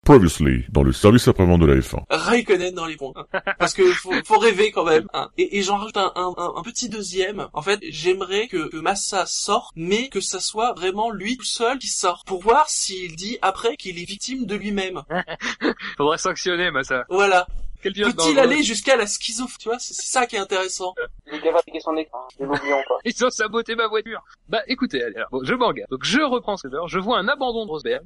Previously, dans le service après-vente de la F1. Raikkonen dans les ponts. Parce que faut rêver quand même. Hein. Et j'en rajoute un petit deuxième. En fait, j'aimerais que Massa sorte, mais que ça soit vraiment lui tout seul qui sort. Pour voir s'il dit après qu'il est victime de lui-même. Faudrait sanctionner, Massa. Voilà. Peut-il aller juste jusqu'à la schizophrénie, tu vois, c'est ça qui est intéressant. Les gars va piquer son écran, ne l'oublions pas. Ils ont saboté ma voiture. Bah écoutez, allez, alors, bon, je m'engage. Donc je reprends ce heure, je vois un abandon de Rosberg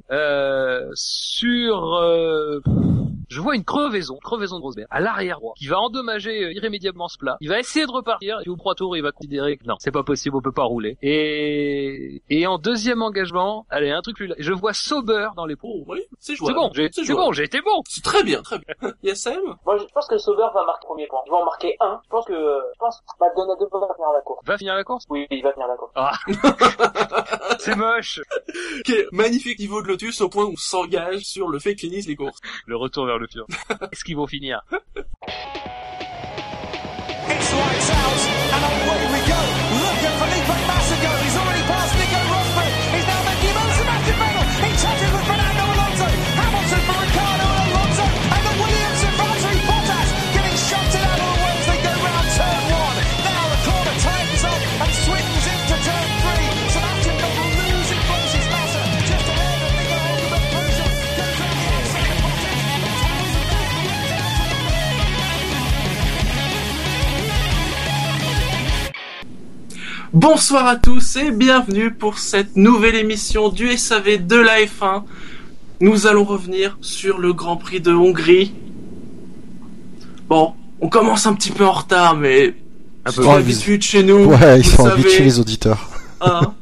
je vois une crevaison de Rosberg à l'arrière droit qui va endommager irrémédiablement ce plat. Il va essayer de repartir et au premier tour, il va considérer que non, c'est pas possible, on peut pas rouler. Et en deuxième engagement, allez, un truc plus là, je vois Sauber dans les pots. Oh, oui, c'est jouable. C'est bon, j'ai été bon. C'est très bien. Yassem? Moi, je pense que Sauber va marquer le premier point. Il va en marquer un. Je pense que Maldonado va finir la course. Va finir la course? Oui, il va finir la course. Ah. C'est moche. Okay, magnifique niveau de Lotus au point où on s'engage sur le fait qu'ils finissent les courses. Le retour vers le futur. Est-ce qu'ils vont finir? It's lights out, and away we go. Look at Felipe Massa go. He's already passed Nico Rosberg. He's now making moves to Sebastian Vettel. He touches with Fernando Alonso. Hamilton for Ricardo and Alonso. And the Williams and Valtteri Bottas getting shunted out of the way as they go round turn one. Now the corner tightens up and swings into turn three. Sebastian Vettel losing places. Massa just ahead of Nico Hulkenberg. Grosjean goes round the outside. Bonsoir à tous et bienvenue pour cette nouvelle émission du SAV de la F1. Nous allons revenir sur le Grand Prix de Hongrie. Bon, on commence un petit peu en retard, mais un peu habitude chez nous. Ouais, ils sont habitués les auditeurs. Hein.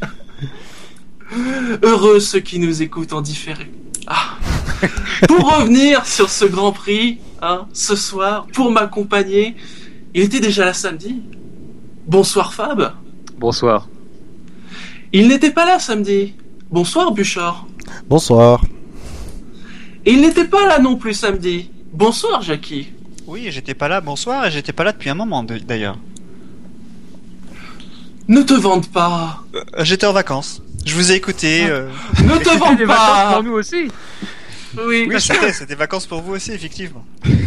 Heureux ceux qui nous écoutent en différé. Ah. Pour revenir sur ce Grand Prix, ce soir, pour m'accompagner, il était déjà là samedi. Bonsoir Fab. Bonsoir. Il n'était pas là samedi. Bonsoir Bouchard. Bonsoir. Et il n'était pas là non plus samedi. Bonsoir Jackie. Oui, j'étais pas là, bonsoir, et j'étais pas là depuis un moment d'ailleurs. Ne te vante pas. J'étais en vacances. Je vous ai écouté. Ne te vante des pas. vacances pour nous aussi. Oui, c'était des vacances pour vous aussi, effectivement.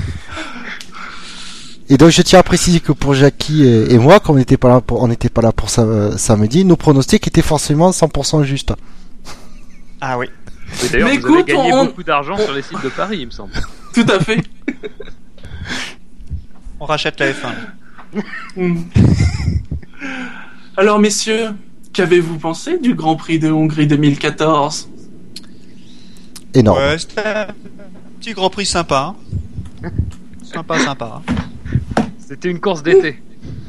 Et donc je tiens à préciser que pour Jackie et moi, quand on n'était pas là pour samedi, nos pronostics étaient forcément 100% justes. Ah oui. Et d'ailleurs, mais vous avez gagné beaucoup d'argent sur les sites de Paris, il me semble. Tout à fait. On rachète la F1. Alors messieurs, qu'avez-vous pensé du Grand Prix de Hongrie 2014 ? Énorme. Ouais, c'était un petit Grand Prix sympa. Sympa. C'était une course d'été.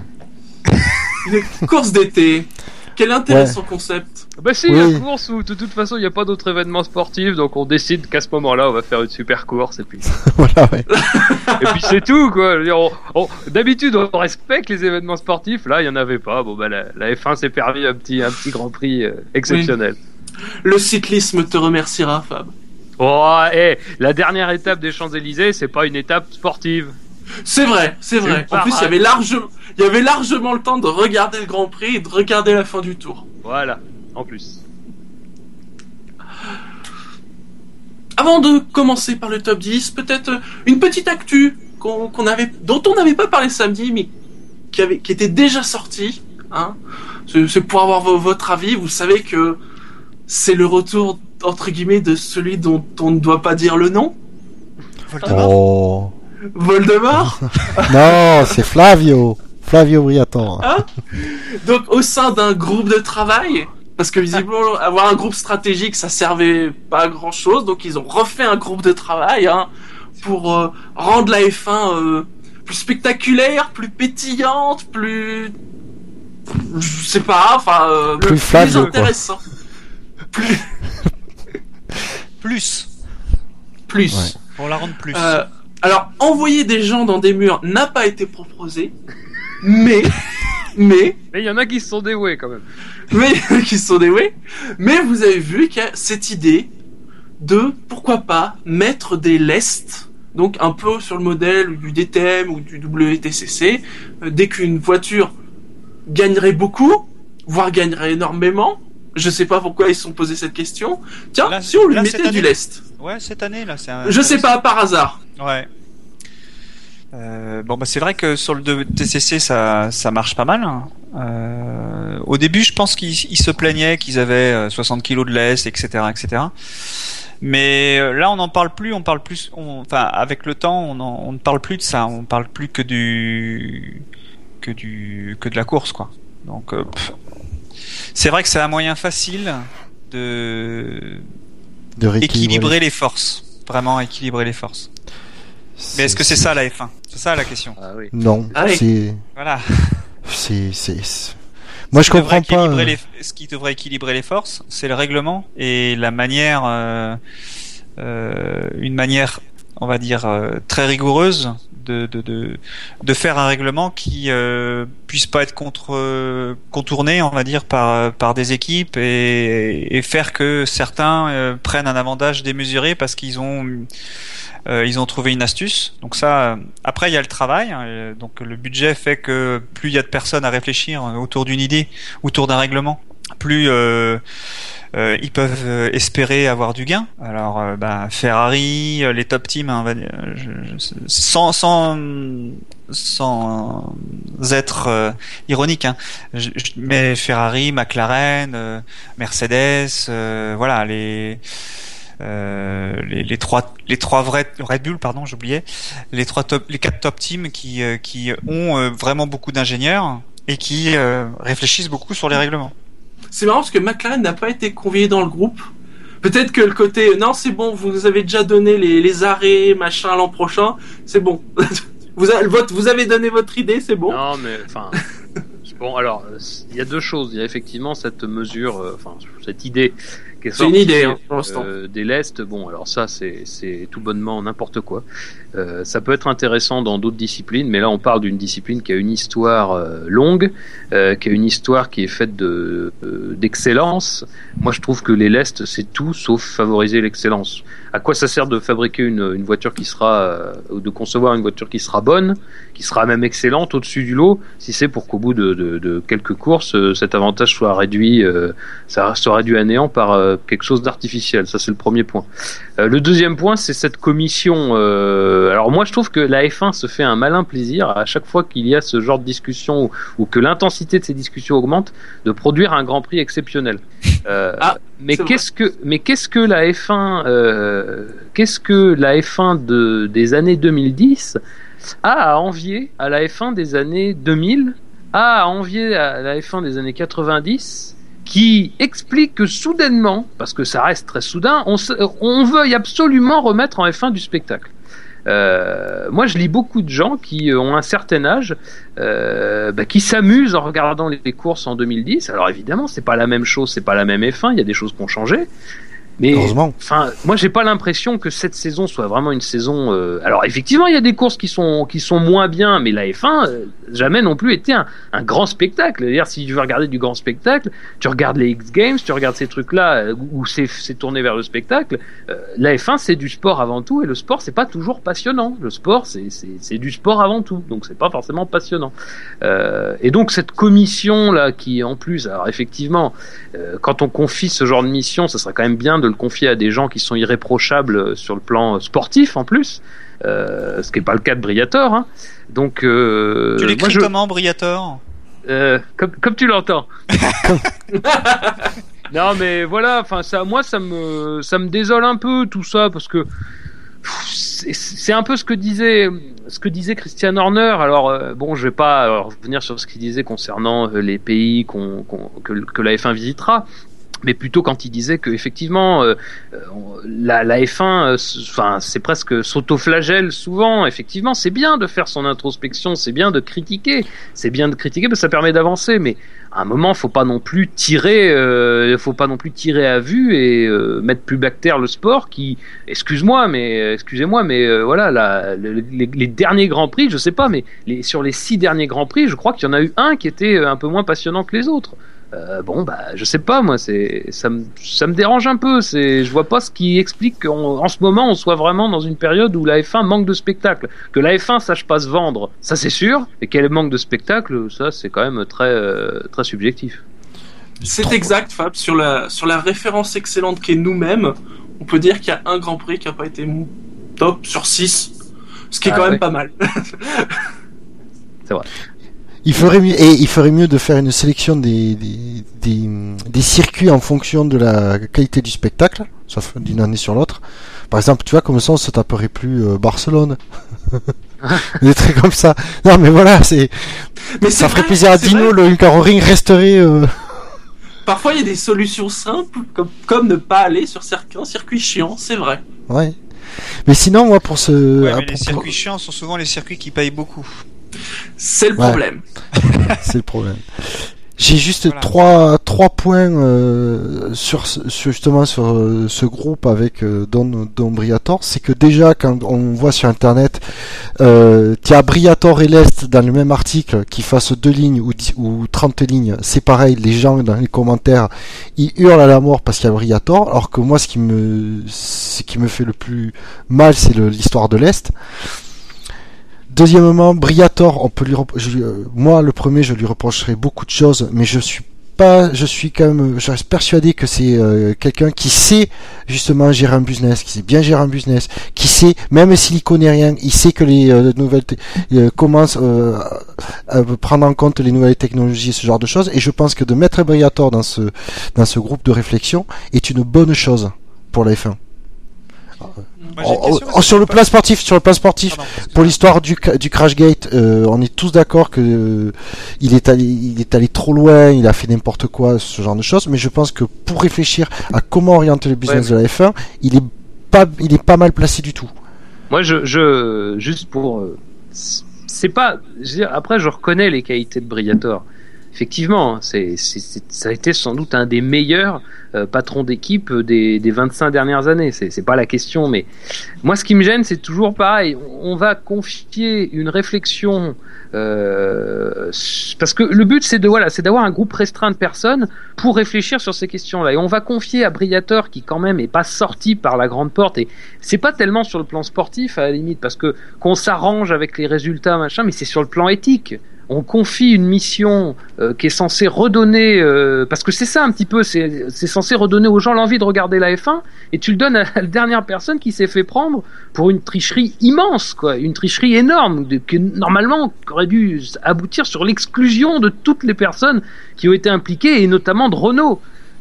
Une course d'été. Quel intéressant concept. Bah si, une course où de toute façon il n'y a pas d'autres événements sportifs, donc on décide qu'à ce moment-là on va faire une super course et puis. Voilà, ouais. Et puis c'est tout quoi. Je veux dire, d'habitude on respecte les événements sportifs, là il y en avait pas. Bon bah la F1 s'est permis un petit Grand Prix exceptionnel. Oui. Le cyclisme te remerciera, Fab. Oh, la dernière étape des Champs-Élysées, c'est pas une étape sportive. C'est vrai. En plus, il y avait largement le temps de regarder le Grand Prix et de regarder la fin du tour. Voilà, en plus. Avant de commencer par le top 10, peut-être une petite actu dont on n'avait pas parlé samedi, mais qui était déjà sortie. C'est pour avoir votre avis. Vous savez que c'est le retour, entre guillemets, de celui dont on ne doit pas dire le nom. Voldemort. Non, c'est Flavio Briatore. Donc au sein d'un groupe de travail, parce que visiblement avoir un groupe stratégique ça servait pas à grand chose, donc ils ont refait un groupe de travail pour rendre la F1 plus spectaculaire, plus pétillante, plus je sais pas, enfin plus Flavio, intéressant. Plus. Ouais. Pour la rendre plus. Alors, envoyer des gens dans des murs n'a pas été proposé, mais il y en a qui se sont dévoués quand même. Mais vous avez vu qu'il y a cette idée de, pourquoi pas, mettre des lests, donc un peu sur le modèle du DTM ou du WTCC, dès qu'une voiture gagnerait beaucoup, voire gagnerait énormément, je sais pas pourquoi ils se sont posé cette question, tiens, si on lui mettait du lest. Ouais, cette année là, c'est un... Je sais pas, par hasard. Ouais. Bon bah c'est vrai que sur le TCC ça marche pas mal. Au début je pense qu'ils se plaignaient qu'ils avaient 60 kilos de laisse, etc. Mais là on n'en parle plus, enfin avec le temps on ne parle plus de ça, on parle plus que de la course quoi. Donc c'est vrai que c'est un moyen facile de équilibrer les forces, vraiment équilibrer les forces. Mais est-ce que c'est ça la F1 ? C'est ça la question. Ah oui. Non, c'est... Voilà. Moi, je comprends pas. Ce qui devrait équilibrer les forces, c'est le règlement et la manière, une manière, on va dire, très rigoureuse de faire un règlement qui puisse pas être contourné, on va dire, par des équipes et faire que certains prennent un avantage démesuré parce qu'ils ont trouvé une astuce. Donc ça, après il y a le travail. Donc le budget fait que plus il y a de personnes à réfléchir autour d'une idée, autour d'un règlement, plus ils peuvent espérer avoir du gain. Alors Ferrari, les top teams, hein, on va dire, sans être ironique, hein, mais Ferrari, McLaren, Mercedes, voilà les trois vrais Red Bull, pardon, j'oubliais, les quatre top teams qui ont vraiment beaucoup d'ingénieurs et qui réfléchissent beaucoup sur les règlements. C'est marrant parce que McLaren n'a pas été convié dans le groupe. Peut-être que le côté non, c'est bon, vous avez déjà donné les arrêts machin l'an prochain, c'est bon. Vous avez donné votre idée, c'est bon. Non mais enfin bon, alors il y a deux choses. Il y a effectivement cette mesure, cette idée qui est sortie, c'est une idée pour l'instant. Des lestes. Bon, alors ça c'est tout bonnement n'importe quoi. Ça peut être intéressant dans d'autres disciplines, mais là on parle d'une discipline qui a une histoire longue, qui a une histoire qui est faite d'excellence. Moi je trouve que les lestes c'est tout sauf favoriser l'excellence. À quoi ça sert de fabriquer une voiture qui sera, ou de concevoir une voiture qui sera bonne, qui sera même excellente au-dessus du lot, si c'est pour qu'au bout de quelques courses, cet avantage soit réduit, ça soit réduit à néant par quelque chose d'artificiel. Ça c'est le premier point. Le deuxième point, c'est cette commission. Alors moi je trouve que la F1 se fait un malin plaisir à chaque fois qu'il y a ce genre de discussion ou que l'intensité de ces discussions augmente, de produire un Grand Prix exceptionnel. Mais qu'est-ce que la F1 des années 2010 a à envier à la F1 des années 2000, a à envier à la F1 des années 90, qui explique que soudainement, parce que ça reste très soudain, on veuille absolument remettre en F1 du spectacle. Moi je lis beaucoup de gens qui ont un certain âge, qui s'amusent en regardant les courses en 2010. Alors évidemment c'est pas la même chose, c'est pas la même F1, il y a des choses qui ont changé, mais enfin moi j'ai pas l'impression que cette saison soit vraiment une saison alors effectivement il y a des courses qui sont moins bien, mais la F1 jamais non plus été un grand spectacle. C'est-à-dire si tu veux regarder du grand spectacle, tu regardes les X Games, tu regardes ces trucs là où c'est tourné vers le spectacle. La F1 c'est du sport avant tout, et le sport c'est pas toujours passionnant. Le sport c'est du sport avant tout, donc c'est pas forcément passionnant. Et donc cette commission là qui en plus, alors effectivement quand on confie ce genre de mission, ça serait quand même bien de le confier à des gens qui sont irréprochables sur le plan sportif en plus, ce qui n'est pas le cas de Briator, hein. Donc tu l'écris comment Briator, comme tu l'entends. Non mais voilà, enfin ça me désole un peu tout ça, parce que c'est un peu ce que disait Christian Horner. Alors bon, je vais pas revenir sur ce qu'il disait concernant les pays que la F1 visitera, mais plutôt quand il disait que effectivement la F1 c'est presque s'autoflagelle souvent. Effectivement, c'est bien de faire son introspection, c'est bien de critiquer parce que ça permet d'avancer, mais à un moment faut pas non plus tirer à vue et mettre plus bactère le sport qui, excusez-moi mais voilà, les derniers grands prix, je sais pas, mais sur les 6 derniers grands prix, je crois qu'il y en a eu un qui était un peu moins passionnant que les autres. Je sais pas, moi ça me dérange un peu. Je vois pas ce qui explique qu'en ce moment on soit vraiment dans une période où la F1 manque de spectacle. Que la F1 sache pas se vendre, ça c'est sûr, et qu'elle manque de spectacle, ça c'est quand même très très subjectif. C'est exact, Fab. Sur la référence excellente qu'est nous-mêmes, on peut dire qu'il y a un Grand Prix qui a pas été top sur 6, ce qui est quand même pas mal. C'est vrai. Il ferait mieux de faire une sélection des circuits en fonction de la qualité du spectacle, sauf d'une année sur l'autre. Par exemple, tu vois, comme ça, on se taperait plus Barcelone. Des trucs comme ça. Non, mais voilà, Mais ça ferait vrai, plaisir à c'est Dino, vrai. le Hungaroring resterait. Parfois, il y a des solutions simples, comme ne pas aller sur certains circuits chiants, c'est vrai. Ouais. Mais sinon, moi, pour ce. Ouais, mais les circuits chiants sont souvent les circuits qui payent beaucoup. C'est le Ouais. problème. C'est le problème. J'ai juste Voilà. trois points sur ce groupe avec Don Briator. C'est que déjà, quand on voit sur internet, tu as Briator et Lest dans le même article qui fassent 2 lignes ou 30 lignes, c'est pareil, les gens dans les commentaires ils hurlent à la mort parce qu'il y a Briator, alors que moi ce qui me fait le plus mal, c'est l'histoire de Lest. Deuxièmement, Briator, moi le premier, je lui reprocherais beaucoup de choses, mais je reste persuadé que c'est quelqu'un qui sait justement gérer un business, qui sait bien gérer un business, qui sait, même s'il y connaît rien, il sait que les nouvelles commencent à prendre en compte les nouvelles technologies, ce genre de choses, et je pense que de mettre Briator dans ce groupe de réflexion est une bonne chose pour la F1. Moi, j'ai une question, Sur le plan sportif, Pardon. pour l'histoire du Crashgate, on est tous d'accord que il est allé trop loin, il a fait n'importe quoi, ce genre de choses. Mais je pense que pour réfléchir à comment orienter le business de la F1, il est pas mal placé du tout. Moi, juste pour, c'est pas, je veux dire, après, je reconnais les qualités de Briator. Effectivement, ça a été sans doute un des meilleurs patrons d'équipe des 25 dernières années. C'est pas la question, mais moi, ce qui me gêne, c'est toujours pareil. On va confier une réflexion parce que le but, c'est d'avoir un groupe restreint de personnes pour réfléchir sur ces questions-là. Et on va confier à Briator, qui quand même est pas sorti par la grande porte. Et c'est pas tellement sur le plan sportif à la limite, parce que qu'on s'arrange avec les résultats, machin, mais c'est sur le plan éthique. On confie une mission qui est censée redonner, parce que c'est ça un petit peu, c'est censé redonner aux gens l'envie de regarder la F1, et tu le donnes à la dernière personne qui s'est fait prendre pour une tricherie immense, quoi, une tricherie énorme, qui normalement aurait dû aboutir sur l'exclusion de toutes les personnes qui ont été impliquées, et notamment de Renault.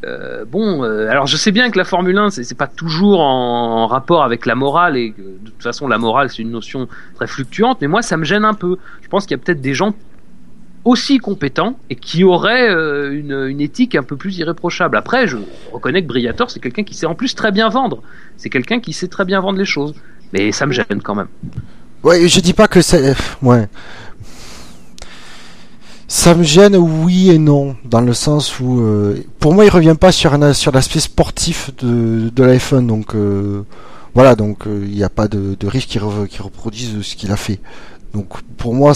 Alors je sais bien que la Formule 1 c'est pas toujours en rapport avec la morale, et que, de toute façon la morale c'est une notion très fluctuante, mais moi ça me gêne un peu. Je pense qu'il y a peut-être des gens aussi compétents et qui auraient une éthique un peu plus irréprochable. Après, je reconnais que Briator c'est quelqu'un qui sait en plus très bien vendre. C'est quelqu'un qui sait très bien vendre les choses, mais ça me gêne quand même. Ouais, je dis pas que c'est. Ouais. Ça me gêne, oui et non, dans le sens où, pour moi, il revient pas sur l'aspect sportif de la F1, donc voilà, donc il n'y a pas de risque qu'il reproduise ce qu'il a fait. Donc pour moi,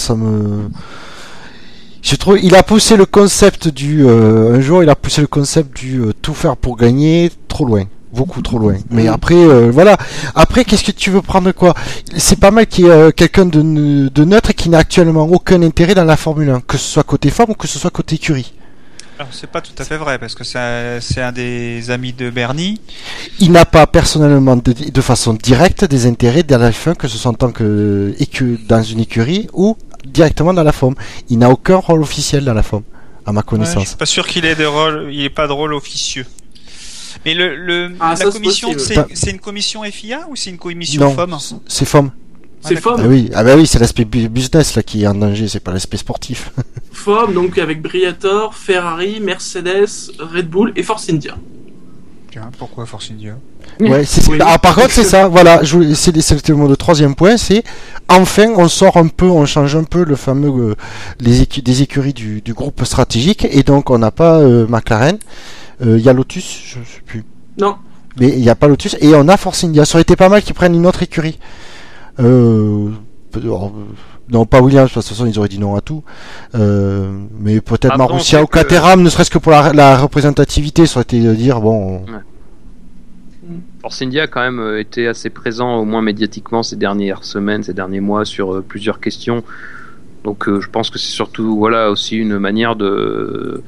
je trouve, il a poussé le concept un jour, il a poussé le concept du tout faire pour gagner trop loin. Beaucoup trop loin. Mais après, voilà. Après, qu'est-ce que tu veux prendre quoi? C'est pas mal qu'il y ait quelqu'un de neutre et qui n'a actuellement aucun intérêt dans la Formule 1, que ce soit côté femme ou que ce soit côté écurie. Alors, c'est pas tout à fait vrai, parce que c'est un des amis de Bernie. Il n'a pas personnellement de façon directe des intérêts dans la F1, que ce soit en tant que dans une écurie ou directement dans la FOM. Il n'a aucun rôle officiel dans la FOM, à ma connaissance. Ouais, je suis pas sûr qu'il ait pas de rôle officieux. Mais la commission, c'est une commission FIA ou c'est une commission FOM? Non, c'est FOM. C'est FOM. Ah oui, c'est l'aspect business là qui est en danger, c'est pas l'aspect sportif. FOM, donc avec Briator, Ferrari, Mercedes, Red Bull et Force India. Tiens, pourquoi Force India? Ouais, Oui. par contre, c'est ça, voilà, c'était le troisième point, c'est enfin on change un peu le fameux des écuries du groupe stratégique, et donc on n'a pas McLaren, il y a Lotus, je sais plus. Non. Mais il n'y a pas Lotus, et on a Force India. Ça aurait été pas mal qu'ils prennent une autre écurie. Non, pas Williams, parce que de toute façon ils auraient dit non à tout. Mais peut-être Marussia ou Caterham, ne serait-ce que pour la représentativité, ça aurait été de dire bon. Ouais. Force India a quand même été assez présent, au moins médiatiquement, ces dernières semaines, ces derniers mois, sur plusieurs questions. Donc je pense que c'est surtout aussi une manière de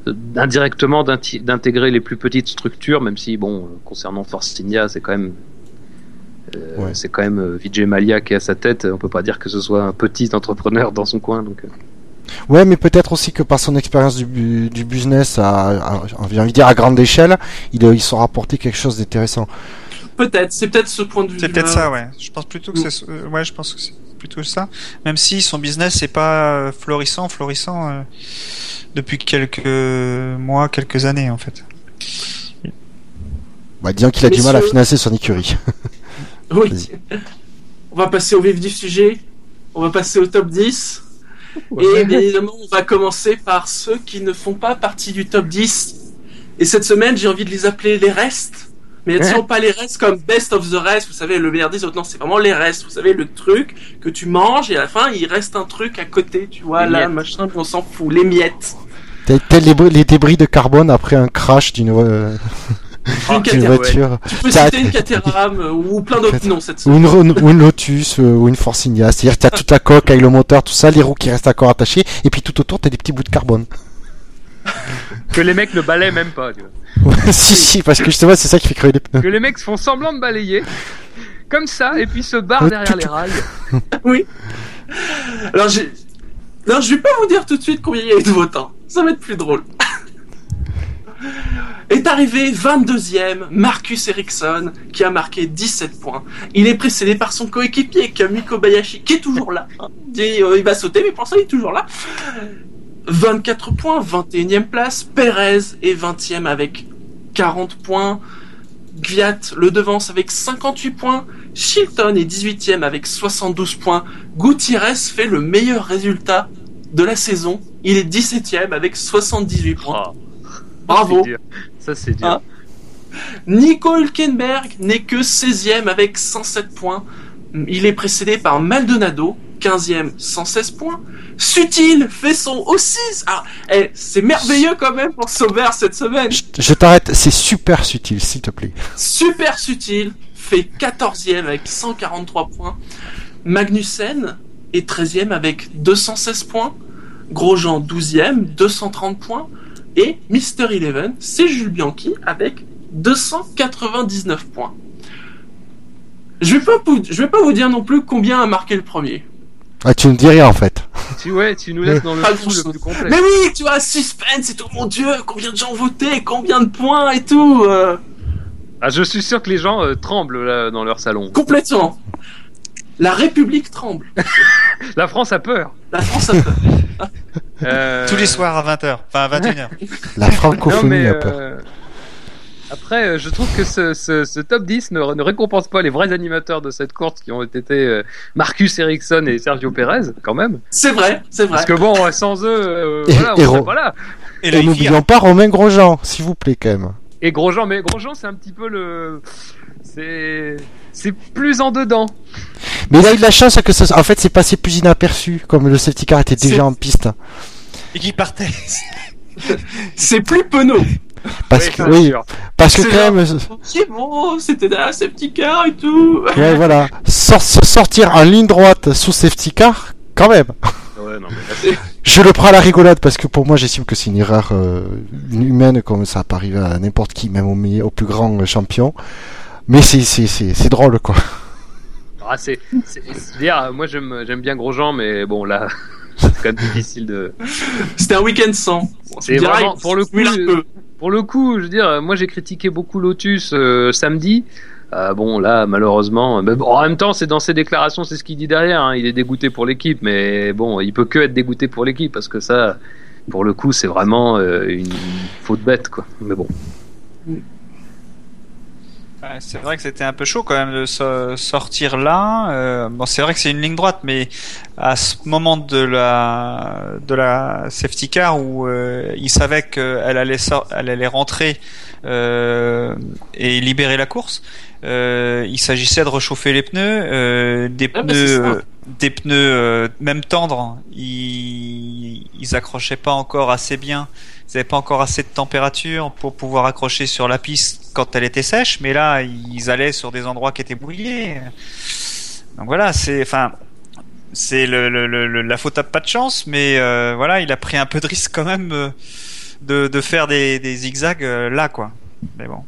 indirectement d'intégrer les plus petites structures, même si bon, concernant Force India, c'est quand même c'est quand même Vijay Mallya qui est à sa tête. On peut pas dire que ce soit un petit entrepreneur dans son coin, donc. Ouais, mais peut-être aussi que par son expérience du business j'ai envie de dire à grande échelle, ils sont rapporté quelque chose d'intéressant. Peut-être, c'est peut-être ce point de vue. C'est peut-être ça, ouais. Je pense plutôt que je pense que c'est plutôt ça. Même si son business n'est pas florissant depuis quelques mois, quelques années en fait. Bah, disons qu'il a du mal à financer son écurie. Oui. On va passer au vif du sujet. On va passer au top 10. Ouais. Et bien évidemment, on va commencer par ceux qui ne font pas partie du top 10. Et cette semaine, j'ai envie de les appeler les restes. Mais attention, pas les restes comme best of the rest, vous savez, le meilleur 10, non, c'est vraiment les restes. Vous savez, le truc que tu manges et à la fin, il reste un truc à côté, tu vois, là, machin, on s'en fout, les miettes. Tel les débris de carbone après un crash d'une voiture. Tu peux citer une Caterham ou plein d'autres noms cette semaine. Ou une Lotus ou une Force India. C'est-à-dire que t'as toute la coque avec le moteur, tout ça, les roues qui restent encore attachées, et puis tout autour t'as des petits bouts de carbone. Que les mecs ne balaient même pas, tu vois. si, parce que justement c'est ça qui fait crever les pneus. Que les mecs font semblant de balayer, comme ça, et puis se barrent derrière les rails. Oui. Alors je vais pas vous dire tout de suite combien il y a eu de votants. Ça va être plus drôle. Est arrivé 22e Marcus Ericsson qui a marqué 17 points. Il est précédé par son coéquipier Kami Kobayashi qui est toujours là. Il va sauter mais pour ça il est toujours là. 24 points, 21e place. Perez est 20e avec 40 points. Gviat le devance avec 58 points. Chilton est 18e avec 72 points. Gutiérrez fait le meilleur résultat de la saison. Il est 17e avec 78 points. Oh. Bravo. Ça c'est dur. Nico Hülkenberg n'est que 16e avec 107 points. Il est précédé par Maldonado, 15e, 116 points. Sutil fait son O6. Ah, c'est merveilleux quand même pour Sauber cette semaine. Je t'arrête, c'est super Sutil, s'il te plaît. Super Sutil fait 14e avec 143 points. Magnussen est 13e avec 216 points. Grosjean 12e, 230 points. Et Mr. Eleven, c'est Jules Bianchi avec 299 points. Je vais pas vous dire non plus combien a marqué le premier. Ah, tu ne dis rien en fait. Tu nous laisses dans le flou le plus complet. Mais oui, tu vois, suspense et tout, mon Dieu, combien de gens ont voté, combien de points et tout. Ah, je suis sûr que les gens tremblent là dans leur salon. Complètement. La République tremble. La France a peur. La France a peur. Tous les soirs à 20h, enfin à 21h. La francophonie a peur. Après, je trouve que ce top 10 ne récompense pas les vrais animateurs de cette course qui ont été Marcus Ericsson et Sergio Pérez, quand même. C'est vrai. Parce que bon, sans eux, voilà, on serait pas là. Et n'oublions pas Romain Grosjean, s'il vous plaît, quand même. Et Grosjean, c'est un petit peu c'est plus en dedans. Mais il a eu de la chance que en fait, c'est passé plus inaperçu, comme le safety car était déjà en piste. Et qu'il partait. C'est plus penaud. Parce que quand même. C'est bon, c'était dans la safety car et tout. Ouais, voilà. Sortir en ligne droite sous safety car, quand même. Ouais, non, mais là, je le prends à la rigolade parce que pour moi, j'estime que c'est une erreur humaine, comme ça peut arriver à n'importe qui, même au plus grand champion. Mais c'est drôle, quoi. Ah, dire, moi j'aime bien Grosjean, mais bon là, c'est quand même difficile de. C'était un week-end sans. C'est vraiment pour le coup, je veux dire, moi j'ai critiqué beaucoup Lotus samedi. Bon là, malheureusement, mais bon, en même temps, c'est dans ses déclarations, c'est ce qu'il dit derrière. Hein, il est dégoûté pour l'équipe, mais bon, il peut que être dégoûté pour l'équipe parce que ça, pour le coup, c'est vraiment une faute bête, quoi. Mais bon. C'est vrai que c'était un peu chaud quand même de sortir là. Bon, c'est vrai que c'est une ligne droite, mais à ce moment de la safety car où il savait qu'elle allait rentrer et libérer la course, il s'agissait de réchauffer les pneus, des pneus même tendres. Ils accrochaient pas encore assez bien. Ils n'avaient pas encore assez de température pour pouvoir accrocher sur la piste quand elle était sèche, mais là ils allaient sur des endroits qui étaient bouillés. Donc voilà, c'est la faute à pas de chance, mais voilà, il a pris un peu de risque quand même de faire des zigzags là, quoi. Mais bon.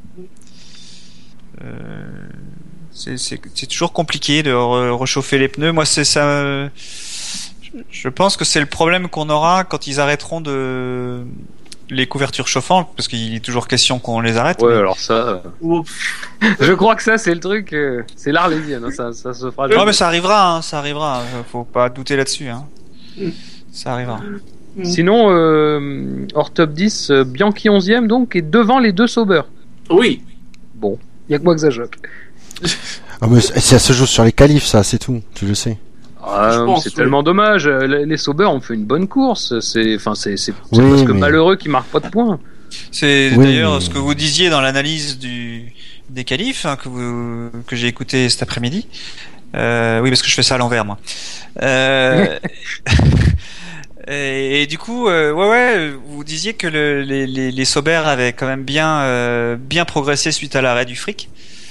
C'est toujours compliqué de réchauffer les pneus. Moi, c'est ça. Je pense que c'est le problème qu'on aura quand ils arrêteront les couvertures chauffantes, parce qu'il est toujours question qu'on les arrête. Ouais, mais... alors ça. Je crois que ça, c'est le truc. C'est l'Arlésienne, hein, ça se fera. Non, mais ça arrivera, ça arrivera. Faut pas douter là-dessus. Ça arrivera. Sinon, hors top 10, Bianchi 11ème donc, et devant les deux Sauber. Oui. Bon, il y a que moi que ça choque. Ah, mais ça se joue sur les qualifs, ça, c'est tout. Tu le sais. C'est tellement dommage. Les Sauber ont fait une bonne course. C'est presque mais... malheureux qu'ils marquent pas de points. C'est d'ailleurs ce que vous disiez dans l'analyse des qualifs que j'ai écouté cet après-midi. Oui, parce que je fais ça à l'envers, moi. Et du coup, vous disiez que les Sauber avaient quand même bien progressé suite à l'arrêt du fric.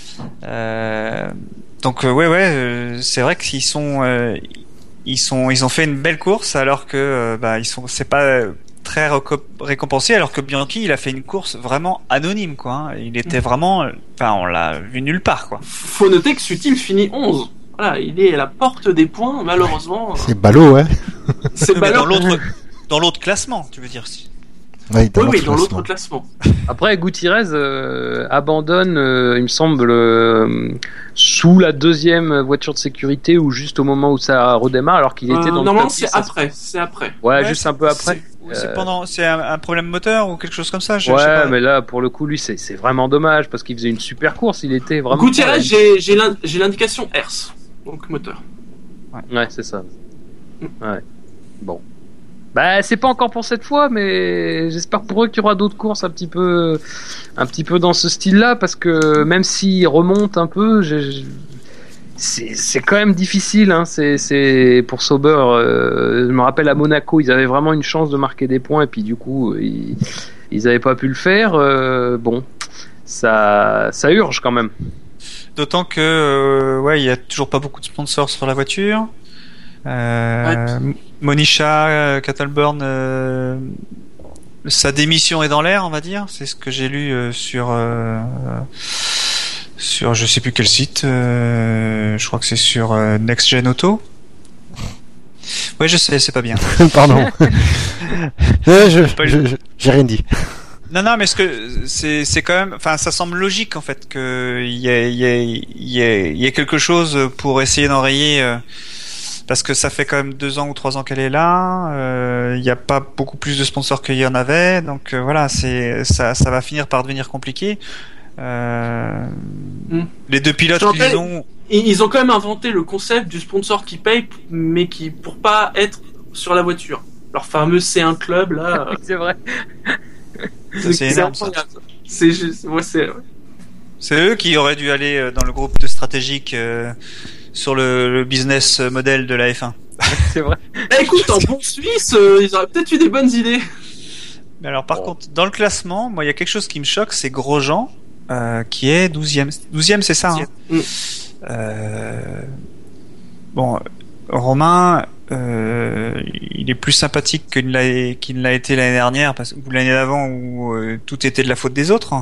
Donc c'est vrai qu'ils ont fait une belle course alors que c'est pas très récompensé, alors que Bianchi il a fait une course vraiment anonyme, quoi. Il était vraiment, on l'a vu nulle part, quoi. Faut noter que Sutil finit 11. Voilà, il est à la porte des points, malheureusement. C'est ballot, hein. C'est ballot. Dans l'autre classement, tu veux dire si. Oui, dans l'autre classement. Après, Gutiérrez abandonne, il me semble, sous la deuxième voiture de sécurité ou juste au moment où ça redémarre, alors qu'il était dans le normalement, top 10, c'est après. Ouais, juste un peu après. C'est un problème moteur ou quelque chose comme ça. Je sais pas. Mais là, pour le coup, lui, c'est vraiment dommage parce qu'il faisait une super course. Il était vraiment. Gutiérrez, j'ai l'indication Hertz, donc moteur. Ouais, c'est ça. Ouais. Bon. Bah, c'est pas encore pour cette fois, mais j'espère pour eux qu'il y aura d'autres courses un petit peu dans ce style-là, parce que même s'ils remontent un peu, c'est quand même difficile, hein. C'est pour Sauber. Je me rappelle à Monaco, ils avaient vraiment une chance de marquer des points, et puis du coup, ils avaient pas pu le faire. Bon, ça urge quand même. D'autant que, il y a toujours pas beaucoup de sponsors sur la voiture. Monisha Kettleburn, sa démission est dans l'air, on va dire. C'est ce que j'ai lu sur je sais plus quel site. Je crois que c'est sur Next Gen Auto. Ouais, je sais, c'est pas bien. Pardon. J'ai rien dit. Non, mais c'est quand même, ça semble logique en fait qu'il y ait quelque chose pour essayer d'enrayer. Parce que ça fait quand même 2 ans ou 3 ans qu'elle est là. Il n'y a pas beaucoup plus de sponsors qu'il y en avait, donc voilà, ça va finir par devenir compliqué. Les deux pilotes ils ont quand même inventé le concept du sponsor qui paye, mais qui pour pas être sur la voiture. Leur fameux C1 Club là. C'est vrai. C'est énorme, ça. C'est juste, c'est eux qui auraient dû aller dans le groupe de stratégique. Sur le business model de la F1. C'est vrai. Écoute, en bon Suisse, ils auraient peut-être eu des bonnes idées. Mais alors, par contre, dans le classement, moi, il y a quelque chose qui me choque, c'est Grosjean, qui est 12e. 12e, c'est ça, hein. Bon, Romain, il est plus sympathique qu'il ne l'a été l'année dernière, ou l'année d'avant, où tout était de la faute des autres.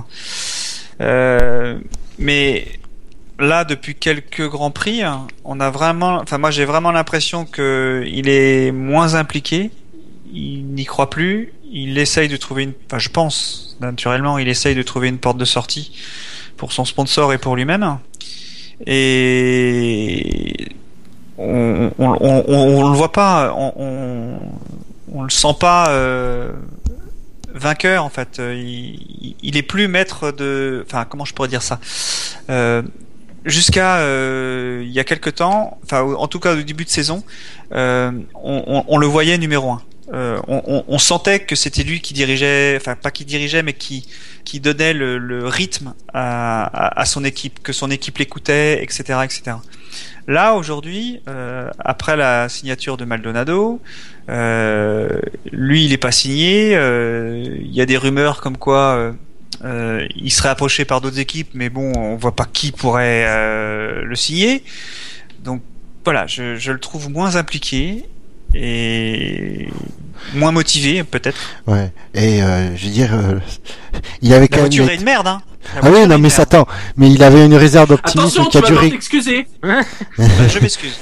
Mais là, depuis quelques grands prix, on a vraiment, moi j'ai vraiment l'impression que il est moins impliqué, il n'y croit plus, il essaye de trouver je pense, naturellement, il essaye de trouver une porte de sortie pour son sponsor et pour lui-même. Et on le voit pas, on le sent pas vainqueur en fait. Il est plus maître de, comment je pourrais dire ça. Jusqu'à il y a quelque temps, en tout cas au début de saison, on le voyait numéro 1. On sentait que c'était lui qui dirigeait, pas qui dirigeait, mais qui donnait le rythme à son équipe, que son équipe l'écoutait, etc., etc. Là aujourd'hui, après la signature de Maldonado, lui il est pas signé. Il y a des rumeurs comme quoi il serait approché par d'autres équipes, mais bon, on voit pas qui pourrait le signer. Donc voilà, je le trouve moins impliqué. Et Moins motivé, peut-être. Ouais. Et je veux dire, il avait La quand voiture même. est une merde, hein. Ah oui, non, mais ça attend. Mais il avait une réserve d'optimisme Attention, qui a tu vas devoir duré. t'excuser. Je m'excuse.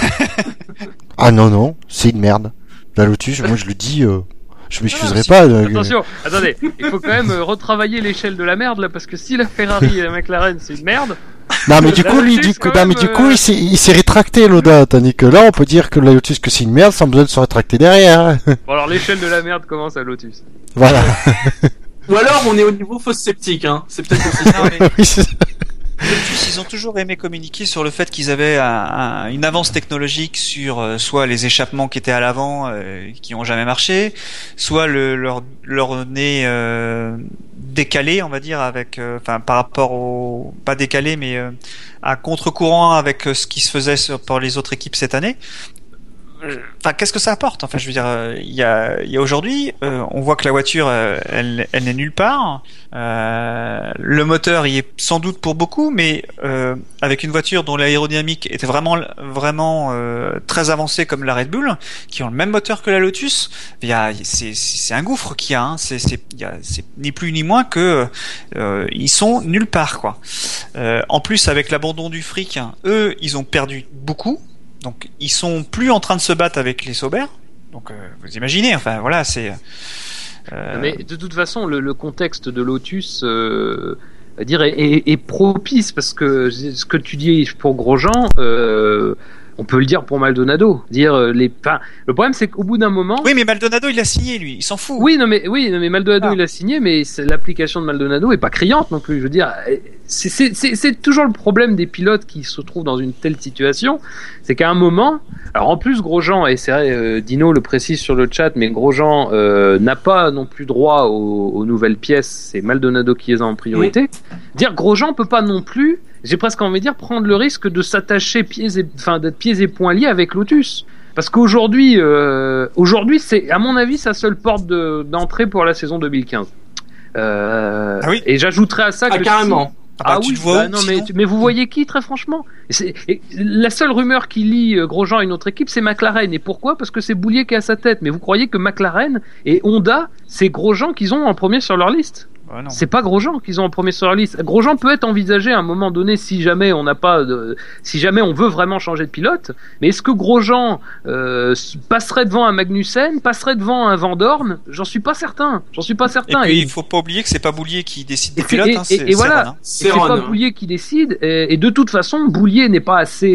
Ah non, c'est une merde. La Lotus, moi je le dis, je m'excuserai si- pas. Attention, attendez, il faut quand même retravailler l'échelle de la merde là, parce que si la Ferrari et la McLaren c'est une merde, Non, mais du La coup, lui, Lotus, quand non, mais même, du coup, il s'est rétracté, Loda. Tandis que là, on peut dire que la Lotus, que c'est une merde sans besoin de se rétracter derrière. bon alors l'échelle de la merde commence à Lotus. Voilà. Ou alors on est au niveau fausse sceptique, hein. C'est peut-être aussi ça. Non, mais Oui, c'est ça. Lotus, ils ont toujours aimé communiquer sur le fait qu'ils avaient une avance technologique sur soit les échappements qui étaient à l'avant, qui ont jamais marché, soit leur nez décalé, on va dire, avec, par rapport au, pas décalé, mais à contre-courant avec ce qui se faisait pour les autres équipes cette année. Qu'est-ce que ça apporte? Enfin, je veux dire, il y a aujourd'hui, on voit que la voiture, elle n'est nulle part. Le moteur, il est sans doute pour beaucoup, mais avec une voiture dont l'aérodynamique était vraiment très avancée comme la Red Bull, qui ont le même moteur que la Lotus, c'est un gouffre qu'il y a. Hein. C'est ni plus ni moins que ils sont nulle part, quoi. En plus, avec l'abandon du fric, eux, ils ont perdu beaucoup. Donc ils sont plus en train de se battre avec les Sauber. Donc vous imaginez, enfin voilà, c'est. Mais de toute façon, le contexte de Lotus, est propice parce que ce que tu dis pour Grosjean, on peut le dire pour Maldonado. Le problème c'est qu'au bout d'un moment. Oui, mais Maldonado il a signé lui, il s'en fout. Oui, non mais Maldonado il a signé, mais l'application de Maldonado est pas criante non plus. Je veux dire, c'est toujours le problème des pilotes qui se trouvent dans une telle situation, c'est qu'à un moment, alors en plus Grosjean, et c'est vrai, Dino le précise sur le chat, mais Grosjean n'a pas non plus droit aux nouvelles pièces, c'est Maldonado qui les a en priorité. Oui. Grosjean peut pas non plus, j'ai presque envie de dire, prendre le risque de s'attacher d'être pieds et poings liés avec Lotus. Parce qu'aujourd'hui, c'est, à mon avis, sa seule porte d'entrée pour la saison 2015. Ah oui. Et j'ajouterais à ça que carrément. Tu le vois non, mais vous voyez qui, très franchement? La seule rumeur qui lie Grosjean à une autre équipe, c'est McLaren. Et pourquoi? Parce que c'est Boulier qui est à sa tête. Mais vous croyez que McLaren et Honda, c'est Grosjean qu'ils ont en premier sur leur liste? Ouais, c'est pas Grosjean qu'ils ont en premier sur leur liste. Grosjean peut être envisagé à un moment donné si jamais on veut vraiment changer de pilote. Mais est-ce que Grosjean passerait devant un Magnussen, passerait devant un Van Dorn? J'en suis pas certain. Et puis il faut pas oublier que c'est pas Boulier qui décide des pilotes. Et voilà, Ron, hein. c'est pas Boulier qui décide. Et de toute façon, Boulier n'est pas assez,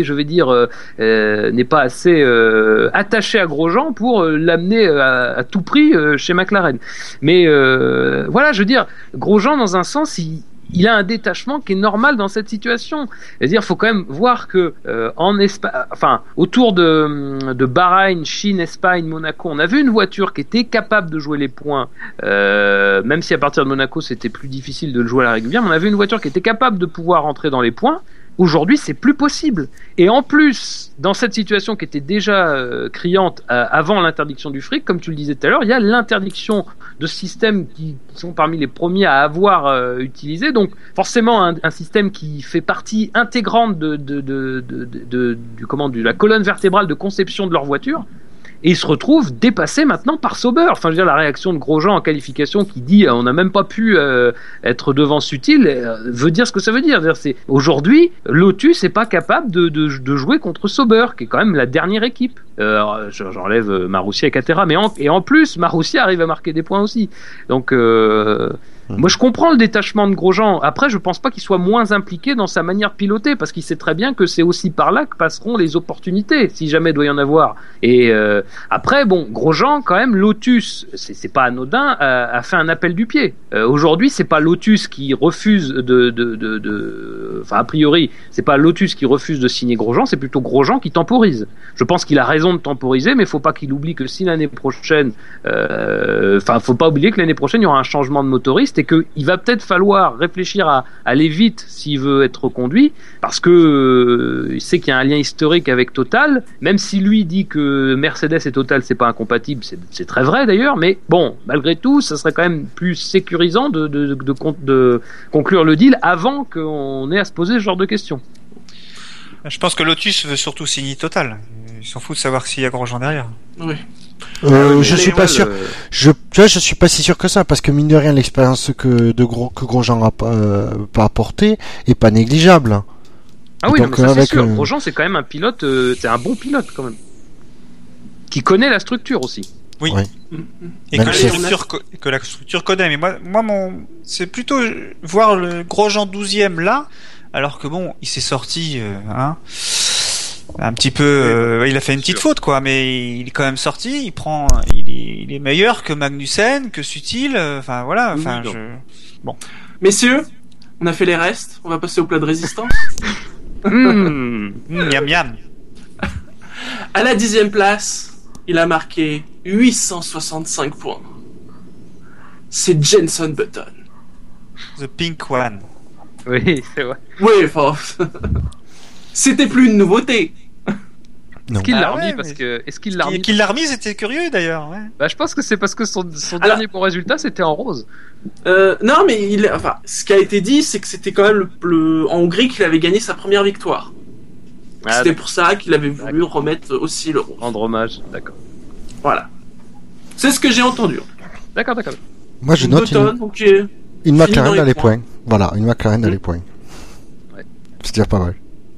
attaché à Grosjean pour l'amener à tout prix chez McLaren. Mais voilà, je veux dire. Grosjean, dans un sens, il a un détachement qui est normal dans cette situation. C'est-à-dire, faut quand même voir que autour de Bahreïn, Chine, Espagne, Monaco, on avait une voiture qui était capable de jouer les points. Même si à partir de Monaco, c'était plus difficile de le jouer à la régulière, mais on avait une voiture qui était capable de pouvoir rentrer dans les points. Aujourd'hui, c'est plus possible. Et en plus, dans cette situation qui était déjà criante avant l'interdiction du fric, comme tu le disais tout à l'heure, il y a l'interdiction de systèmes qui sont parmi les premiers à avoir utilisé. Donc, forcément, un système qui fait partie intégrante de la colonne vertébrale de conception de leur voiture. Et ils se retrouvent dépassés maintenant par Sauber. Enfin, je veux dire, la réaction de Grosjean en qualification qui dit on n'a même pas pu être devant Sutil veut dire ce que ça veut dire. C'est aujourd'hui, Lotus n'est pas capable de jouer contre Sauber, qui est quand même la dernière équipe. J'enlève Marussia et Caterham, et en plus, Marussia arrive à marquer des points aussi. Donc, moi, je comprends le détachement de Grosjean. Après, je pense pas qu'il soit moins impliqué dans sa manière de piloter, parce qu'il sait très bien que c'est aussi par là que passeront les opportunités, si jamais il doit y en avoir. Et après, bon, Grosjean, quand même, Lotus, c'est pas anodin, a fait un appel du pied. Aujourd'hui, c'est pas Lotus qui refuse a priori, c'est pas Lotus qui refuse de signer Grosjean, c'est plutôt Grosjean qui temporise. Je pense qu'il a raison de temporiser, mais faut pas qu'il oublie que si l'année prochaine, faut pas oublier que l'année prochaine, il y aura un changement de motoriste, et qu'il va peut-être falloir réfléchir à aller vite s'il veut être reconduit, parce que il sait qu'il y a un lien historique avec Total, même si lui dit que Mercedes et Total c'est pas incompatible, c'est très vrai d'ailleurs, mais bon, malgré tout, ça serait quand même plus sécurisant de conclure le deal avant qu'on ait à se poser ce genre de questions. Je pense que Lotus veut surtout signer Total. Ils s'en foutent de savoir s'il y a Grosjean derrière. Oui. Je suis pas sûr. Tu vois, je suis pas si sûr que ça, parce que mine de rien, l'expérience que Grosjean a pas apporté est pas négligeable. Ah oui, donc, non, mais ça c'est avec, sûr. Grosjean, c'est quand même un pilote, c'est un bon pilote quand même. Qui connaît la structure aussi. Oui. Ouais. Et Même que la structure connaît. Mais moi, c'est plutôt voir le Grosjean 12e là, alors que bon, il s'est sorti, un petit peu, il a fait une petite faute quoi, mais il est quand même sorti. Il est meilleur que Magnussen, que Sutil. Enfin voilà. Enfin, Messieurs, on a fait les restes. On va passer au plat de résistance. Miam miam. À la 10e place, il a marqué 865 points. C'est Jenson Button. The Pink One. Oui, c'est vrai. Oui, enfin, c'était plus une nouveauté. Non. Est-ce qu'il l'a Ah ouais, remis parce mais- que est-ce qu'il l'a remis Qu'il l'a remis, c'était curieux d'ailleurs. Ouais. Bah, je pense que c'est parce que son dernier bon résultat c'était en rose. Non, mais ce qui a été dit, c'est que c'était quand même en Hongrie qu'il avait gagné sa première victoire. C'était pour ça qu'il avait voulu remettre aussi le rose. Rendre hommage, d'accord. Voilà. C'est ce que j'ai entendu. D'accord. Moi, je note Button, donc, une McLaren dans dans les les points. Voilà, une McLaren dans les points. Ouais. C'est déjà pas mal.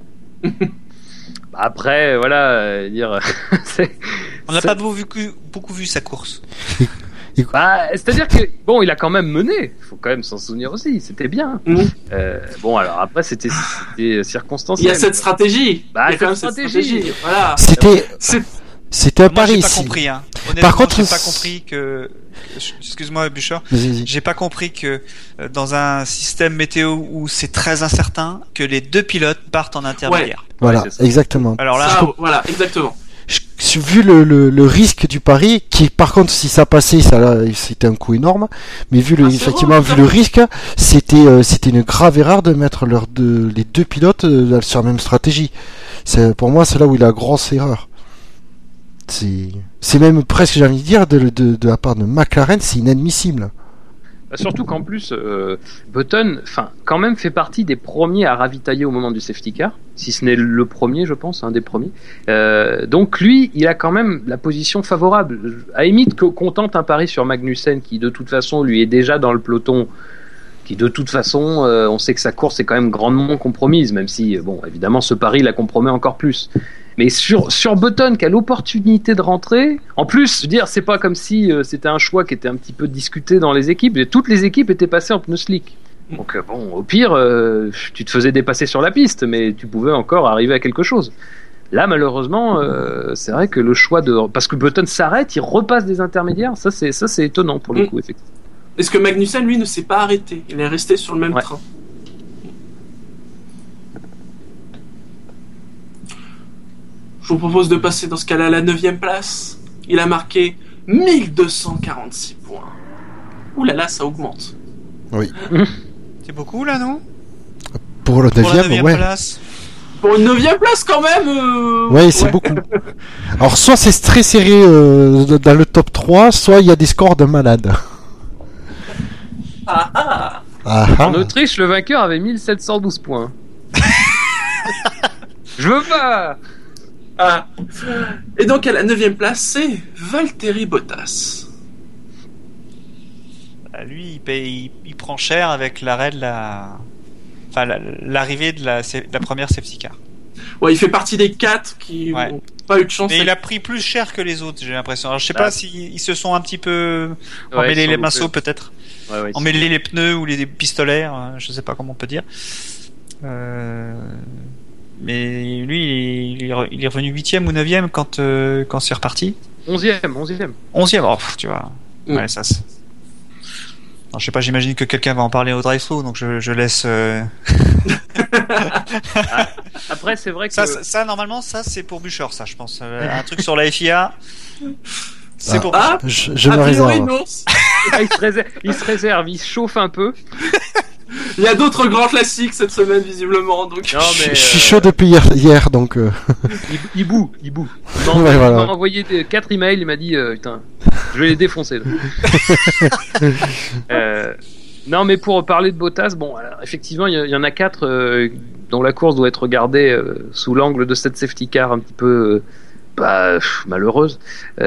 Après, voilà, dire. On n'a pas beaucoup vu sa course. Bah, c'est-à-dire que bon, il a quand même mené. Il faut quand même s'en souvenir aussi. C'était bien. Bon, alors après, c'était circonstanciel. Il y a cette stratégie. Bah, il y a quand même cette stratégie. Voilà. C'était à Moi, Paris. j'ai pas compris. Hein. Honnêtement, Par contre, j'ai pas compris que. Excuse-moi, Bûcheur. Vas-y. J'ai pas compris que dans un système météo où c'est très incertain, que les deux pilotes partent en intermédiaire. Voilà, c'est ça. exactement. Alors là, Voilà, exactement. Vu le risque du pari, qui par contre si ça passait, c'était un coup énorme, mais vu le risque, c'était une grave erreur de mettre les deux pilotes sur la même stratégie. Pour moi, c'est là où il a grosse erreur. C'est même presque, j'ai envie de dire, de la part de McLaren, c'est inadmissible. Surtout qu'en plus, Button, quand même fait partie des premiers à ravitailler au moment du safety car, si ce n'est le premier, je pense, un des premiers. Donc lui, il a quand même la position favorable. À limite qu'on tente un pari sur Magnussen, qui de toute façon lui est déjà dans le peloton, qui de toute façon, on sait que sa course est quand même grandement compromise, même si, bon, évidemment, ce pari la compromet encore plus. Mais sur Button qui a l'opportunité de rentrer, en plus, je veux dire, c'est pas comme si c'était un choix qui était un petit peu discuté dans les équipes. Toutes les équipes étaient passées en pneus slick. Donc bon, au pire, tu te faisais dépasser sur la piste, mais tu pouvais encore arriver à quelque chose. Là, malheureusement, c'est vrai que le choix parce que Button s'arrête, il repasse des intermédiaires. Ça, c'est étonnant pour le coup, effectivement. Est-ce que Magnussen, lui, ne s'est pas arrêté? Il est resté sur le même train. Je vous propose de passer dans ce cas-là à la 9e place. Il a marqué 1246 points. Ouh là là, ça augmente. Oui. c'est beaucoup là, non? Pour le 9e, ouais. Place. Pour une 9e place quand même. Ouais, c'est beaucoup. Alors soit c'est très serré dans le top 3, soit il y a des scores de malade. En Autriche, le vainqueur avait 1712 points. Je veux pas. Et donc à la 9e place, c'est Valtteri Bottas. Lui, il prend cher avec l'arrêt de l'arrivée de la première safety car. Ouais, il fait partie des 4 qui n'ont pas eu de chance. Mais il a pris plus cher que les autres, j'ai l'impression. Alors je sais pas s'ils se sont un petit peu emmêlés les pinceaux peut-être. Emmêlés les pneus ou les pistolets, je sais pas comment on peut dire. Mais lui, il est revenu 8e ou 9e quand c'est reparti. 11e. 11e, tu vois. Ouais, ça c'est... Alors, je sais pas, j'imagine que quelqu'un va en parler au drive-thru, donc je laisse... Après, c'est vrai que... Ça, normalement, ça, c'est pour Bûcheur, ça, je pense. Un truc sur la FIA, c'est pour Bûcheur. Je me réserve. Il se réserve, il se chauffe un peu. Il y a d'autres grands classiques cette semaine, visiblement. Donc... Non, mais, je suis chaud depuis hier, donc... Il boue. Il m'a envoyé 4 emails, il m'a dit, putain, je vais les défoncer. Non, mais pour parler de Bottas, bon, alors, effectivement, il y en a 4 dont la course doit être regardée sous l'angle de cette safety car un petit peu malheureuse.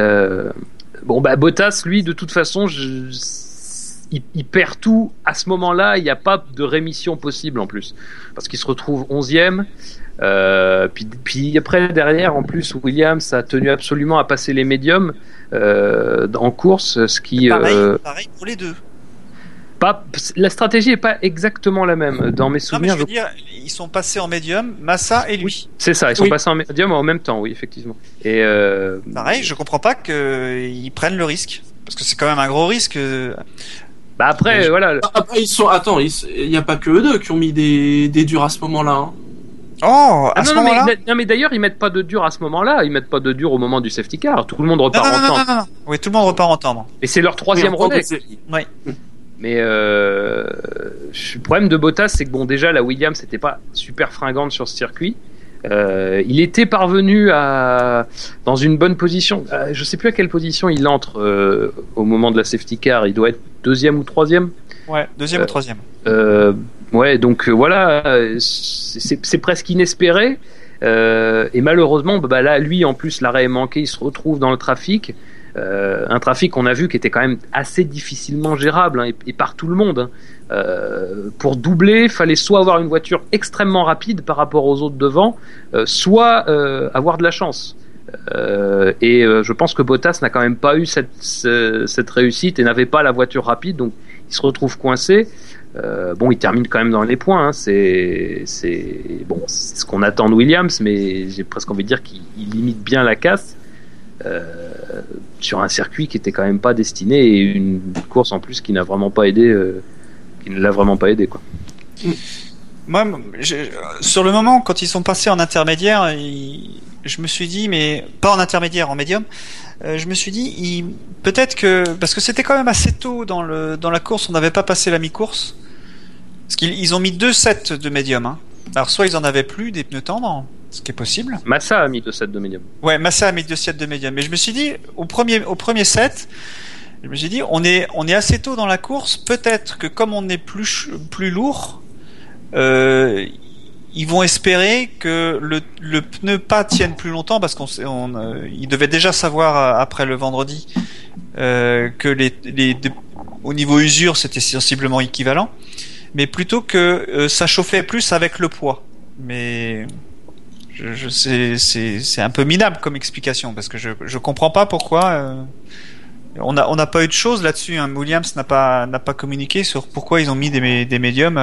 Bottas, lui, de toute façon, il perd tout à ce moment-là. Il n'y a pas de rémission possible en plus, parce qu'il se retrouve 11e. Puis après, derrière, en plus, Williams a tenu absolument à passer les médiums en course, ce qui pareil pour les deux. La stratégie est pas exactement la même. Dans mes souvenirs, je veux dire, ils sont passés en médium, Massa et lui. Oui, c'est ça, ils sont passés en médium en même temps, oui, effectivement. Et pareil, je comprends pas qu'ils prennent le risque, parce que c'est quand même un gros risque. Après, voilà. Après, il n'y a pas que eux deux qui ont mis des durs à ce moment-là. Hein. Oh, à ce moment-là. Mais d'ailleurs, ils mettent pas de dur à ce moment-là. Ils mettent pas de dur au moment du safety car. Tout le monde repart en tendre. Non. Oui, tout le monde repart en tendre. Et c'est leur troisième relais. Oui. Mais le problème de Bottas, c'est que déjà la Williams n'était pas super fringante sur ce circuit. Il était parvenu dans une bonne position. Je sais plus à quelle position il entre au moment de la safety car. Il doit être deuxième ou troisième. Ouais, deuxième ou troisième. Donc voilà, c'est presque inespéré. Et malheureusement, là, lui, en plus, l'arrêt est manqué. Il se retrouve dans le trafic. Un trafic qu'on a vu qui était quand même assez difficilement gérable et par tout le monde. Pour doubler, fallait soit avoir une voiture extrêmement rapide par rapport aux autres devant, soit avoir de la chance. Et je pense que Bottas n'a quand même pas eu cette réussite et n'avait pas la voiture rapide, donc il se retrouve coincé. Il termine quand même dans les points. Hein. C'est ce qu'on attend de Williams, mais j'ai presque envie de dire qu'il limite bien la casse. Sur un circuit qui était quand même pas destiné et une course en plus qui n'a vraiment pas aidé, qui ne l'a vraiment pas aidé quoi. Moi, sur le moment quand ils sont passés en intermédiaire, je me suis dit, mais pas en intermédiaire, en médium. Je me suis dit, peut-être que parce que c'était quand même assez tôt dans la course, on n'avait pas passé la mi-course, parce qu'ils ont mis 2 sets de médium. Hein. Alors soit ils en avaient plus des pneus tendres. Ce qui est possible. Massa a mis 2 sets de médium. Ouais, Massa a mis 2 sets de médium. Mais je me suis dit, au premier set, je me suis dit, on est assez tôt dans la course. Peut-être que comme on est plus lourd, ils vont espérer que le pneu pas tienne plus longtemps parce ils devaient déjà savoir après le vendredi que au niveau usure c'était sensiblement équivalent, mais plutôt que ça chauffait plus avec le poids. Mais c'est un peu minable comme explication parce que je comprends pas pourquoi on n'a pas eu de choses là-dessus. Hein. Williams n'a pas communiqué sur pourquoi ils ont mis des médiums.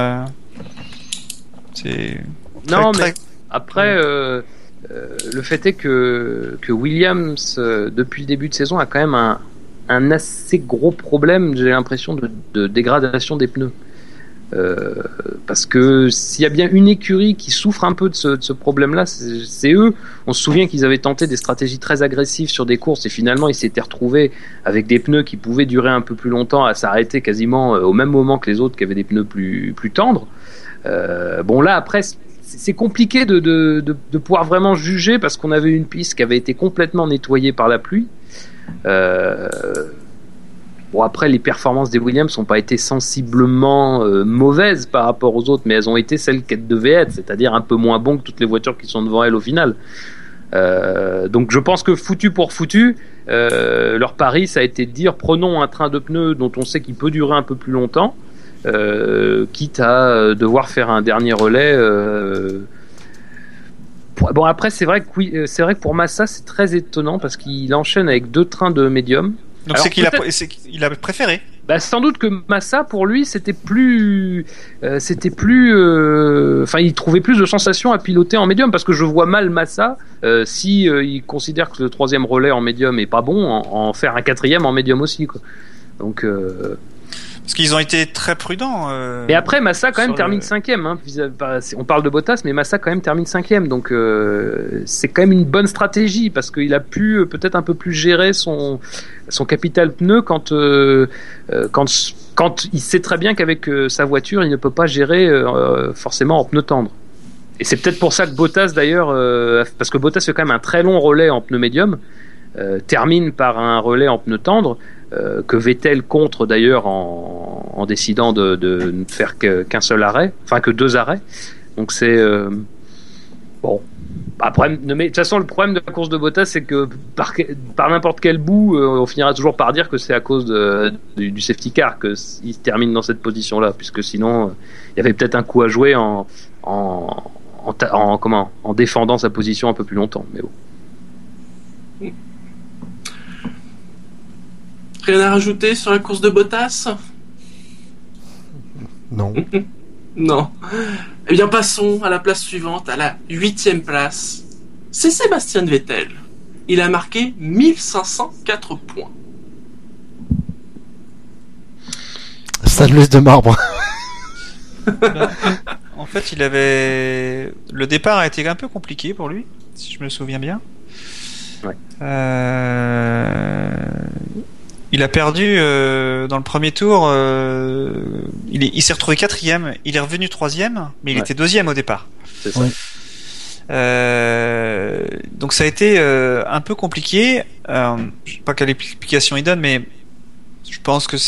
Mais après le fait est que Williams depuis le début de saison a quand même un assez gros problème, j'ai l'impression, de dégradation des pneus. Parce que s'il y a bien une écurie qui souffre un peu de ce problème-là, c'est eux. On se souvient qu'ils avaient tenté des stratégies très agressives sur des courses et finalement ils s'étaient retrouvés avec des pneus qui pouvaient durer un peu plus longtemps, à s'arrêter quasiment au même moment que les autres qui avaient des pneus plus tendres. Là après c'est compliqué de pouvoir vraiment juger parce qu'on avait une piste qui avait été complètement nettoyée par la pluie. Après, les performances des Williams n'ont pas été sensiblement mauvaises par rapport aux autres, mais elles ont été celles qu'elles devaient être, c'est-à-dire un peu moins bon que toutes les voitures qui sont devant elles au final. Donc je pense que foutu pour foutu, leur pari, ça a été de dire prenons un train de pneus dont on sait qu'il peut durer un peu plus longtemps, quitte à devoir faire un dernier relais. Après, c'est vrai que pour Massa, c'est très étonnant parce qu'il enchaîne avec 2 trains de médium. Donc alors, c'est qu'il a préféré. Sans doute que Massa pour lui c'était plus, il trouvait plus de sensations à piloter en médium parce que je vois mal Massa si il considère que le 3e relais en médium est pas bon, en faire un 4e en médium aussi quoi. Donc parce qu'ils ont été très prudents. Mais après, Massa quand même termine 5e. Hein. On parle de Bottas, mais Massa quand même termine 5e. Donc c'est quand même une bonne stratégie parce qu'il a pu peut-être un peu plus gérer son capital pneu quand il sait très bien qu'avec sa voiture, il ne peut pas gérer forcément en pneu tendre. Et c'est peut-être pour ça que Bottas d'ailleurs, parce que Bottas fait quand même un très long relais en pneu médium, termine par un relais en pneu tendre. Que Vettel contre d'ailleurs en décidant de ne faire qu'un seul arrêt, enfin que 2 arrêts. Donc c'est Problème, mais de toute façon, le problème de la course de Bottas, c'est que par n'importe quel bout, on finira toujours par dire que c'est à cause du safety car qu'il se termine dans cette position-là, puisque sinon, il y avait peut-être un coup à jouer en défendant sa position un peu plus longtemps. Mais bon. Rien à rajouter sur la course de Bottas? Non. Non. Eh bien, passons à la place suivante, à la 8e place. C'est Sébastien Vettel. Il a marqué 1504 points. Stainless de marbre. En fait, le départ a été un peu compliqué pour lui, si je me souviens bien. Ouais. Il a perdu dans le premier tour. Il s'est retrouvé 4e. Il est revenu 3e, mais il était 2e au départ. C'est ça. Ouais. Donc ça a été un peu compliqué. Je sais pas quelle explication il donne, mais je pense que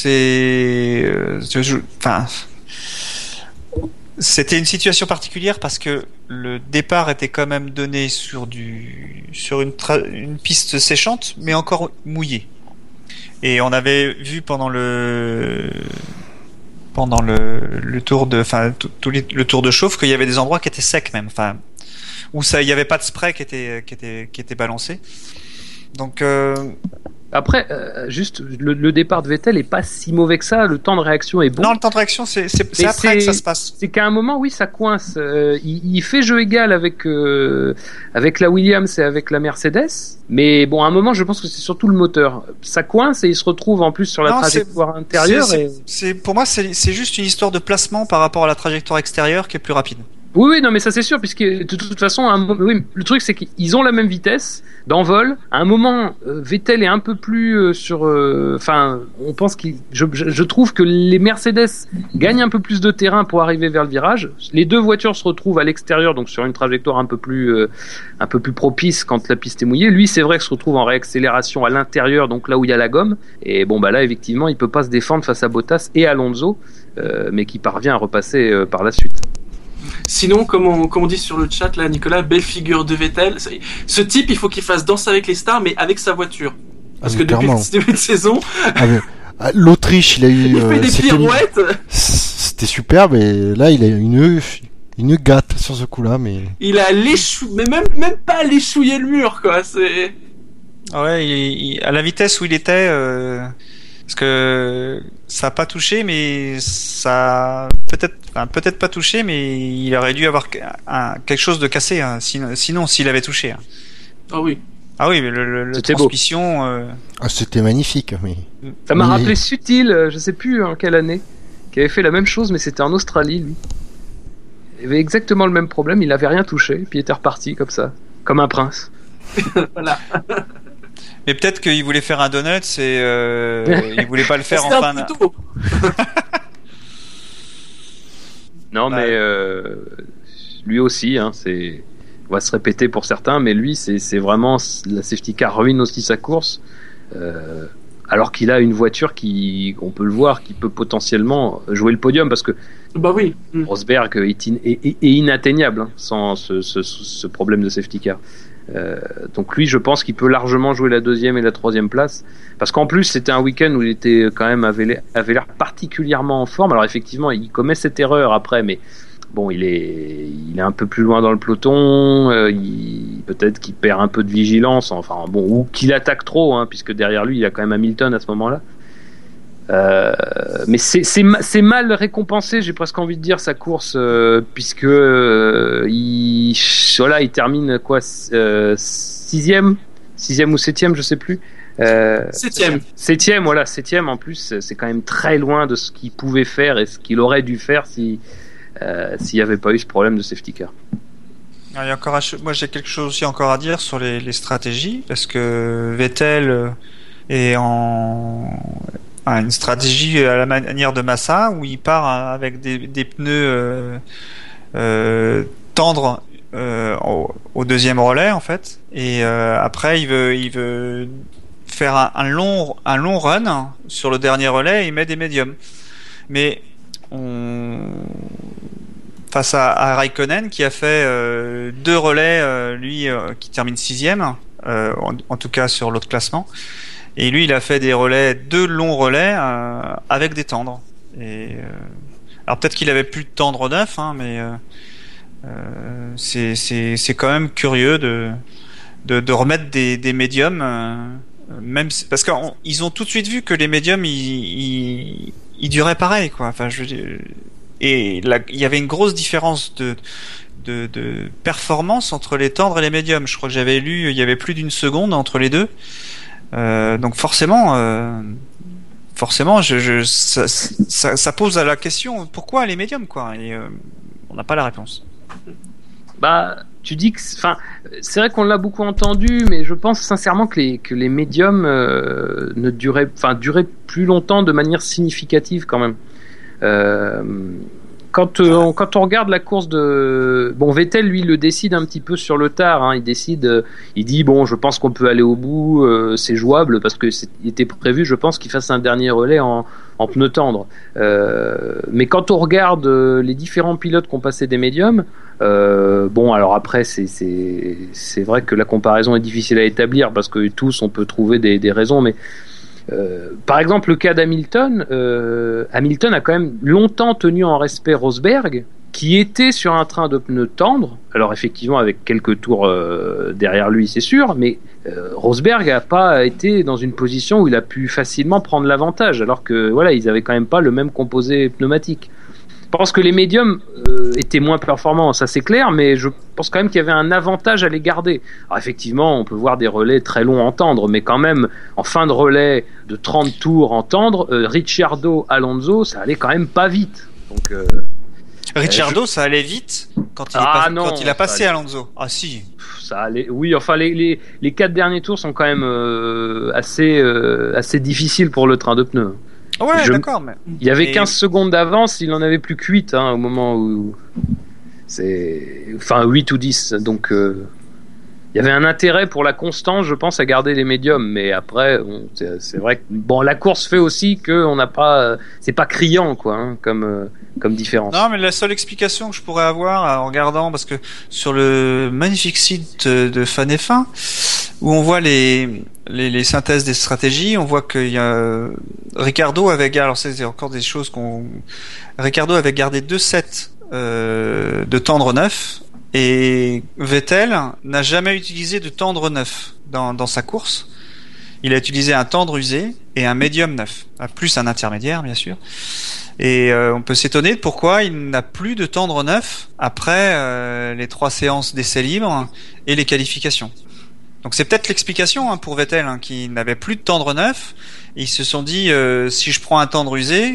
c'était une situation particulière parce que le départ était quand même donné sur une piste séchante, mais encore mouillée. Et on avait vu pendant le tour le tour de chauffe qu'il y avait des endroits qui étaient secs même, où il y avait pas de spray qui était balancé. Donc Après, juste le départ de Vettel est pas si mauvais que ça. Le temps de réaction est bon. non, le temps de réaction c'est après que ça se passe. C'est qu'à un moment, oui, ça coince. Il fait jeu égal avec la Williams et avec la Mercedes. Mais bon, à un moment, je pense que c'est surtout le moteur. Ça coince et il se retrouve en plus sur la trajectoire intérieure. Pour moi, c'est juste une histoire de placement par rapport à la trajectoire extérieure qui est plus rapide. Oui, non, mais ça c'est sûr, puisque de toute façon, oui, le truc c'est qu'ils ont la même vitesse d'envol. À un moment, Vettel est un peu plus on pense je trouve que les Mercedes gagnent un peu plus de terrain pour arriver vers le virage. Les deux voitures se retrouvent à l'extérieur, donc sur une trajectoire un peu plus propice quand la piste est mouillée. Lui, c'est vrai qu'il se retrouve en réaccélération à l'intérieur, donc là où il y a la gomme. Et bon, bah là, effectivement, il peut pas se défendre face à Bottas et Alonso, mais qui parvient à repasser par la suite. Sinon, comme on dit sur le chat là, Nicolas, belle figure de Vettel. Ce type, il faut qu'il fasse Danse avec les stars, mais avec sa voiture. Parce que depuis le début de saison, l'Autriche, il a eu. Il fait des pirouettes. C'était superbe, et là, il a une gâte sur ce coup-là, mais. Il a mais même pas léchouillé le mur, quoi. C'est. Ouais, à la vitesse où il était. Parce que ça a pas touché, mais ça peut-être pas touché, mais il aurait dû avoir quelque chose de cassé, hein, sinon s'il avait touché. Hein. Ah oui. Ah oui, mais le transmission. C'était magnifique, oui. Ça m'a rappelé Sutil, je sais plus en quelle année, qui avait fait la même chose, mais c'était en Australie, lui. Il avait exactement le même problème, il avait rien touché, puis il était reparti comme ça, comme un prince. Voilà. Mais peut-être qu'il voulait faire un donut et il voulait pas le faire en fin de... Non, mais lui aussi, hein, on va se répéter pour certains, mais lui, c'est vraiment la safety car ruine aussi sa course, alors qu'il a une voiture on peut le voir, qui peut potentiellement jouer le podium, parce que bah oui, Rosberg est inatteignable, hein, sans ce problème de safety car. Donc lui, je pense qu'il peut largement jouer la 2e et la 3e place, parce qu'en plus c'était un week-end où il était quand même avait l'air particulièrement en forme. Alors effectivement, il commet cette erreur après, mais bon, il est un peu plus loin dans le peloton. Peut-être qu'il perd un peu de vigilance, enfin bon, ou qu'il attaque trop, hein, puisque derrière lui il y a quand même Hamilton à ce moment-là. Mais c'est mal récompensé, j'ai presque envie de dire, sa course, puisque il termine quoi, 6e ou 7e, je sais plus. 7e, voilà, 7e en plus, c'est quand même très loin de ce qu'il pouvait faire et ce qu'il aurait dû faire s'il n'y avait pas eu ce problème de safety car. Alors, il y a encore moi j'ai quelque chose aussi encore à dire sur les stratégies, parce que Vettel est une stratégie à la manière de Massa, où il part avec des pneus tendres au 2e relais en fait, et après il veut faire un long run sur le dernier relais et il met des médiums. Mais face à Raikkonen qui a fait 2 relais, lui qui termine 6e, en tout cas sur l'autre classement. Et lui, il a fait 2 longs relais avec des tendres. Et alors peut-être qu'il avait plus de tendre neuf, hein, mais c'est quand même curieux de remettre des médiums, même parce qu'ils ont tout de suite vu que les médiums ils duraient pareil, quoi. Enfin, et là, il y avait une grosse différence de performance entre les tendres et les médiums. Je crois que j'avais lu, il y avait plus d'1 seconde entre les deux. Donc forcément, ça pose la question pourquoi les médiums, quoi. Et on n'a pas la réponse. Bah, tu dis que, enfin, c'est vrai qu'on l'a beaucoup entendu, mais je pense sincèrement que les médiums duraient plus longtemps de manière significative quand même. Quand on regarde la course de Vettel, lui, il le décide un petit peu sur le tard, hein. Il dit bon, je pense qu'on peut aller au bout, c'est jouable parce que il était prévu, je pense, qu'il fasse un dernier relais en pneu tendre. Mais quand on regarde les différents pilotes qui ont passé des médiums, alors après c'est vrai que la comparaison est difficile à établir parce que tous on peut trouver des raisons, mais par exemple, le cas d'Hamilton, Hamilton a quand même longtemps tenu en respect Rosberg, qui était sur un train de pneus tendres. Alors effectivement, avec quelques tours derrière lui, c'est sûr, mais Rosberg n'a pas été dans une position où il a pu facilement prendre l'avantage, alors que voilà, ils avaient quand même pas le même composé pneumatique. Je pense que les médiums étaient moins performants, ça c'est clair, mais je pense quand même qu'il y avait un avantage à les garder. Alors effectivement, on peut voir des relais très longs en tendre, mais quand même, en fin de relais de 30 tours en tendre, Ricciardo, Alonso, ça allait quand même pas vite. Donc, Ricciardo, ça allait vite quand il a passé Alonso. Ah si. Ça allait. Oui, enfin les 4 derniers tours sont quand même assez difficiles pour le train de pneus. Ouais, d'accord, mais il y avait 15 secondes d'avance, il en avait plus que 8 au moment où 8 ou 10, donc il y avait un intérêt pour la constance, je pense, à garder les médiums, mais après c'est vrai que la course fait aussi que on n'a pas, c'est pas criant, quoi, hein, comme différence. Non, mais la seule explication que je pourrais avoir en regardant, parce que sur le magnifique site de Fan F1 où on voit les synthèses des stratégies, on voit qu'il y a Ricciardo avait gardé, alors c'est encore des choses Ricciardo avait gardé 2 sets de tendre neuf, et Vettel n'a jamais utilisé de tendre neuf dans sa course. Il a utilisé un tendre usé et un médium neuf, plus un intermédiaire bien sûr. Et on peut s'étonner de pourquoi il n'a plus de tendre neuf après les 3 séances d'essais libres et les qualifications. Donc c'est peut-être l'explication, hein, pour Vettel, hein, qui n'avait plus de tendre neuf. Ils se sont dit si je prends un tendre usé,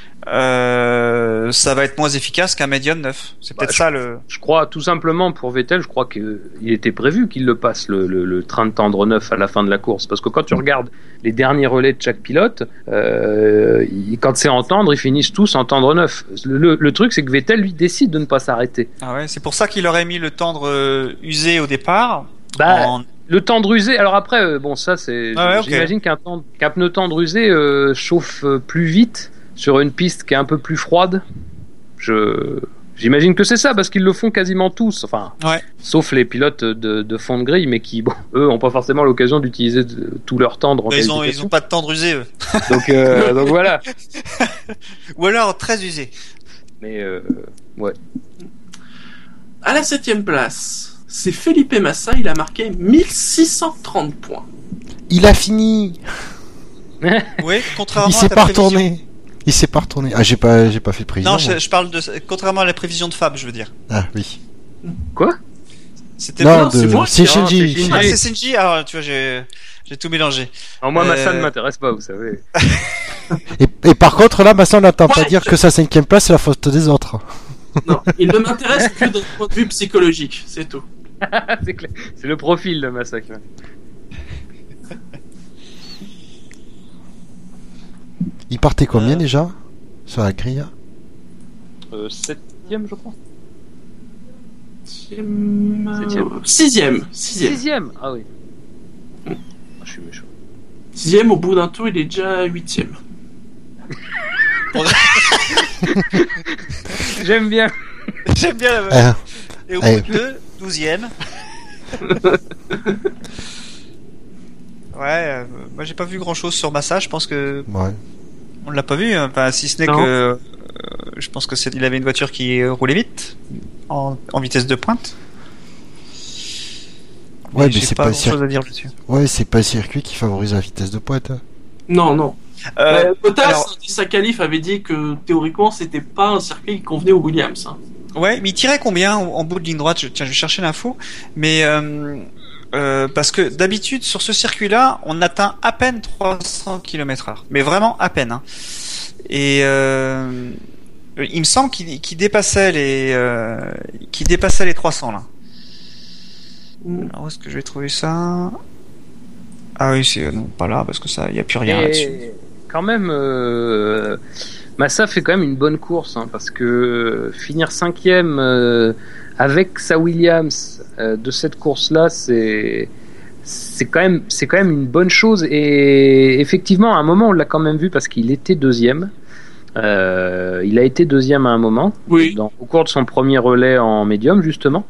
ça va être moins efficace qu'un médium neuf. C'est peut-être ça le. Je crois tout simplement pour Vettel, je crois qu'il était prévu qu'il le passe le train de tendre neuf à la fin de la course, parce que quand tu regardes les derniers relais de chaque pilote, quand c'est en tendre, ils finissent tous en tendre neuf. Le truc, c'est que Vettel lui décide de ne pas s'arrêter. Ah ouais, c'est pour ça qu'il aurait mis le tendre usé au départ. Le tendre usé, alors après, ça c'est. J'imagine qu'un pneu tendre usé chauffe plus vite sur une piste qui est un peu plus froide. J'imagine que c'est ça, parce qu'ils le font quasiment tous, sauf les pilotes de fond de grille, mais qui, eux, n'ont pas forcément l'occasion d'utiliser tout leur tendre en qualification. Ils ont pas de tendre usé, eux. Donc voilà. Ou alors très usé. Mais ouais. À la 7e place, c'est Felipe Massa, il a marqué 1630 points. Il a fini. Oui, contrairement il s'est pas retourné. Il s'est pas retourné. Ah, j'ai pas fait de prévision. Non, je parle de contrairement à la prévision de Fab, je veux dire. Ah oui. Quoi? C'était c'est Shinji. Ah, c'est Shinji. Alors, tu vois, j'ai tout mélangé. Alors moi, Massa ne m'intéresse pas, vous savez. et par contre, là, Massa, on n'entend pas dire que sa 5e place, c'est la faute des autres. Non, il ne m'intéresse que d'un point de vue psychologique, c'est tout. C'est clair. C'est le profil de Massa. Il partait combien déjà sur la grille? 7e, je crois. 6e. Ah oui. Je suis méchant. 6e, au bout d'un tour, il est déjà 8e. J'aime bien. J'aime bien la Euh, Et au Ouais. bout de 12e. Ouais, moi j'ai pas vu grand chose sur Massa, je pense que ouais. on l'a pas vu, hein. Enfin, si ce n'est Non. que je pense que il avait une voiture qui roulait vite en vitesse de pointe. Ouais, mais j'ai c'est pas pas, grand chose à dire là-dessus. ouais, c'est pas le circuit qui favorise la vitesse de pointe. Hein. Non, non. Bottas, alors- sa qualif, avait dit que théoriquement, c'était pas un circuit qui convenait aux Williams. Hein. Ouais, mais il tirait combien en bout de ligne droite? Tiens, je vais chercher l'info. Mais parce que d'habitude sur ce circuit-là, on atteint à peine 300 km/h, mais vraiment à peine. Hein. Et il me semble qu'il dépassait les 300 là. Alors, où est-ce que je vais trouver ça? Ah oui, c'est non pas là parce que ça, y a plus rien là-dessus. Quand même, Massa fait quand même une bonne course, hein, parce que finir 5e avec sa Williams de cette course-là, c'est quand même une bonne chose. Et effectivement, à un moment, on l'a quand même vu parce qu'il était 2e. Il a été 2e à un moment, Oui. au cours de son premier relais en médium, justement.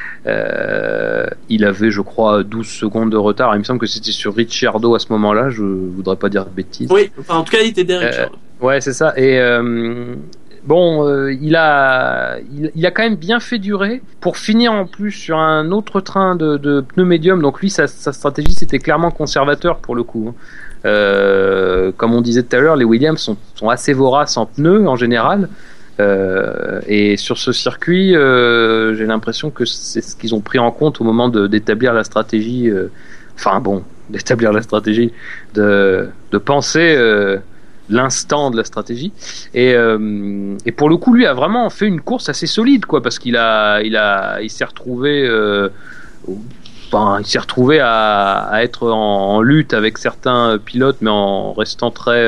Il avait, je crois, 12 secondes de retard. Il me semble que c'était sur Ricciardo à ce moment-là. Je voudrais pas dire de bêtises. Oui, enfin, en tout cas, il était derrière. Ouais, c'est ça. Et bon, il a quand même bien fait durer pour finir en plus sur un autre train de pneus médium. Donc lui, sa stratégie, c'était clairement conservateur pour le coup. Comme on disait tout à l'heure, les Williams sont assez voraces en pneus en général. Et sur ce circuit, j'ai l'impression que c'est ce qu'ils ont pris en compte au moment d'établir la stratégie. D'établir la stratégie, de penser l'instant de la stratégie. Et pour le coup, lui a vraiment fait une course assez solide, quoi, parce qu'il s'est retrouvé. Il s'est retrouvé à être en lutte avec certains pilotes, mais en restant très,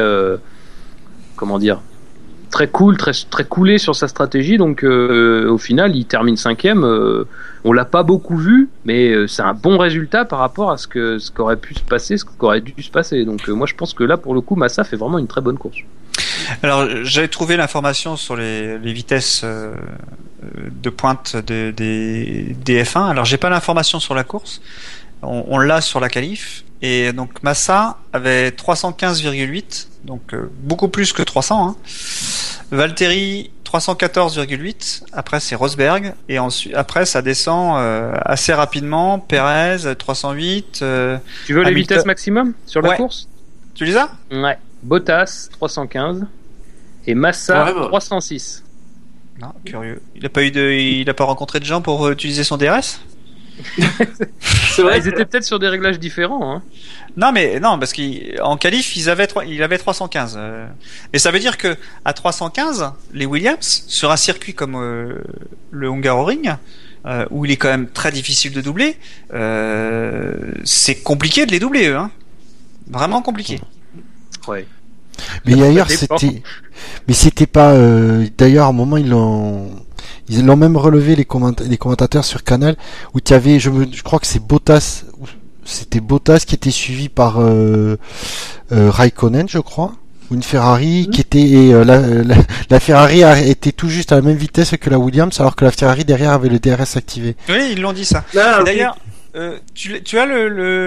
très cool, très coolé sur sa stratégie. Donc au final, il termine 5e. On l'a pas beaucoup vu, mais c'est un bon résultat par rapport à ce qu'aurait pu se passer, ce qu'aurait dû se passer. Donc moi, je pense que là, pour le coup, Massa fait vraiment une très bonne course. Alors, j'avais trouvé l'information sur les vitesses de pointe des F1. Alors, j'ai pas l'information sur la course. On l'a sur la qualif. Et donc, Massa avait 315,8, donc beaucoup plus que 300. Hein. Valtteri 314,8. Après, c'est Rosberg. Et ensuite, après, ça descend assez rapidement. Perez 308. Tu veux les Hamilton. vitesses maximum sur la Ouais. course? Tu les as? Ouais. Bottas 315 et Massa Ouais, bah. 306. Non, curieux. Il a pas rencontré de gens pour utiliser son DRS? C'est vrai. Ils étaient peut-être sur des réglages différents. Hein. Non, parce qu'en qualif, il avait 315. Et ça veut dire que à 315, les Williams, sur un circuit comme le Hungaroring, où il est quand même très difficile de doubler, c'est compliqué de les doubler, eux. Hein. Vraiment compliqué. Ouais. Mais d'ailleurs, Ça dépend. c'était pas. D'ailleurs, à un moment, ils l'ont même relevé les commentateurs sur Canal où tu avais, je crois que c'est Bottas, c'était Bottas qui était suivi par Raikkonen, je crois, ou une Ferrari qui était et, la Ferrari était tout juste à la même vitesse que la Williams, alors que la Ferrari derrière avait le DRS activé. Oui, ils l'ont dit ça. Ah, Et ok. d'ailleurs, tu as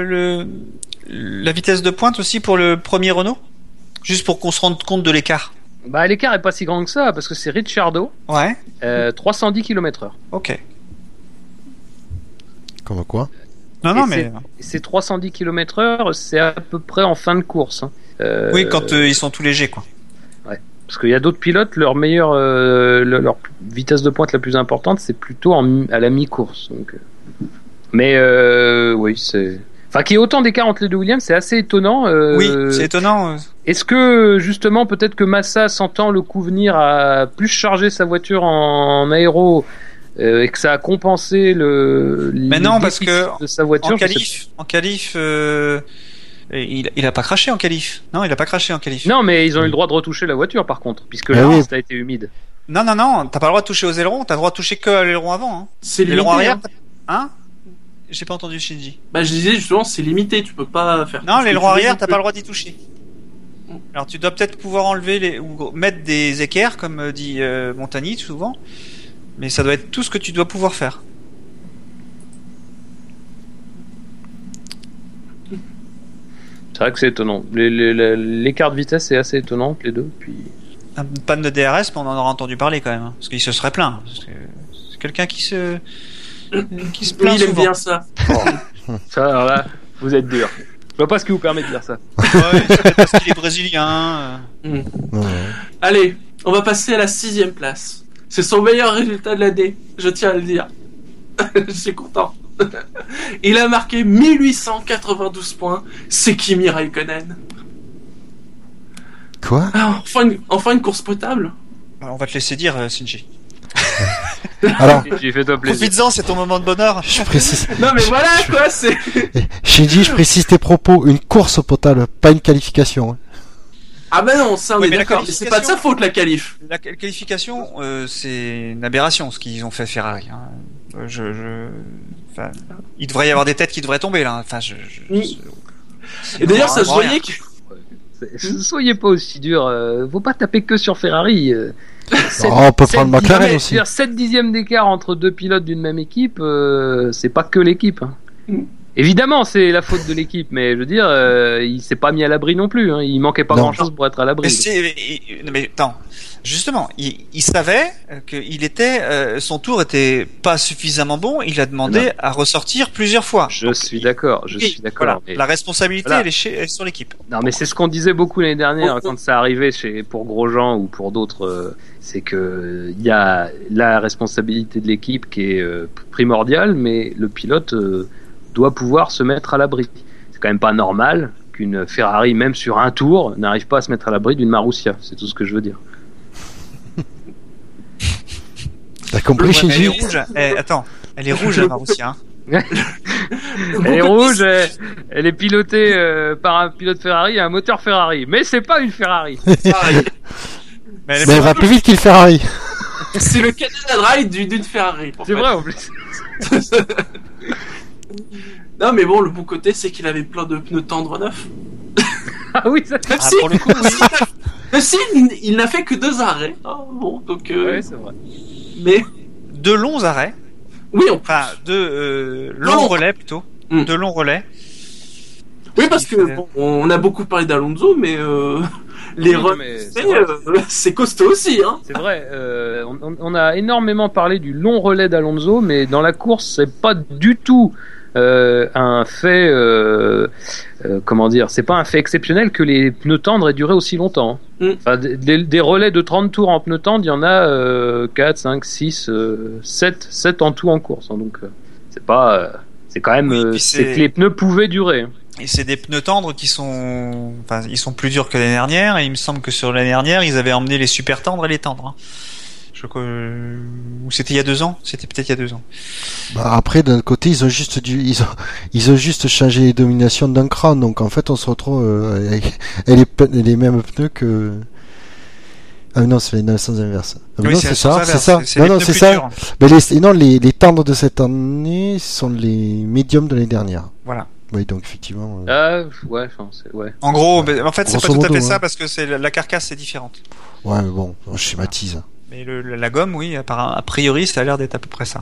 la vitesse de pointe aussi pour le premier Renault, juste pour qu'on se rende compte de l'écart. Bah, l'écart est pas si grand que ça parce que c'est Ricciardo, Ouais. 310 km/h. Ok. Comme quoi? Non, Et mais c'est 310 km/h, c'est à peu près en fin de course. Hein. oui, quand ils sont tout légers, quoi. Parce qu'il y a d'autres pilotes, leur vitesse de pointe la plus importante, c'est plutôt à la mi-course. Donc, mais oui, c'est. Enfin, qu'il y ait autant d'écart entre les deux Williams, c'est assez étonnant. Oui, c'est étonnant. Est-ce que justement, peut-être que Massa, sentant le coup venir, a plus chargé sa voiture en aéro et que ça a compensé Mais non, parce que de sa voiture. En qualif, il a pas craché en qualif. Non, il a pas craché en qualif. Non, mais ils ont eu le droit de retoucher la voiture, par contre, puisque Ah la oui. piste a été humide. Non, t'as pas le droit de toucher aux ailerons, t'as le droit de toucher que à l'aileron avant. Hein. C'est limité. L'aileron arrière, Hein. hein? J'ai pas entendu Shinji. Bah, je disais justement, c'est limité. Tu peux pas faire. Non, tout ce que l'aileron tu veux arrière, non t'as plus. pas le droit d'y toucher. Alors tu dois peut-être pouvoir enlever ou mettre des équerres, comme dit Montagny souvent. Mais ça doit être tout ce que tu dois pouvoir faire. C'est vrai que c'est étonnant. L'écart de vitesse est assez étonnant, les deux. Puis... Un panne de DRS, mais on en aura entendu parler quand même. Hein, parce qu'il se serait plaint. Parce que c'est quelqu'un qui se plaint il aime souvent. bien ça. Ça, alors là, vous êtes dur. Je vois pas ce qui vous permet de dire ça. Ouais, c'est peut-être parce qu'il est brésilien. Mm. Ouais. Allez, on va passer à la 6e place. C'est son meilleur résultat de l'année, je tiens à le dire. Je suis content. Il a marqué 1892 points, c'est Kimi Raikkonen. Quoi? Ah, enfin une course potable. On va te laisser dire, Shinji. Alors, J'ai fait toi plaisir. Profites-en, c'est ton moment de bonheur. je précise. Non mais voilà quoi, c'est... Shinji, je précise tes propos. Une course potable, pas une qualification. Hein. Ah bah non, ça on Oui, est mais la d'accord, mais c'est pas de sa faute la qualif. La qualification, c'est une aberration ce qu'ils ont fait Ferrari. Hein. Enfin, il devrait y avoir des têtes qui devraient tomber là. Enfin, Oui. Et d'ailleurs ça se vraiment voyait rien. que... Soyez pas aussi dur. Faut pas taper que sur Ferrari. On peut prendre McLaren aussi. 7 dixièmes d'écart entre deux pilotes d'une même équipe, c'est pas que l'équipe. Hein. Mm. Évidemment, c'est la faute de l'équipe, mais je veux dire, il s'est pas mis à l'abri non plus. Hein. Il manquait pas Non. grand-chose pour être à l'abri. Mais attends, justement, il savait que son tour était pas suffisamment bon. Il a demandé à ressortir plusieurs fois. Je suis d'accord. Je suis d'accord. Voilà. Mais... La responsabilité, Voilà. elle est sur l'équipe. Non, mais c'est ce qu'on disait beaucoup l'année dernière quand ça arrivait pour Grosjean ou pour d'autres. C'est que il y a la responsabilité de l'équipe qui est primordiale, mais le pilote doit pouvoir se mettre à l'abri. C'est quand même pas normal qu'une Ferrari, même sur un tour, n'arrive pas à se mettre à l'abri d'une Marussia. C'est tout ce que je veux dire. T'as compris, Elle Shinji? est rouge. Attends, elle est rouge la Marussia. Hein. Elle est rouge, elle est pilotée par un pilote Ferrari et un moteur Ferrari. Mais c'est pas une Ferrari. Pareil. Mais elle est Mais elle va plus vite qu'il Ferrari. C'est le Canada Dry d'une Ferrari. C'est vrai en plus. Non mais bon, le bon côté c'est qu'il avait plein de pneus tendres neufs. Ah oui, ça Même Ah, si, pour le coup, oui. même si il n'a fait que 2 arrêts. Ah, bon, donc... ouais, c'est vrai. Mais... 2 longs arrêts. Oui, Enfin, 2 Non. longs relais plutôt. Mm. 2 longs relais. Oui, parce que fait- bon, on a beaucoup parlé d'Alonso, mais les Oui, runs, mais c'est vrai. c'est costaud aussi, hein. C'est vrai, on a énormément parlé du long relais d'Alonso, mais dans la course, c'est pas du tout un fait, comment dire, c'est pas un fait exceptionnel que les pneus tendres aient duré aussi longtemps. Mm. Enfin, des relais de 30 tours en pneus tendres, il y en a 4, 5, 6, 7 en tout en course. Hein, donc, c'est pas, c'est quand même, Oui, puis c'est que les pneus pouvaient durer. Et c'est des pneus tendres qui sont, enfin, ils sont plus durs que l'année dernière. Et il me semble que sur l'année dernière, ils avaient emmené les super tendres et les tendres. Hein. Ou c'était il y a 2 ans. C'était peut-être il y a 2 ans. Bah, après, d'un côté, ils ont juste changé les dominations d'un cran. Donc, en fait, on se retrouve avec les mêmes pneus que... Ah non, c'est le sens inverse. Ah, Oui, non, c'est c'est ça, le sens c'est inverse. ça. C'est Non, les non, pneus c'est plus ça. durs. Mais les tendres de cette année sont les médiums de l'année dernière. Voilà. Oui, donc effectivement. Ouais, enfin, ouais. En gros, mais en fait, c'est pas Grosso tout à fait modo, ça hein. parce que c'est la carcasse c'est différente. Ouais, mais bon, on schématise. Mais la gomme, oui, a priori, ça a l'air d'être à peu près ça.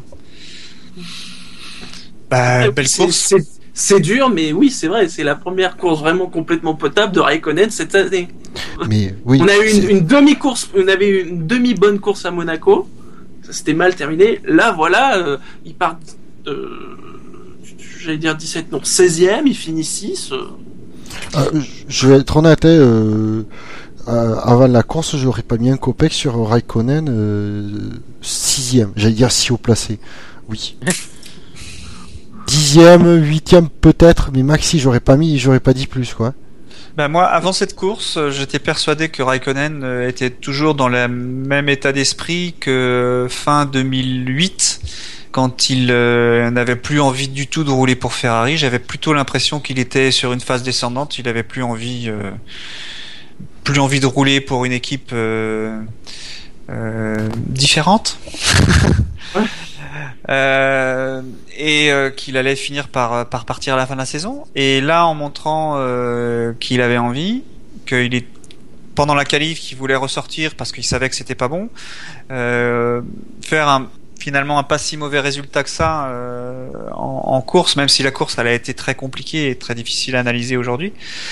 Bah, belle course. C'est dur, mais oui, c'est vrai, c'est la première course vraiment complètement potable de Raikkonen cette année. Mais oui. On a eu c'est- une demi-course, on avait eu une demi-bonne course à Monaco. Ça s'était mal terminé. Là, voilà, il part, j'allais dire 17, non, 16e, il finit 6. Je vais être honnête, avant la course, j'aurais pas mis un copec sur Raikkonen 6e. J'allais dire si haut placé. Oui. 10e, 8e peut-être, mais maxi, j'aurais pas dit plus, quoi. Bah moi, avant cette course, j'étais persuadé que Raikkonen était toujours dans le même état d'esprit que fin 2008, quand il n'avait plus envie du tout de rouler pour Ferrari. J'avais plutôt l'impression qu'il était sur une phase descendante. Il avait plus envie de rouler pour une équipe différente. Qu'il allait finir par partir à la fin de la saison. Et là, en montrant qu'il avait envie, pendant la qualif, qu'il voulait ressortir parce qu'il savait que c'était pas bon, faire finalement un pas si mauvais résultat que ça en course, même si la course elle a été très compliquée et très difficile à analyser aujourd'hui.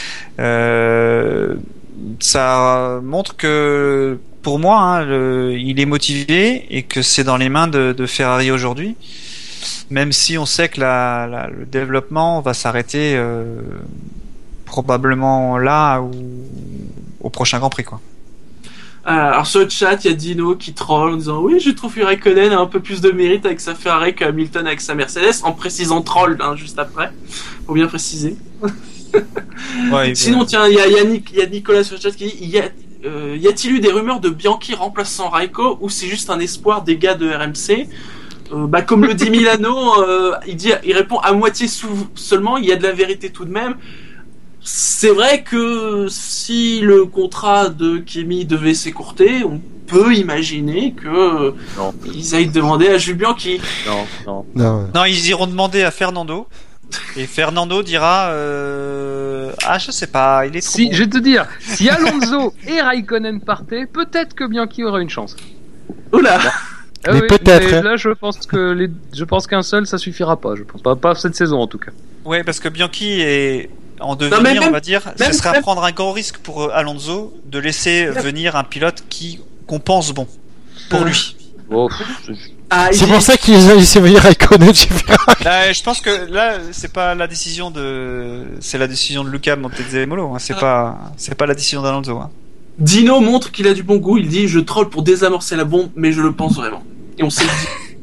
Ça montre que pour moi, il est motivé et que c'est dans les mains de Ferrari aujourd'hui, même si on sait que le développement va s'arrêter probablement là ou au prochain Grand Prix, quoi. Alors sur le chat, il y a Dino qui troll en disant oui, je trouve que Raikkonen a un peu plus de mérite avec sa Ferrari que Hamilton avec sa Mercedes, en précisant troll juste après. Faut bien préciser. Ouais, sinon, tiens, il y a Nicolas sur le chat qui dit y a-t-il eu des rumeurs de Bianchi remplaçant Raikko ou c'est juste un espoir des gars de RMC? Comme le dit Milano, il répond à moitié seulement. Il y a de la vérité tout de même. C'est vrai que si le contrat de Kimi devait s'écourter, on peut imaginer que ils aillent demander à Jules Bianchi. Non, ils iront demander à Fernando. Et Fernando dira je sais pas, il est trop bon. Je vais te dire, si Alonso et Raikkonen partaient, peut-être que Bianchi aurait une chance. Oula. Mais peut-être. Mais là, je pense qu'un seul, ça suffira pas. Je pense pas cette saison en tout cas. Ouais, parce que Bianchi est en devenir, on va dire, ce serait à prendre un grand risque pour Alonso de laisser venir un pilote qu'on pense bon pour lui. C'est pour ça qu'ils ont laissé venir Raikkonen chez Ferrari. Je pense que là, c'est la décision de Luca Montezemolo. Hein. C'est pas la décision d'Alonso. Hein. Dino montre qu'il a du bon goût. Il dit je troll pour désamorcer la bombe, mais je le pense vraiment. Et on sait.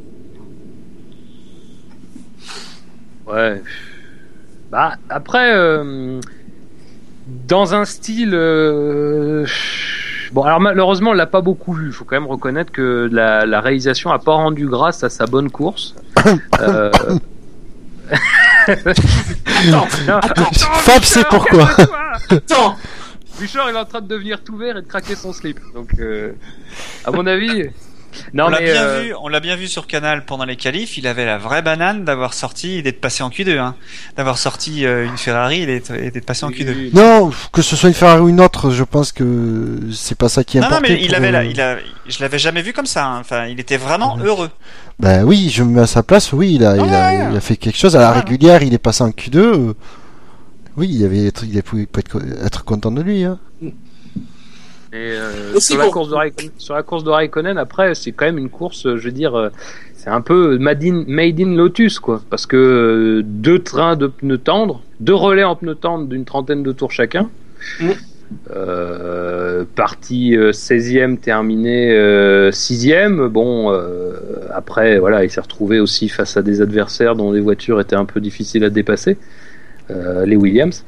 Ouais. Après, dans un style. Bon, alors malheureusement, on l'a pas beaucoup vu. Il faut quand même reconnaître que la réalisation a pas rendu grâce à sa bonne course. Attends, Fab, c'est pourquoi. Attends. Bouchard, il est en train de devenir tout vert et de craquer son slip. Donc, à mon avis. Non, on l'a bien vu sur Canal pendant les qualifs. Il avait la vraie banane d'avoir sorti et d'être passé en Q2, hein. D'avoir sorti une Ferrari et d'être passé en Q2. Non, que ce soit une Ferrari ou une autre, je pense que c'est pas ça qui est important. Non, mais je l'avais jamais vu comme ça. Hein. Enfin, il était vraiment heureux. Ben oui, je me mets à sa place. Oui, il a fait quelque chose à la régulière. Il est passé en Q2. Oui, il pouvait être content de lui. Hein. Et sur la course de Raikkonen, après, c'est quand même une course, je veux dire, c'est un peu made in Lotus, quoi. Parce que 2 trains de pneus tendres, 2 relais en pneus tendres d'une 30aine de tours chacun. Partie 16e, terminé 6e. Bon, après, voilà, il s'est retrouvé aussi face à des adversaires dont les voitures étaient un peu difficiles à dépasser, les Williams.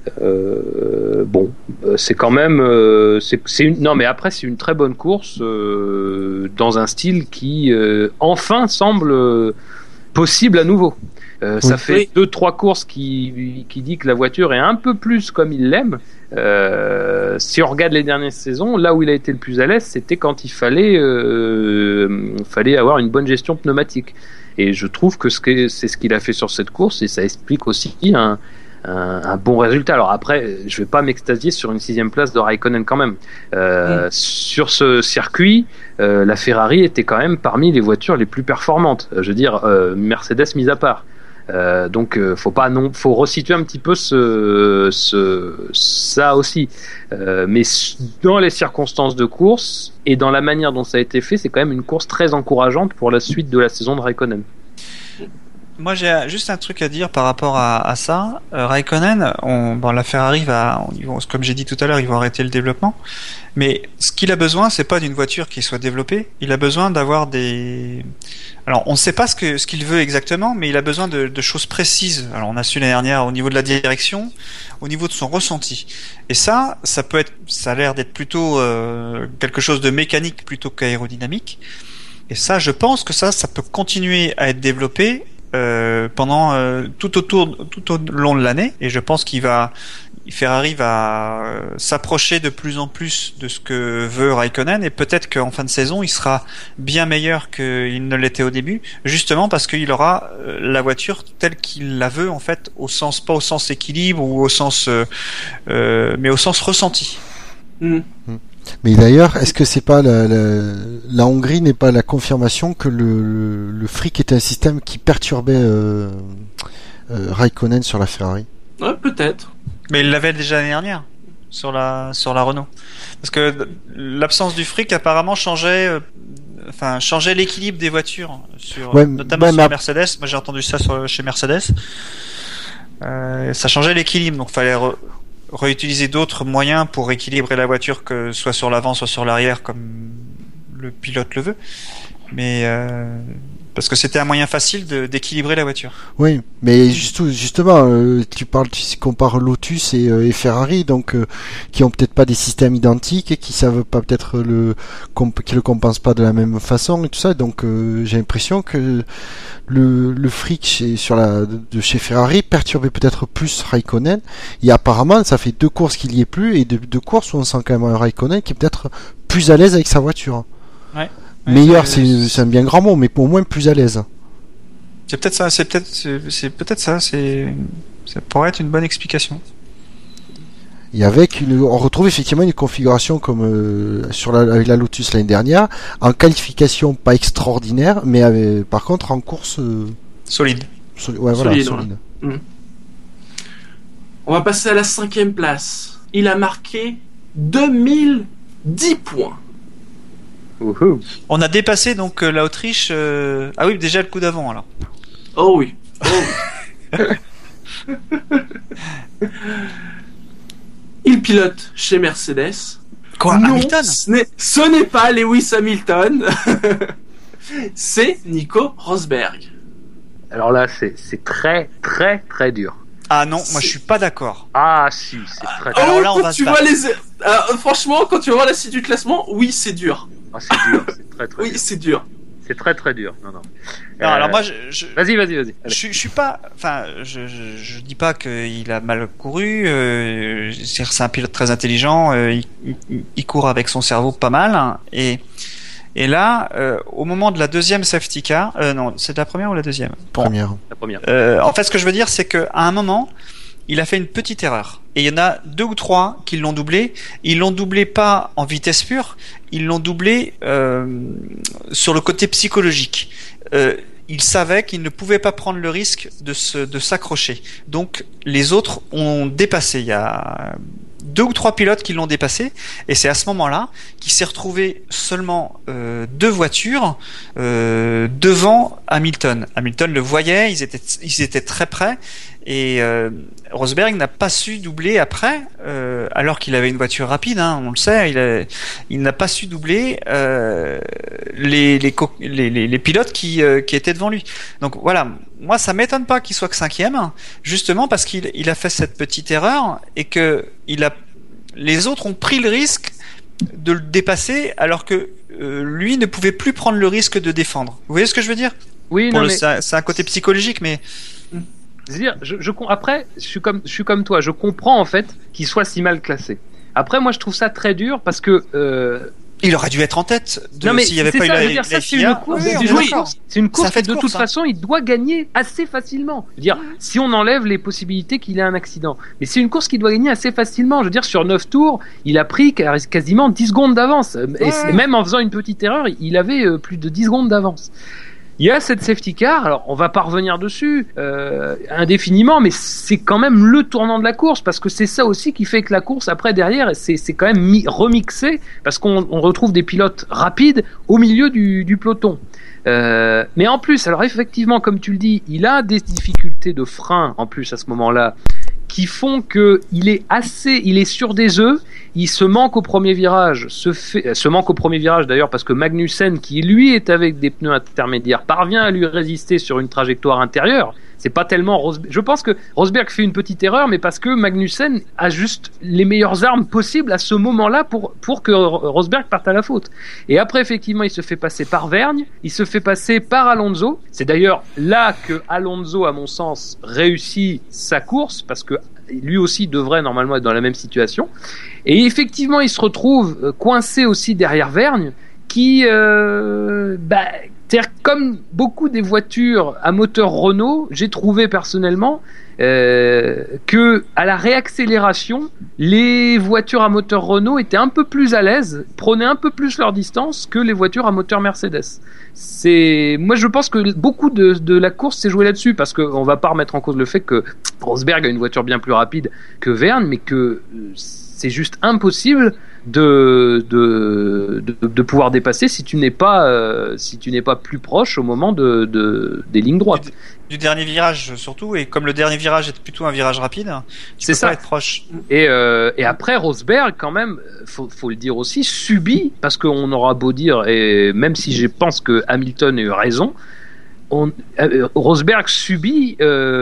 C'est quand même mais après c'est une très bonne course dans un style qui enfin semble possible à nouveau. Ça fait 2-3 courses qui dit que la voiture est un peu plus comme il l'aime. Si on regarde les dernières saisons, là où il a été le plus à l'aise, c'était quand il fallait avoir une bonne gestion pneumatique. Et je trouve que c'est ce qu'il a fait sur cette course, et ça explique aussi un bon résultat. Alors après, je vais pas m'extasier sur une 6e place de Raikkonen quand même. Sur ce circuit, la Ferrari était quand même parmi les voitures les plus performantes. Je veux dire, Mercedes mise à part. Donc faut resituer un petit peu ça aussi. Mais dans les circonstances de course et dans la manière dont ça a été fait, c'est quand même une course très encourageante pour la suite de la saison de Raikkonen. Moi, j'ai juste un truc à dire par rapport à ça. Raikkonen, la Ferrari comme j'ai dit tout à l'heure, ils vont arrêter le développement. Mais ce qu'il a besoin, c'est pas d'une voiture qui soit développée. Il a besoin d'avoir Alors, on ne sait pas ce qu'il veut exactement, mais il a besoin de choses précises. Alors, on a su l'année dernière au niveau de la direction, au niveau de son ressenti. Et ça a l'air d'être plutôt quelque chose de mécanique plutôt qu'aérodynamique. Et ça, je pense que ça peut continuer à être développé pendant tout au long de l'année, et je pense Ferrari va s'approcher de plus en plus de ce que veut Raikkonen, et peut-être qu'en fin de saison il sera bien meilleur qu'il ne l'était au début, justement parce qu'il aura la voiture telle qu'il la veut, en fait, pas au sens équilibre ou au sens mais au sens ressenti. Mais d'ailleurs, est-ce que c'est pas la Hongrie n'est pas la confirmation que le fric est un système qui perturbait Raikkonen sur la Ferrari? Ouais, peut-être. Mais il l'avait déjà l'année dernière sur la Renault. Parce que l'absence du fric apparemment changeait l'équilibre des voitures notamment sur Mercedes. Moi j'ai entendu ça chez Mercedes. Ça changeait l'équilibre, donc fallait réutiliser d'autres moyens pour équilibrer la voiture, que soit sur l'avant soit sur l'arrière comme le pilote le veut. Mais parce que c'était un moyen facile d'équilibrer la voiture. Oui, mais justement, tu compares Lotus et Ferrari, donc qui ont peut-être pas des systèmes identiques et qui savent pas peut-être qui le compensent pas de la même façon et tout ça. Donc j'ai l'impression que le fric chez Ferrari perturbait peut-être plus Raikkonen. Et apparemment, ça fait 2 courses qu'il y est plus, et 2 courses où on sent quand même un Raikkonen qui est peut-être plus à l'aise avec sa voiture. Ouais. Meilleur, c'est un bien grand mot, mais au moins plus à l'aise. C'est peut-être ça. Ça pourrait être une bonne explication. Et on retrouve effectivement une configuration comme avec la Lotus l'année dernière, en qualification pas extraordinaire, mais par contre en course solide. Solide. On va passer à la 5e place. Il a marqué 2010 points. Wouhou. On a dépassé donc l'Autriche. Ah oui, déjà le coup d'avant alors. Oh oui. Il pilote chez Mercedes. Quoi, non, Hamilton ? Ce n'est pas Lewis Hamilton. C'est Nico Rosberg. Alors là, c'est très très très dur. Ah non, moi je suis pas d'accord. Ah si, c'est très très Alors là, on va tu vois franchement, quand tu vas voir la suite du classement, oui, c'est dur. Ah, c'est dur, c'est très très oui, dur. c'est dur. C'est très très dur. Non. Non, alors moi, Vas-y. Je suis pas, enfin, je dis pas qu'il a mal couru. C'est un pilote très intelligent. Il court avec son cerveau pas mal. Hein, et là, au moment de la deuxième safety car, non, c'est la première ou la deuxième ? Première. La première. En fait, ce que je veux dire, c'est qu'à un moment, il a fait une petite erreur. Et il y en a 2 ou 3 qui l'ont doublé. Ils l'ont doublé pas en vitesse pure, ils l'ont doublé sur le côté psychologique. Il savait qu'il ne pouvait pas prendre le risque de s'accrocher. Donc les autres ont dépassé. Il y a 2 ou 3 pilotes qui l'ont dépassé, et c'est à ce moment-là qu'il s'est retrouvé seulement 2 voitures devant Hamilton. Hamilton le voyait, ils étaient très près, et Rosberg n'a pas su doubler après, alors qu'il avait une voiture rapide, hein, on le sait, il n'a pas su doubler les pilotes qui étaient devant lui. Donc voilà, moi ça m'étonne pas qu'il soit que 5e, justement parce qu'il a fait cette petite erreur et que les autres ont pris le risque de le dépasser, alors que lui ne pouvait plus prendre le risque de défendre. Vous voyez ce que je veux dire ? Oui, c'est un côté psychologique, mais c'est-à-dire, après, je suis comme toi, je comprends en fait qu'il soit si mal classé. Après, moi, je trouve ça très dur parce que il aurait dû être en tête s'il n'y avait pas eu la c'est FIA. une course, c'est une course que de toute façon il doit gagner assez facilement. Je veux dire, si on enlève les possibilités qu'il ait un accident, mais c'est une course qu'il doit gagner assez facilement. Je veux dire, sur 9 tours, il a pris quasiment 10 secondes d'avance. Et même en faisant une petite erreur, il avait plus de 10 secondes d'avance. Il y a cette safety car, alors on va pas revenir dessus indéfiniment, mais c'est quand même le tournant de la course, parce que c'est ça aussi qui fait que la course après derrière c'est quand même remixé, parce qu'on retrouve des pilotes rapides au milieu du peloton. Mais en plus, alors effectivement, comme tu le dis, il a des difficultés de frein en plus à ce moment-là, qui font que il est sur des œufs. Il se manque au premier virage, d'ailleurs parce que Magnussen, qui lui est avec des pneus intermédiaires, parvient à lui résister sur une trajectoire intérieure. C'est pas tellement Rosberg. Je pense que Rosberg fait une petite erreur, mais parce que Magnussen a juste les meilleures armes possibles à ce moment-là pour que Rosberg parte à la faute. Et après, effectivement, il se fait passer par Vergne, il se fait passer par Alonso. C'est d'ailleurs là que Alonso, à mon sens, réussit sa course, parce que lui aussi devrait normalement être dans la même situation. Et effectivement, il se retrouve coincé aussi derrière Vergne, qui C'est-à-dire, comme beaucoup des voitures à moteur Renault, j'ai trouvé personnellement que à la réaccélération, les voitures à moteur Renault étaient un peu plus à l'aise, prenaient un peu plus leur distance que les voitures à moteur Mercedes. Moi je pense que beaucoup de la course s'est jouée là-dessus, parce qu'on va pas remettre en cause le fait que Rosberg a une voiture bien plus rapide que Verne, mais que c'est juste impossible de pouvoir dépasser si tu n'es pas plus proche au moment des lignes droites. Du dernier virage surtout, et comme le dernier virage est plutôt un virage rapide, tu peux pas être proche. Et après Rosberg, quand même, faut le dire aussi, subit, parce qu'on aura beau dire, et même si je pense que Hamilton a eu raison, Rosberg subit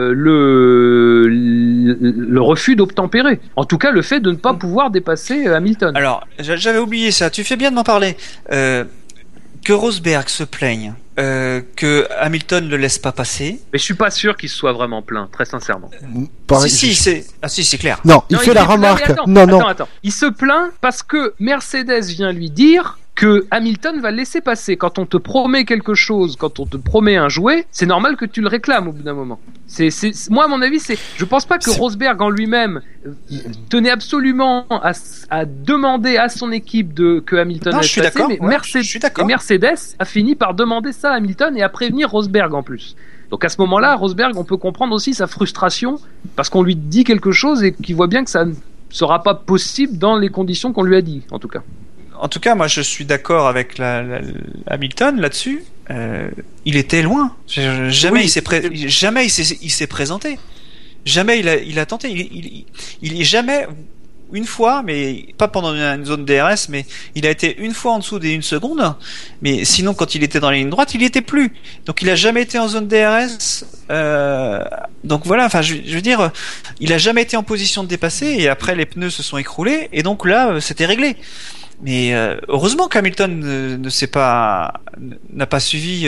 le refus d'obtempérer. En tout cas, le fait de ne pas pouvoir dépasser Hamilton. Alors, j'avais oublié ça. Tu fais bien de m'en parler. Que Rosberg se plaigne, que Hamilton ne le laisse pas passer. Mais je suis pas sûr qu'il soit vraiment plein, très sincèrement. Si, c'est clair. Non, il fait la remarque. Attends. Il se plaint parce que Mercedes vient lui dire que Hamilton va laisser passer. Quand on te promet quelque chose, quand on te promet un jouet, c'est normal que tu le réclames au bout d'un moment. Moi, à mon avis, je pense pas que Rosberg en lui-même tenait absolument à demander à son équipe que Hamilton laisse passer, mais Mercedes a fini par demander ça à Hamilton et à prévenir Rosberg en plus. Donc à ce moment-là, Rosberg, on peut comprendre aussi sa frustration parce qu'on lui dit quelque chose et qu'il voit bien que ça ne sera pas possible dans les conditions qu'on lui a dit, en tout cas. En tout cas, moi, je suis d'accord avec Hamilton là-dessus. Il était loin. Jamais il s'est présenté. Jamais il a tenté. Il est jamais une fois, mais pas pendant une zone DRS, mais il a été une fois en dessous des 1 seconde. Mais sinon, quand il était dans la ligne droite, il y était plus. Donc, il a jamais été en zone DRS. Donc voilà. Enfin, je veux dire, il a jamais été en position de dépasser. Et après, les pneus se sont écroulés. Et donc là, c'était réglé. Mais heureusement qu'Hamilton n'a pas suivi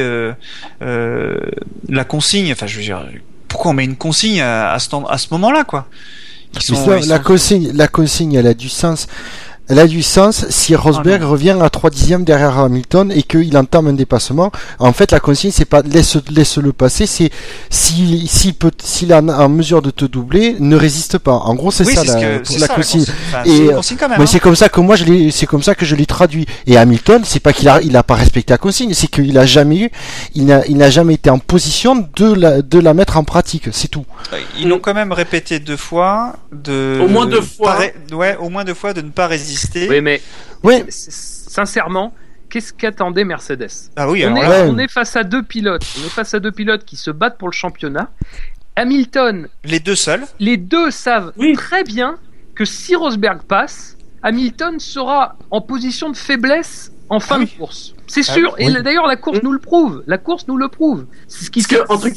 la consigne. Enfin, je veux dire, pourquoi on met une consigne à ce moment-là, quoi? La consigne, elle a du sens. Elle a du sens si Rosberg revient à 3 dixièmes derrière Hamilton et qu'il entame un dépassement. En fait, la consigne, c'est pas laisse-le passer, c'est s'il est en mesure de te doubler, ne résiste pas. En gros, c'est la consigne. C'est comme ça que moi je l'ai traduit. Et Hamilton, c'est pas qu'il a pas respecté la consigne, c'est qu'il n'a jamais été en position de la mettre en pratique. C'est tout. Ils l'ont quand même répété 2 fois. Au moins 2 fois. Au moins 2 fois de ne pas résister. Oui, mais sincèrement, qu'est-ce qu'attendait Mercedes? On est face à 2 pilotes. On est face à 2 pilotes qui se battent pour le championnat. Hamilton. Les 2 seuls. Les 2 savent très bien que si Rosberg passe, Hamilton sera en position de faiblesse en fin de course. C'est sûr. Et d'ailleurs, la course nous le prouve. C'est ce qui se passe.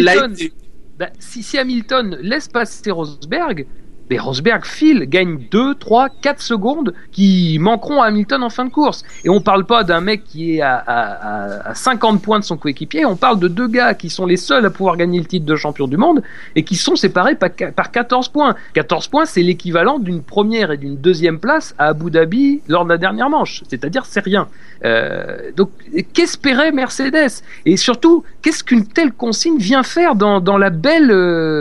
Si Hamilton laisse passer Rosberg, mais Rosberg gagne 2, 3, 4 secondes qui manqueront à Hamilton en fin de course. Et on parle pas d'un mec qui est à 50 points de son coéquipier, on parle de 2 gars qui sont les seuls à pouvoir gagner le titre de champion du monde et qui sont séparés par 14 points. 14 points, c'est l'équivalent d'une première et d'une deuxième place à Abu Dhabi lors de la dernière manche. C'est-à-dire, c'est rien. Donc, qu'espérait Mercedes? Et surtout, qu'est-ce qu'une telle consigne vient faire dans la belle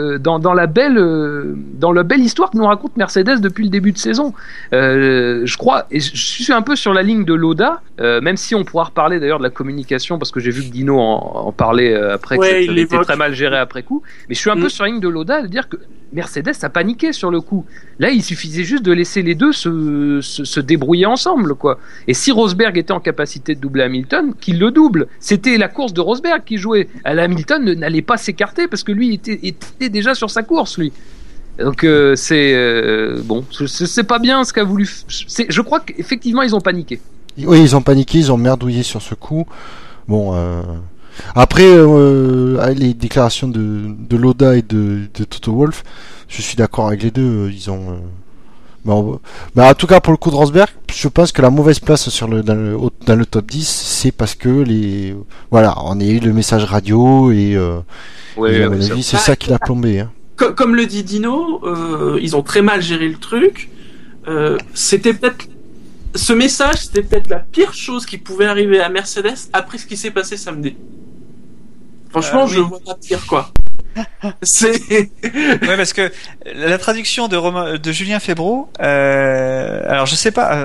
histoire que nous raconte Mercedes depuis le début de saison? Je crois, et je suis un peu sur la ligne de Lauda, même si on pourra reparler d'ailleurs de la communication, parce que j'ai vu que Dino en parlait après, que ça avait été très mal géré après coup, mais je suis un peu sur la ligne de Lauda de dire que Mercedes a paniqué sur le coup. Là, il suffisait juste de laisser les deux se débrouiller ensemble, quoi. Et si Rosberg était en capacité de doubler Hamilton, qu'il le double. C'était la course de Rosberg qui jouait. Hamilton n'allait pas s'écarter parce que lui était déjà sur sa course, lui. Donc bon, c'est pas bien ce qu'a voulu. Je crois qu'effectivement ils ont paniqué. Oui, ils ont paniqué, ils ont merdouillé sur ce coup. Bon. Après les déclarations de Lauda et de Toto Wolff, je suis d'accord avec les deux. Ils ont. En tout cas pour le coup de Rosberg, je pense que la mauvaise place dans le top 10, c'est parce que on a eu le message radio et à mon avis c'est ça qui l'a plombé. Hein. Comme le dit Dino, ils ont très mal géré le truc. C'était peut-être ce message, c'était peut-être la pire chose qui pouvait arriver à Mercedes après ce qui s'est passé samedi. Franchement, je vois pas pire, quoi. C'est... Ouais, parce que la traduction de Julien Febvre, alors je sais pas,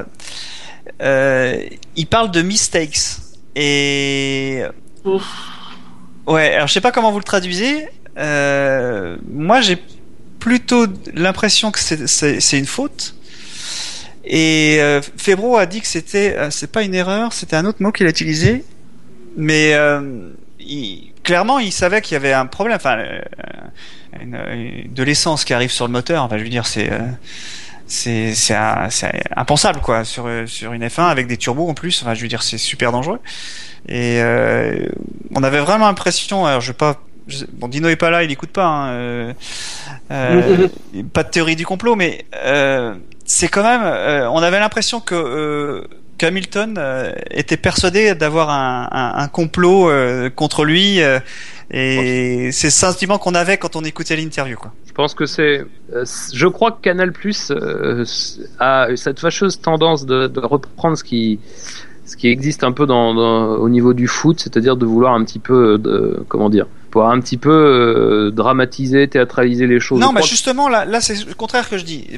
il parle de mistakes et ouais, alors je sais pas comment vous le traduisez. Moi, j'ai plutôt l'impression que c'est une faute. Et Febvre a dit que c'est pas une erreur, c'était un autre mot qu'il a utilisé, mais clairement, il savait qu'il y avait un problème, enfin, de l'essence qui arrive sur le moteur. Enfin, je veux dire, c'est impensable, quoi, sur une F1 avec des turbos en plus. Enfin, je veux dire, c'est super dangereux. Et on avait vraiment l'impression. Alors, bon, Dino est pas là, il écoute pas. Pas de théorie du complot, mais c'est quand même. On avait l'impression qu'Hamilton était persuadé d'avoir un complot contre lui, et c'est ce sentiment qu'on avait quand on écoutait l'interview, quoi. Je pense que je crois que Canal+ a cette fâcheuse tendance de reprendre ce qui existe un peu au niveau du foot, c'est-à-dire de vouloir un petit peu pouvoir un petit peu dramatiser, théâtraliser les choses. Non, mais justement là c'est le contraire que je dis.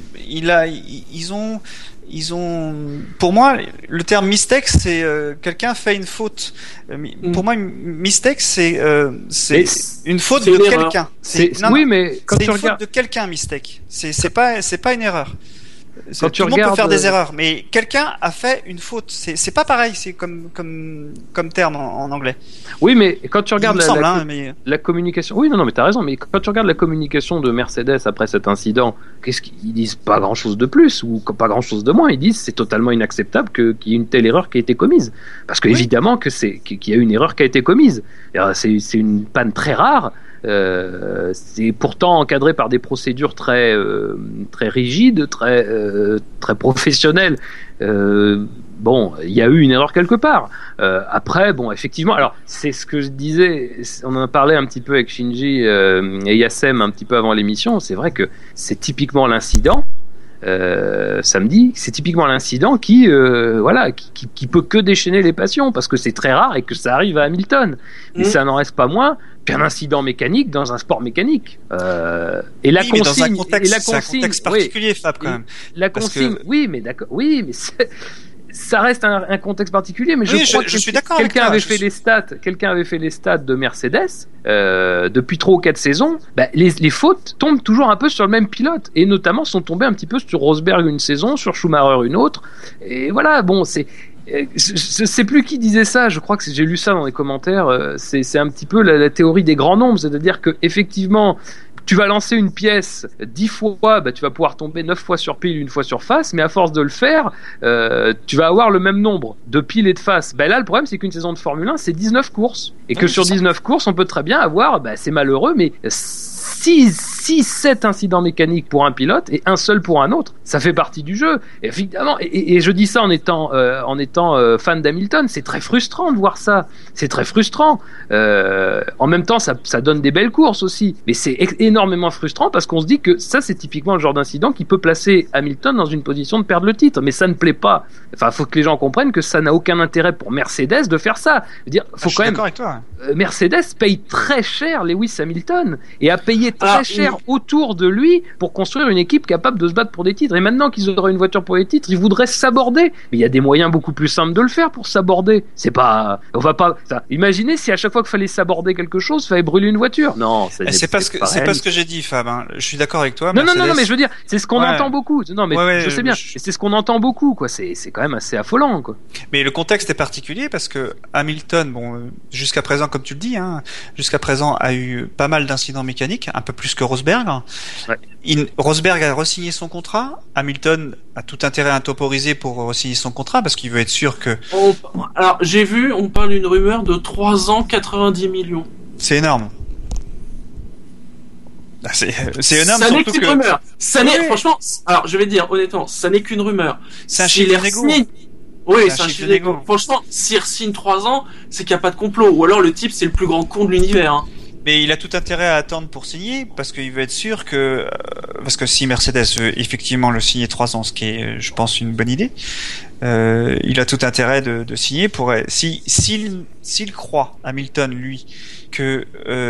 Ils ont, pour moi, le terme mistake, c'est quelqu'un fait une faute. Pour moi, une mistake, c'est une faute de quelqu'un. Oui, mais quand c'est tu une regardes faute de quelqu'un, mistake. C'est pas une erreur. Quand tout le monde peut faire des erreurs, mais quelqu'un a fait une faute. C'est pas pareil. C'est comme terme en anglais. Oui, mais quand tu regardes la communication, oui, non, mais t'as raison. Mais quand tu regardes la communication de Mercedes après cet incident, qu'est-ce qu'ils disent? Pas grand-chose de plus ou pas grand-chose de moins. Ils disent c'est totalement inacceptable qu'il y ait une telle erreur qui a été commise. Parce que évidemment qu'il y a une erreur qui a été commise. C'est une panne très rare. C'est pourtant encadré par des procédures très rigides, très professionnelles. Bon, il y a eu une erreur quelque part. Après, bon, effectivement, alors c'est ce que je disais. On en a parlé un petit peu avec Shinji et Yassem un petit peu avant l'émission. C'est vrai que c'est typiquement l'incident. Samedi, c'est typiquement l'incident qui peut que déchaîner les passions, parce que c'est très rare et que ça arrive à Hamilton. Mais ça n'en reste pas moins qu'un incident mécanique dans un sport mécanique. Et la consigne, dans un contexte particulier, Fab, quand même. La consigne, oui, mais d'accord, oui, mais ça reste un contexte particulier, mais je crois que je suis d'accord quelqu'un avait fait les stats de Mercedes depuis 3 ou 4 saisons. Les fautes tombent toujours un peu sur le même pilote, et notamment sont tombées un petit peu sur Rosberg une saison, sur Schumacher une autre, et voilà. Bon, je sais plus qui disait ça, je crois que j'ai lu ça dans les commentaires. C'est un petit peu la théorie des grands nombres, c'est-à-dire que effectivement, tu vas lancer une pièce 10 fois, tu vas pouvoir tomber 9 fois sur pile, 1 fois sur face, mais à force de le faire, tu vas avoir le même nombre de piles et de face. Là, le problème, c'est qu'une saison de Formule 1, c'est 19 courses. Et que sur 19 courses, on peut très bien avoir, c'est malheureux, mais 7 incidents mécaniques pour un pilote et un seul pour un autre. Ça fait partie du jeu. Évidemment, et je dis ça en étant fan d'Hamilton, c'est très frustrant de voir ça. C'est très frustrant. En même temps, ça donne des belles courses aussi. Mais c'est énormément frustrant parce qu'on se dit que ça, c'est typiquement le genre d'incident qui peut placer Hamilton dans une position de perdre le titre. Mais ça ne plaît pas. Enfin, faut que les gens comprennent que ça n'a aucun intérêt pour Mercedes de faire ça. Je veux dire, faut quand même. D'accord avec toi. Mercedes paye très cher Lewis Hamilton et a payé très cher autour de lui pour construire une équipe capable de se battre pour des titres. Et maintenant qu'ils auraient une voiture pour les titres, ils voudraient s'aborder. Mais il y a des moyens beaucoup plus simples de le faire pour s'aborder. C'est pas, on va pas. Imaginez si à chaque fois qu'il fallait s'aborder quelque chose, il fallait brûler une voiture. Non, c'est pas ce que j'ai dit, Fab. Hein. Je suis d'accord avec toi. Non, mais je veux dire, c'est ce qu'on entend beaucoup. Non, mais je sais bien. Et c'est ce qu'on entend beaucoup, quoi. C'est quand même assez affolant, quoi. Mais le contexte est particulier parce que Hamilton, jusqu'à présent, comme tu le dis, jusqu'à présent a eu pas mal d'incidents mécaniques, un peu plus que Rosberg. Ouais. Rosberg a re-signé son contrat. Hamilton a tout intérêt à temporiser pour re-signer son contrat parce qu'il veut être sûr que. Alors j'ai vu, on parle d'une rumeur de 3 ans, 90 millions. C'est énorme. C'est énorme. Ça n'est qu'une rumeur. Franchement, alors je vais dire honnêtement, ça n'est qu'une rumeur. C'est un chiffre négo. Oui, c'est un chiffre négo. Franchement, s'il re-signe 3 ans, c'est qu'il n'y a pas de complot. Ou alors le type, c'est le plus grand con de l'univers. Mais il a tout intérêt à attendre pour signer parce qu'il veut être sûr que parce que si Mercedes veut effectivement le signer 3 ans, ce qui est, je pense, une bonne idée, il a tout intérêt de signer pour s'il croit, Hamilton, lui, que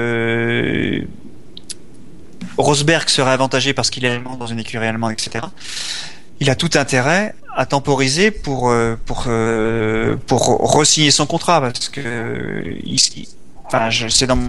Rosberg serait avantagé parce qu'il est allemand dans une écurie allemande, etc. Il a tout intérêt à temporiser pour re-signer son contrat parce que c'est dans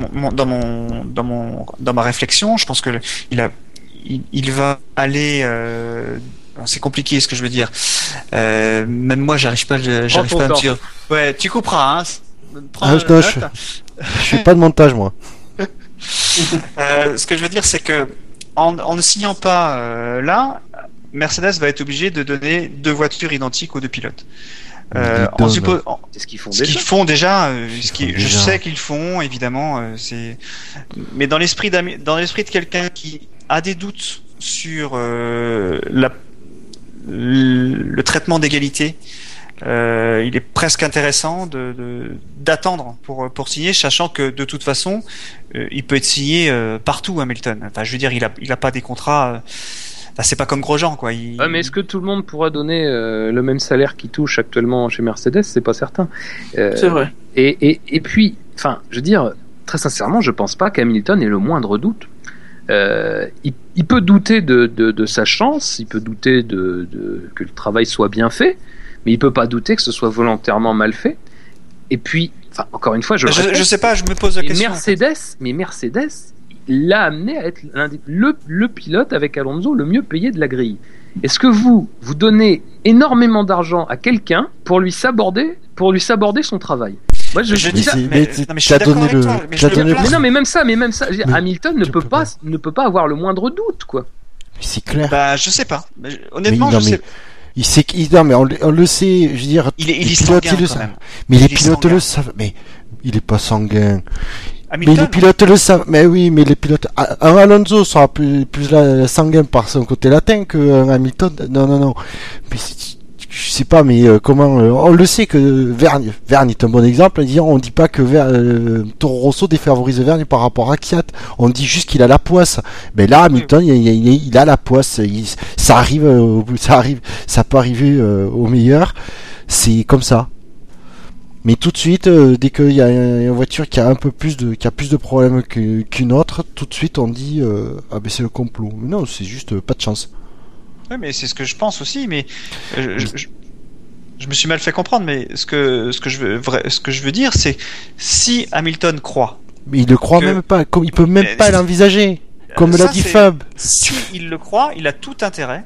ma réflexion, je pense que il va aller c'est compliqué ce que je veux dire. Même moi j'arrive pas à me dire. Ouais, tu couperas je fais pas de montage moi. Ce que je veux dire c'est que en ne signant pas là, Mercedes va être obligé de donner 2 voitures identiques aux 2 pilotes. C'est ce qu'ils font déjà. Je sais qu'ils font, évidemment. Mais dans l'esprit de quelqu'un qui a des doutes sur le traitement d'égalité, il est presque intéressant d'attendre pour signer, sachant que de toute façon, il peut être signé partout, Hamilton. Enfin, je veux dire, il a pas des contrats. C'est pas comme Grosjean, quoi. Mais est-ce que tout le monde pourra donner le même salaire qu'il touche actuellement chez Mercedes? C'est pas certain. C'est vrai. Et puis, enfin, je veux dire, très sincèrement, je pense pas qu'Hamilton ait le moindre doute. Il peut douter de sa chance, il peut douter que le travail soit bien fait, mais il peut pas douter que ce soit volontairement mal fait. Et puis, enfin, encore une fois, je sais pas, je me pose la question. Mercedes l'a amené à être le pilote avec Alonso le mieux payé de la grille. Est-ce que vous donnez énormément d'argent à quelqu'un pour lui saborder son travail? Moi, je dis ça. Mais même ça, Hamilton ne peut pas avoir le moindre doute, quoi. C'est clair. Je sais pas. Honnêtement, je sais. Il sait mais on le sait, je veux dire. Il est sanguin quand même. Mais les pilotes le savent. Mais il est pas sanguin. Hamilton, mais les pilotes le savent. Mais oui, mais les pilotes. Un Alonso sera plus sanguin par son côté latin qu'un Hamilton. Non. Mais je sais pas, mais comment on le sait que Vergne est un bon exemple. On dit pas que Toro Rosso défavorise Vergne par rapport à Kvyat. On dit juste qu'il a la poisse. Mais là, Hamilton, il a la poisse. Ça peut arriver au meilleur. C'est comme ça. Mais tout de suite, dès qu'il y a une voiture qui a un peu plus de problèmes qu'une autre, tout de suite on dit c'est le complot. Mais non, c'est juste pas de chance. Oui, mais c'est ce que je pense aussi. Mais je me suis mal fait comprendre. Mais ce que je veux dire, c'est si Hamilton croit. Mais il le croit même pas. Il peut même pas l'envisager. Comme l'a dit Fab. Si il le croit, il a tout intérêt.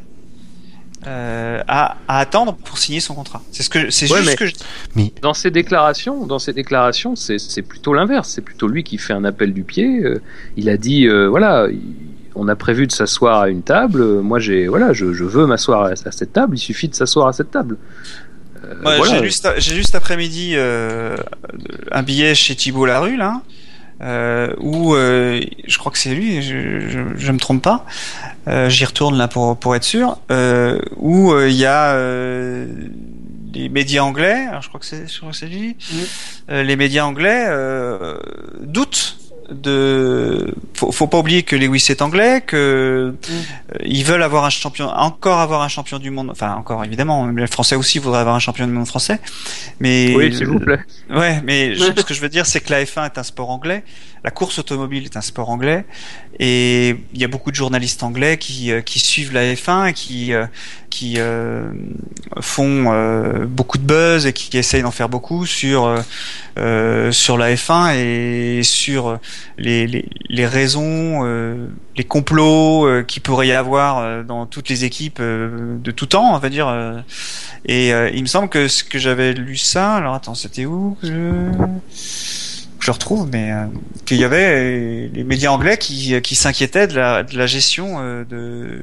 À attendre pour signer son contrat. Ce que je dis. Mais dans ses déclarations, c'est plutôt l'inverse. C'est plutôt lui qui fait un appel du pied. Il a dit on a prévu de s'asseoir à une table. Moi, je veux m'asseoir à cette table. Il suffit de s'asseoir à cette table. J'ai lu cet après-midi un billet chez Thibault Larue là. Où je crois que c'est lui, je me trompe pas. J'y retourne là pour être sûr. Où il y a les médias anglais. Alors je crois que c'est lui. Les médias anglais doutent faut pas oublier que Lewis est anglais, que ils veulent avoir un champion du monde. Enfin encore évidemment, les Français aussi voudraient avoir un champion du monde français. Mais oui, s'il vous plaît. Ouais, mais ce que je veux dire, c'est que la F1 est un sport anglais, la course automobile est un sport anglais, et il y a beaucoup de journalistes anglais qui suivent la F1 et qui font beaucoup de buzz et qui essayent d'en faire beaucoup sur la F1 et sur les raisons, les complots qu'il pourrait y avoir dans toutes les équipes de tout temps, on va dire. Et il me semble que ce que j'avais lu ça, alors attends, c'était où que je retrouve, mais qu'il y avait les médias anglais qui s'inquiétaient de la gestion de.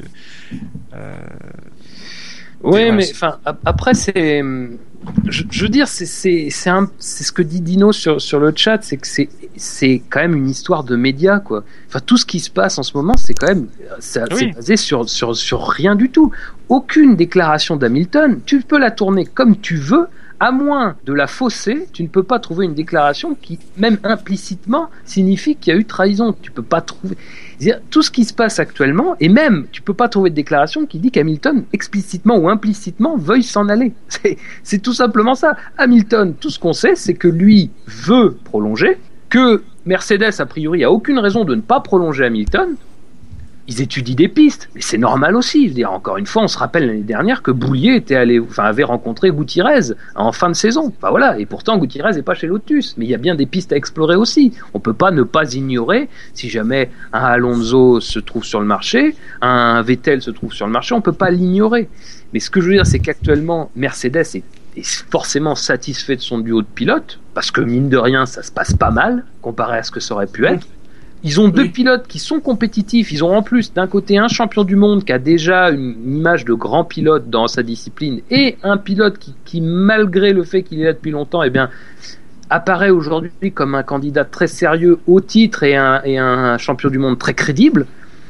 Oui, mais enfin après c'est. Je veux dire, c'est ce que dit Dino sur le chat, c'est que c'est quand même une histoire de médias, quoi. Enfin, tout ce qui se passe en ce moment, c'est quand même c'est basé sur rien du tout. Aucune déclaration d'Hamilton, tu peux la tourner comme tu veux. à moins de la fausser, tu ne peux pas trouver une déclaration qui, même implicitement, signifie qu'il y a eu trahison. Tu peux pas trouver. C'est-à-dire, tout ce qui se passe actuellement, et même, tu peux pas trouver de déclaration qui dit qu'Hamilton, explicitement ou implicitement, veuille s'en aller. C'est tout simplement ça. Hamilton, tout ce qu'on sait, c'est que lui veut prolonger, que Mercedes, a priori, a aucune raison de ne pas prolonger Hamilton. Ils étudient des pistes, mais c'est normal aussi. Je veux dire, encore une fois, on se rappelle l'année dernière que Boulier avait rencontré Gutiérrez en fin de saison. Enfin voilà, et pourtant Gutiérrez n'est pas chez Lotus, mais il y a bien des pistes à explorer aussi. On peut pas ne pas ignorer si jamais un Alonso se trouve sur le marché, un Vettel se trouve sur le marché, on peut pas l'ignorer. Mais ce que je veux dire, c'est qu'actuellement Mercedes est forcément satisfait de son duo de pilotes, parce que mine de rien, ça se passe pas mal comparé à ce que ça aurait pu être. Ils ont deux pilotes qui sont compétitifs. Ils ont en plus d'un côté un champion du monde qui a déjà une image de grand pilote dans sa discipline et un pilote qui malgré le fait qu'il est là depuis longtemps, eh bien, apparaît aujourd'hui comme un candidat très sérieux au titre et un champion du monde très crédible.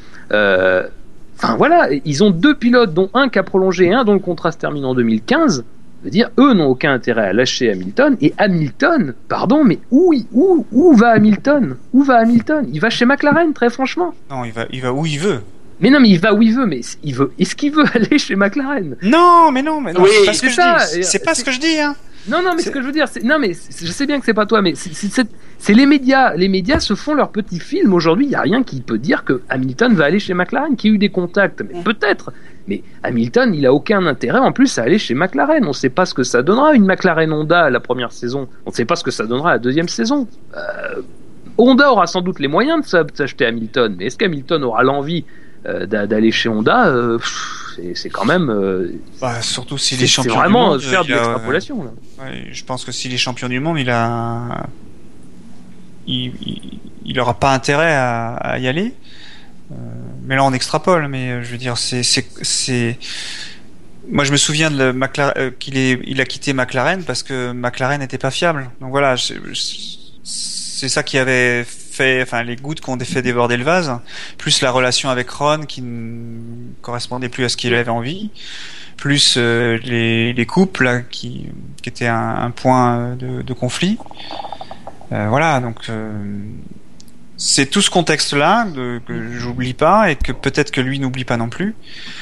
Enfin voilà, ils ont deux pilotes dont un qui a prolongé et un dont le contrat se termine en 2015. Je veux dire, eux n'ont aucun intérêt à lâcher Hamilton. Et Hamilton, pardon, mais où va Hamilton ? Où va Hamilton ? Il va chez McLaren, très franchement. Non, il va où il veut. Mais non, mais il va où il veut. Mais est-ce qu'il veut aller chez McLaren ? Non, mais Oui, c'est pas ce que ça. je dis. C'est pas ce que je dis, hein. Non, mais ce que je veux dire, je sais bien que c'est pas toi, mais c'est les médias. Les médias se font leur petit film. Aujourd'hui, il y a rien qui peut dire que Hamilton va aller chez McLaren, qui a eu des contacts, mais peut-être. Mais Hamilton, il a aucun intérêt en plus à aller chez McLaren. On ne sait pas ce que ça donnera une McLaren Honda la première saison. On ne sait pas ce que ça donnera la deuxième saison. Honda aura sans doute les moyens de s'acheter Hamilton, mais est-ce qu'Hamilton aura l'envie d'aller chez Honda c'est quand même. Surtout s'il est champion du monde. C'est vraiment faire de l'extrapolation. Là. Ouais, je pense que s'il est champion du monde, il aura pas intérêt à y aller. Mais là on extrapole, mais je veux dire moi je me souviens de il a quitté McLaren parce que McLaren n'était pas fiable. Donc voilà, c'est ça qui avait fait, enfin les gouttes qui ont fait déborder le vase, plus la relation avec Ron qui ne correspondait plus à ce qu'il avait envie, plus les couples là, qui étaient un point de conflit. Voilà, donc c'est tout ce contexte-là que j'oublie pas et que peut-être que lui n'oublie pas non plus.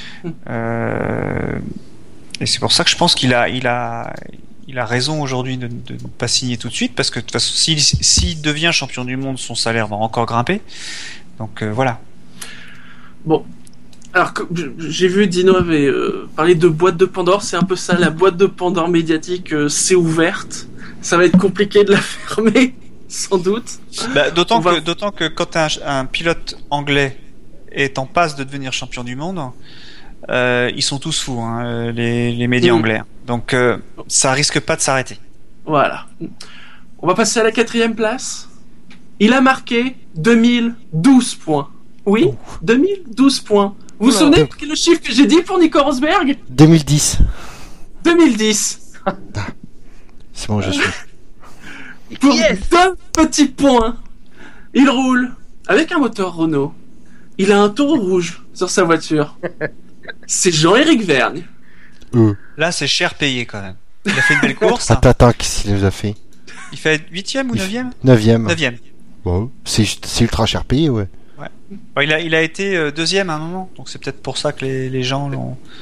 Et c'est pour ça que je pense qu'il a raison aujourd'hui de ne pas signer tout de suite parce que de toute façon, s'il devient champion du monde, son salaire va encore grimper. Donc voilà. Bon. Alors, j'ai vu Dino avait parlé de boîte de Pandore, c'est un peu ça, la boîte de Pandore médiatique s'est ouverte. Ça va être compliqué de la fermer. Sans doute. D'autant que quand un pilote anglais est en passe de devenir champion du monde, ils sont tous fous, hein, les médias anglais. Donc ça risque pas de s'arrêter. Voilà. On va passer à la 4e place. Il a marqué 2012 points. Oui, 2012 points. Vous vous souvenez quel est le chiffre que j'ai dit pour Nico Rosberg ? 2010. 2010. C'est bon, je suis. Pour 2 petits points, il roule avec un moteur Renault. Il a un taureau rouge sur sa voiture. C'est Jean-Éric Vergne. Là, c'est cher payé quand même. Il a fait une belle course. Attends, qu'est-ce qu'il nous a fait ? Il fait 8e ou 9e ? 9e. Bon, c'est ultra cher payé, ouais. Bon, il a été 2e à un moment, donc c'est peut-être pour ça que les gens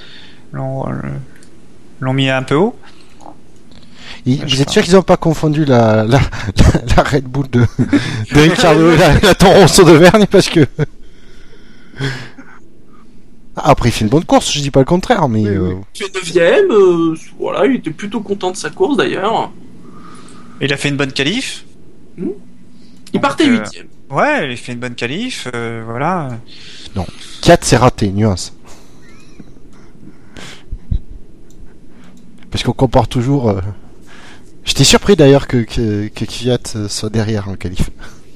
l'ont mis un peu haut. Vous êtes sûr qu'ils n'ont pas confondu la Red Bull de Ricciardo et la Toro Rosso de Vergne parce que après il fait une bonne course, je dis pas le contraire, mais il fait 9e, voilà, il était plutôt content de sa course d'ailleurs. Il a fait une bonne qualif. Il partait 8e. Ouais, il fait une bonne qualif, voilà. Non, 4 c'est raté, nuance. Parce qu'on compare toujours. J'étais surpris d'ailleurs que Kvyat soit derrière en qualif.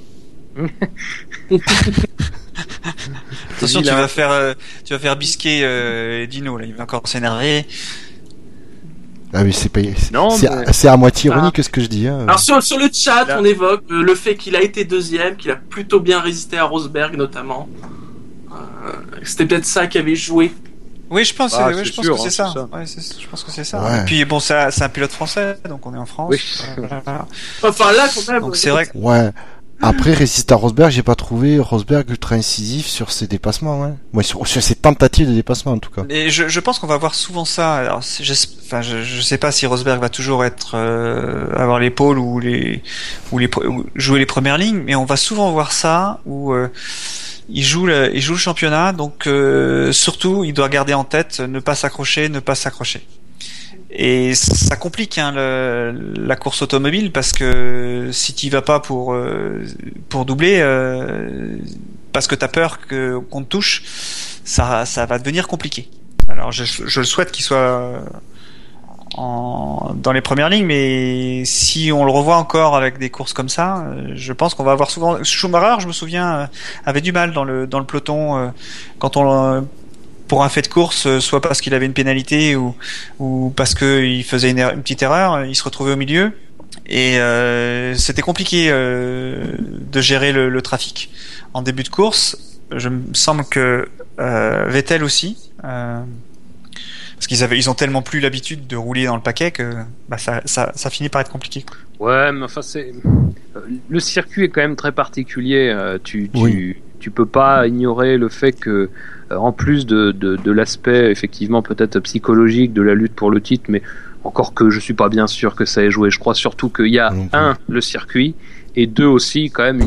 Attention, tu vas faire bisquer Dino là, il va encore s'énerver. Ah mais c'est à moitié ironique ce que je dis. Hein. Alors sur le chat, on évoque le fait qu'il a été 2e, qu'il a plutôt bien résisté à Rosberg notamment. C'était peut-être ça qui avait joué Oui, je pense, Ah, je c'est pense sûr, que c'est hein, ça. c'est ça. Ouais, je pense que c'est ça. Ouais. Et puis bon, c'est un pilote français, donc on est en France. Oui. Voilà. Enfin là, quand même. Donc c'est vrai. Ouais. Après, résiste à Rosberg, j'ai pas trouvé Rosberg ultra incisif sur ses dépassements, hein. Moi, sur ses tentatives de dépassement, en tout cas. Et je pense qu'on va voir souvent ça. Alors, je sais pas si Rosberg va toujours être avoir l'épaule ou jouer les premières lignes, mais on va souvent voir ça où il joue le championnat, donc surtout il doit garder en tête ne pas s'accrocher. Et ça complique la course automobile parce que si tu y vas pas pour doubler, parce que t'as peur qu'on te touche, ça va devenir compliqué. Alors je le souhaite qu'il soit dans les premières lignes, mais si on le revoit encore avec des courses comme ça, je pense qu'on va avoir souvent. Schumacher, je me souviens, avait du mal dans le peloton quand on pour un fait de course, soit parce qu'il avait une pénalité ou parce qu'il faisait une petite erreur, il se retrouvait au milieu et c'était compliqué de gérer le trafic en début de course. Je me semble que Vettel aussi, parce ils ont tellement plus l'habitude de rouler dans le paquet que ça finit par être compliqué. Ouais, mais enfin le circuit est quand même très particulier. Tu peux pas ignorer le fait que en plus de l'aspect effectivement peut-être psychologique de la lutte pour le titre, mais encore que je suis pas bien sûr que ça ait joué. Je crois surtout qu'il y a le circuit et deux aussi quand même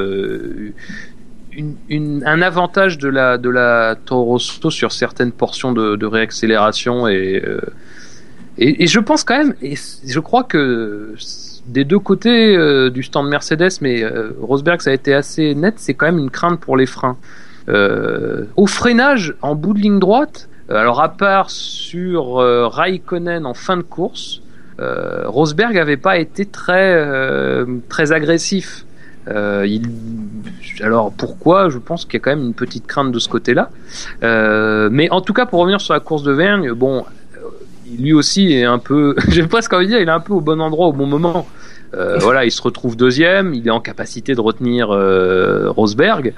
un avantage de la Toro Rosso sur certaines portions de réaccélération et je pense quand même et je crois que des deux côtés du stand Mercedes, mais Rosberg ça a été assez net, c'est quand même une crainte pour les freins. Au freinage en bout de ligne droite, alors à part sur Raikkonen en fin de course, Rosberg avait pas été très agressif. Alors pourquoi? Je pense qu'il y a quand même une petite crainte de ce côté-là. Mais en tout cas, pour revenir sur la course de Vergne, bon, lui aussi est un peu, j'ai presque envie de dire, il est un peu au bon endroit au bon moment. Voilà, il se retrouve deuxième, il est en capacité de retenir Rosberg.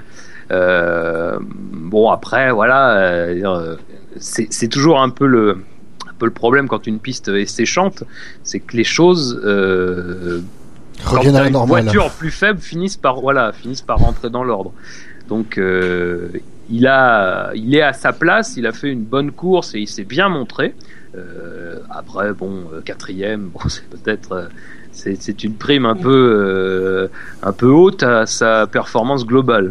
Bon après voilà, c'est toujours un peu le problème quand une piste est séchante, c'est que les choses reviennent à la normale. Une voiture plus faible finissent par rentrer dans l'ordre. Donc il est à sa place, il a fait une bonne course et il s'est bien montré. Après bon, quatrième, bon, c'est peut-être c'est une prime un peu haute à sa performance globale.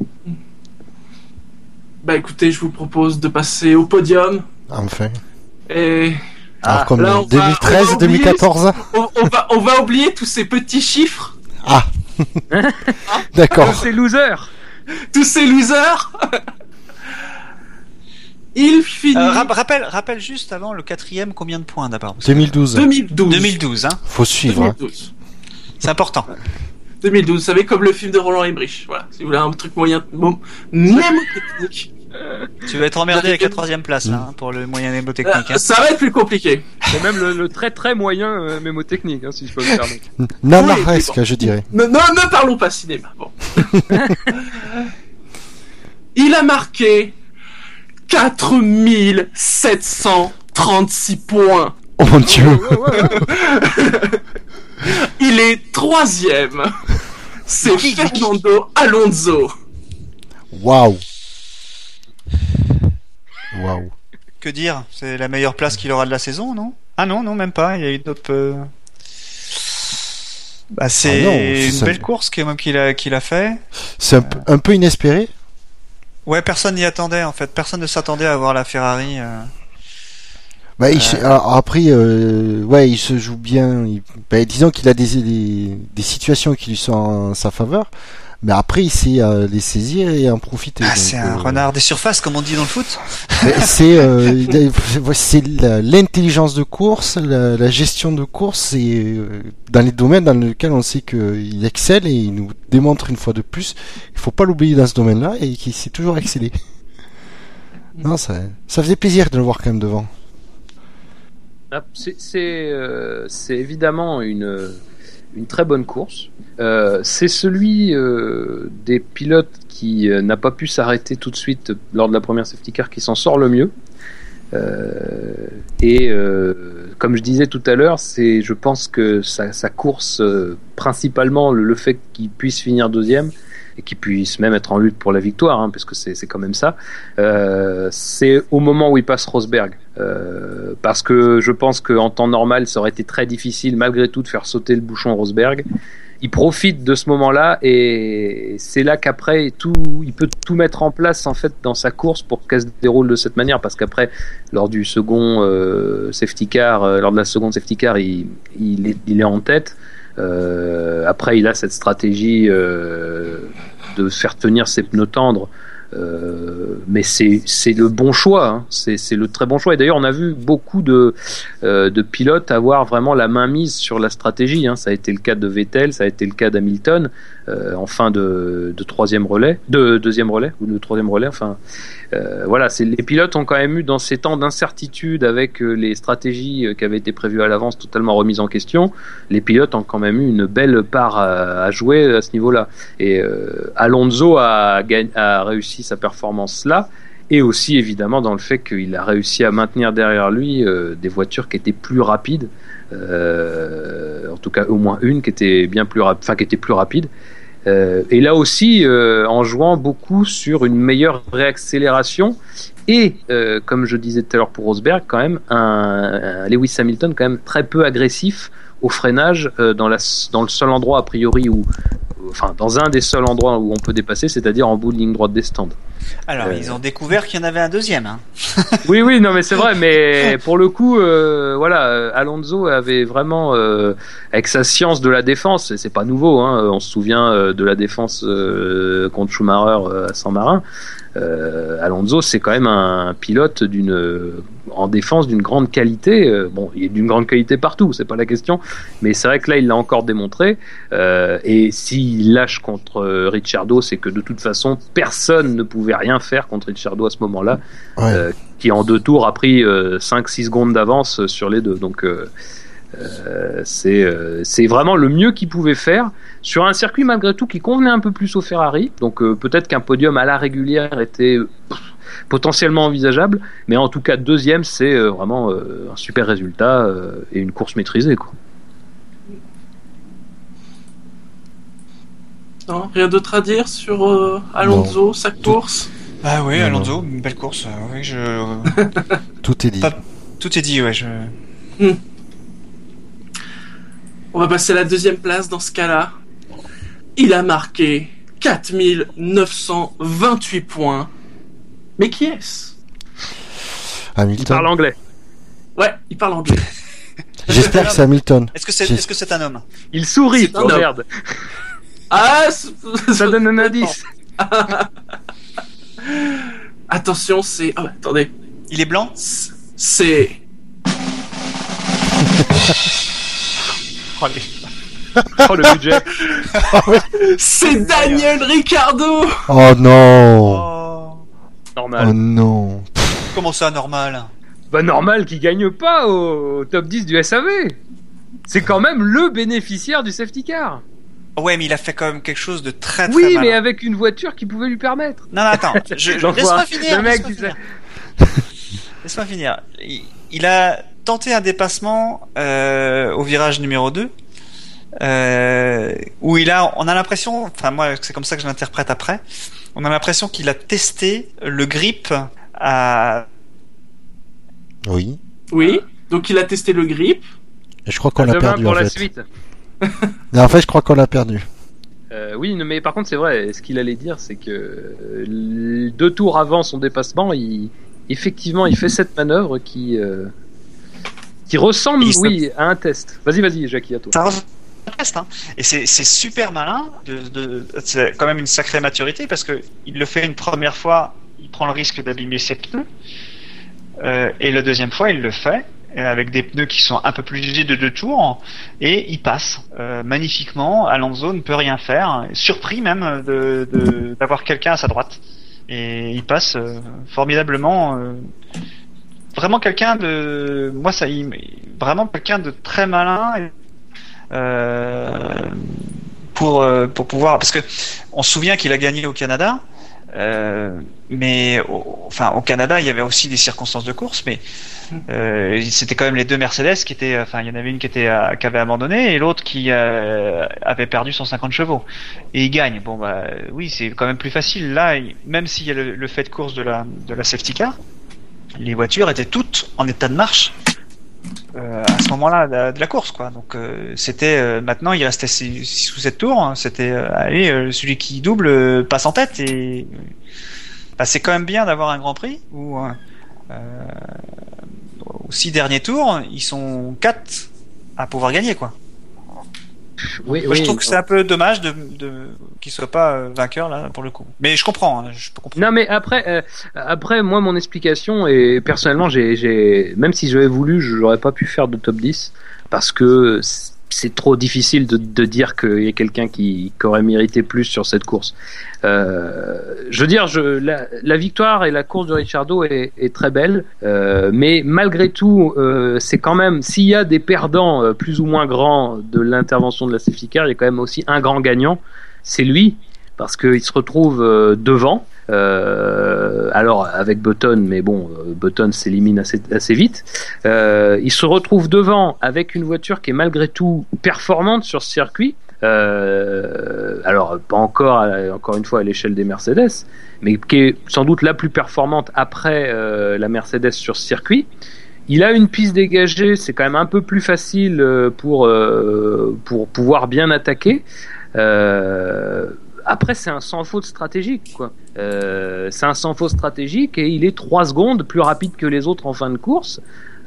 Bah écoutez, je vous propose de passer au podium. Enfin. Et alors comme là, 2013, 2014. On va oublier tous ces petits chiffres. Ah. D'accord. Tous ces losers. Il finit. Rappelle juste avant le quatrième combien de points d'abord. 2012. 2012, hein. Faut suivre. 2012. Hein. C'est important. 2012, vous savez, comme le film de Roland Emmerich. Voilà, si vous voulez un truc moyen, mnémotechnique. Tu vas être emmerdé avec la troisième place là, hein, pour le moyen mnémotechnique. Hein. Ça va être plus compliqué. C'est même le très très moyen mémotechnique, hein, si je peux me permettre. Nanaresque, bon. je dirais. Ne parlons pas cinéma. Bon. Il a marqué 4736 points. Oh mon Dieu. Il est troisième. C'est Fernando Alonso. Waouh. Que dire? C'est la meilleure place qu'il aura de la saison, non? Ah non, même pas. Il y a eu d'autres. C'est une belle course qu'il a fait. C'est un peu inespéré. Ouais, personne n'y attendait en fait. Personne ne s'attendait à voir la Ferrari. Alors, après, il se joue bien. Disons qu'il a des situations qui lui sont en sa faveur. Mais après, il sait les saisir et en profiter. Ah, c'est un renard des surfaces, comme on dit dans le foot. C'est l'intelligence de course, la gestion de course, c'est dans les domaines dans lesquels on sait qu'il excelle et il nous démontre une fois de plus. Il faut pas l'oublier dans ce domaine-là et qu'il sait toujours exceller. Non, ça faisait plaisir de le voir quand même devant. C'est évidemment une très bonne course. C'est celui des pilotes qui n'a pas pu s'arrêter tout de suite lors de la première safety car qui s'en sort le mieux. Comme je disais tout à l'heure, je pense que sa course, principalement le fait qu'il puisse finir deuxième et qu'il puisse même être en lutte pour la victoire, parce que c'est quand même ça, c'est au moment où il passe Rosberg. Parce que je pense qu'en temps normal, ça aurait été très difficile malgré tout de faire sauter le bouchon Rosberg. Il profite de ce moment-là et c'est là qu'après il peut tout mettre en place en fait dans sa course pour qu'elle se déroule de cette manière, parce qu'après lors du second safety car, lors de la seconde safety car, il est en tête. Après il a cette stratégie de faire tenir ses pneus tendres. Mais c'est le bon choix, c'est le très bon choix. Et d'ailleurs, on a vu beaucoup de pilotes avoir vraiment la main mise sur la stratégie. Ça a été le cas de Vettel, ça a été le cas d'Hamilton en fin de deuxième relais. Enfin, voilà, les pilotes ont quand même eu dans ces temps d'incertitude avec les stratégies qui avaient été prévues à l'avance totalement remises en question. Les pilotes ont quand même eu une belle part à jouer à ce niveau-là. Et Alonso a réussi sa performance là, et aussi évidemment dans le fait qu'il a réussi à maintenir derrière lui des voitures qui étaient plus rapides, en tout cas au moins une qui était plus rapide. Et là aussi en jouant beaucoup sur une meilleure réaccélération et comme je disais tout à l'heure pour Rosberg, quand même un Lewis Hamilton quand même très peu agressif au freinage dans le seul endroit a priori dans un des seuls endroits où on peut dépasser, c'est-à-dire en bout de ligne droite des stands. Alors, ils ont découvert qu'il y en avait un deuxième. Oui, non, mais c'est vrai. Mais pour le coup, Alonso avait vraiment, avec sa science de la défense, et c'est pas nouveau. On se souvient de la défense contre Schumacher à Saint-Marin. Alonso, c'est quand même un pilote en défense d'une grande qualité. Il est d'une grande qualité partout, c'est pas la question. Mais c'est vrai que là, il l'a encore démontré. Et s'il lâche contre Ricciardo, c'est que de toute façon, personne ne pouvait rien faire contre Ricciardo à ce moment-là, qui en 2 tours a pris 5-6 secondes d'avance sur les deux. Donc c'est vraiment le mieux qu'il pouvait faire sur un circuit malgré tout qui convenait un peu plus au Ferrari. Donc peut-être qu'un podium à la régulière était potentiellement envisageable, mais en tout cas deuxième, c'est vraiment un super résultat et une course maîtrisée, quoi. Non, rien d'autre à dire sur Alonso, sa course? Ah oui, Non, Alonso, une belle course. Oui, Tout est dit. Tout est dit, ouais. On va passer à la deuxième place dans ce cas-là. Il a marqué 4928 points. Mais qui est-ce? Hamilton. Il parle anglais. Ouais, il parle anglais. J'espère que c'est Hamilton. Est-ce que c'est un homme? Il sourit. C'est un homme. Merde. Ah, Ça donne un indice. Attention, c'est... Ah, attendez. Il est blanc? C'est... Oh, le budget. C'est Daniel Ricciardo. Oh non. Oh. Normal. Oh non. Comment ça, normal? Bah normal qu'il gagne pas au top 10 du SAV. C'est quand même le bénéficiaire du safety car. Ouais, mais il a fait quand même quelque chose de très très Oui, malin. mais avec une voiture qui pouvait lui permettre. Non, attends. Laisse-moi finir. Le mec, Laisse-moi finir. Il a tenté un dépassement au virage numéro 2 où on a l'impression, enfin moi c'est comme ça que je l'interprète après, on a l'impression qu'il a testé le grip à... Oui. Oui, donc il a testé le grip. Et je crois qu'on l'a demain perdu pour en la fait. suite. Non, en fait, je crois qu'on l'a perdu. Oui, mais par contre c'est vrai. Ce qu'il allait dire, c'est que 2 tours avant son dépassement, effectivement, il fait cette manœuvre qui ressemble, à un test. Vas-y, Jackie, à toi. Ça ressemble à un test, hein. Et c'est super malin. C'est quand même une sacrée maturité parce que il le fait une première fois, il prend le risque d'abîmer ses pneus, et la deuxième fois, il le fait avec des pneus qui sont un peu plus légers de 2 tours, et il passe magnifiquement. Alonso ne peut rien faire, surpris même d'avoir quelqu'un à sa droite, et il passe formidablement. Vraiment quelqu'un de, vraiment quelqu'un de très malin, pour pouvoir, parce que on se souvient qu'il a gagné au Canada. Mais au Canada, il y avait aussi des circonstances de course, mais c'était quand même les deux Mercedes qui étaient, il y en avait une qui avait abandonné et l'autre qui avait perdu 150 chevaux et il gagne. Bon oui, c'est quand même plus facile là, même s'il y a le fait de course de la safety car, les voitures étaient toutes en état de marche à ce moment-là de la course, quoi. Donc c'était maintenant il restait 6 ou 7 tours, hein. C'était celui qui double passe en tête et c'est quand même bien d'avoir un Grand Prix où aux 6 derniers tours, ils sont 4 à pouvoir gagner, quoi. Oui, Moi, je trouve que c'est un peu dommage de qu'ils soient pas vainqueurs là pour le coup. Mais je comprends, hein, je peux comprendre. Non, mais après moi mon explication et personnellement j'ai même si j'avais voulu, j'aurais pas pu faire de top 10 parce que c'est trop difficile de dire qu'il y a quelqu'un qui aurait mérité plus sur cette course. Je veux dire, la victoire et la course de Ricciardo est très belle, mais malgré tout, c'est quand même, s'il y a des perdants plus ou moins grands de l'intervention de la safety car, il y a quand même aussi un grand gagnant, c'est lui, parce qu'il se retrouve devant. Alors avec Button, mais bon, Button s'élimine assez vite. Il se retrouve devant avec une voiture qui est malgré tout performante sur ce circuit. Alors pas encore une fois à l'échelle des Mercedes, mais qui est sans doute la plus performante après la Mercedes sur ce circuit. Il a une piste dégagée, c'est quand même un peu plus facile pour pouvoir bien attaquer. Après, c'est un sans faute stratégique, quoi. C'est un sans faute stratégique et il est 3 secondes plus rapide que les autres en fin de course.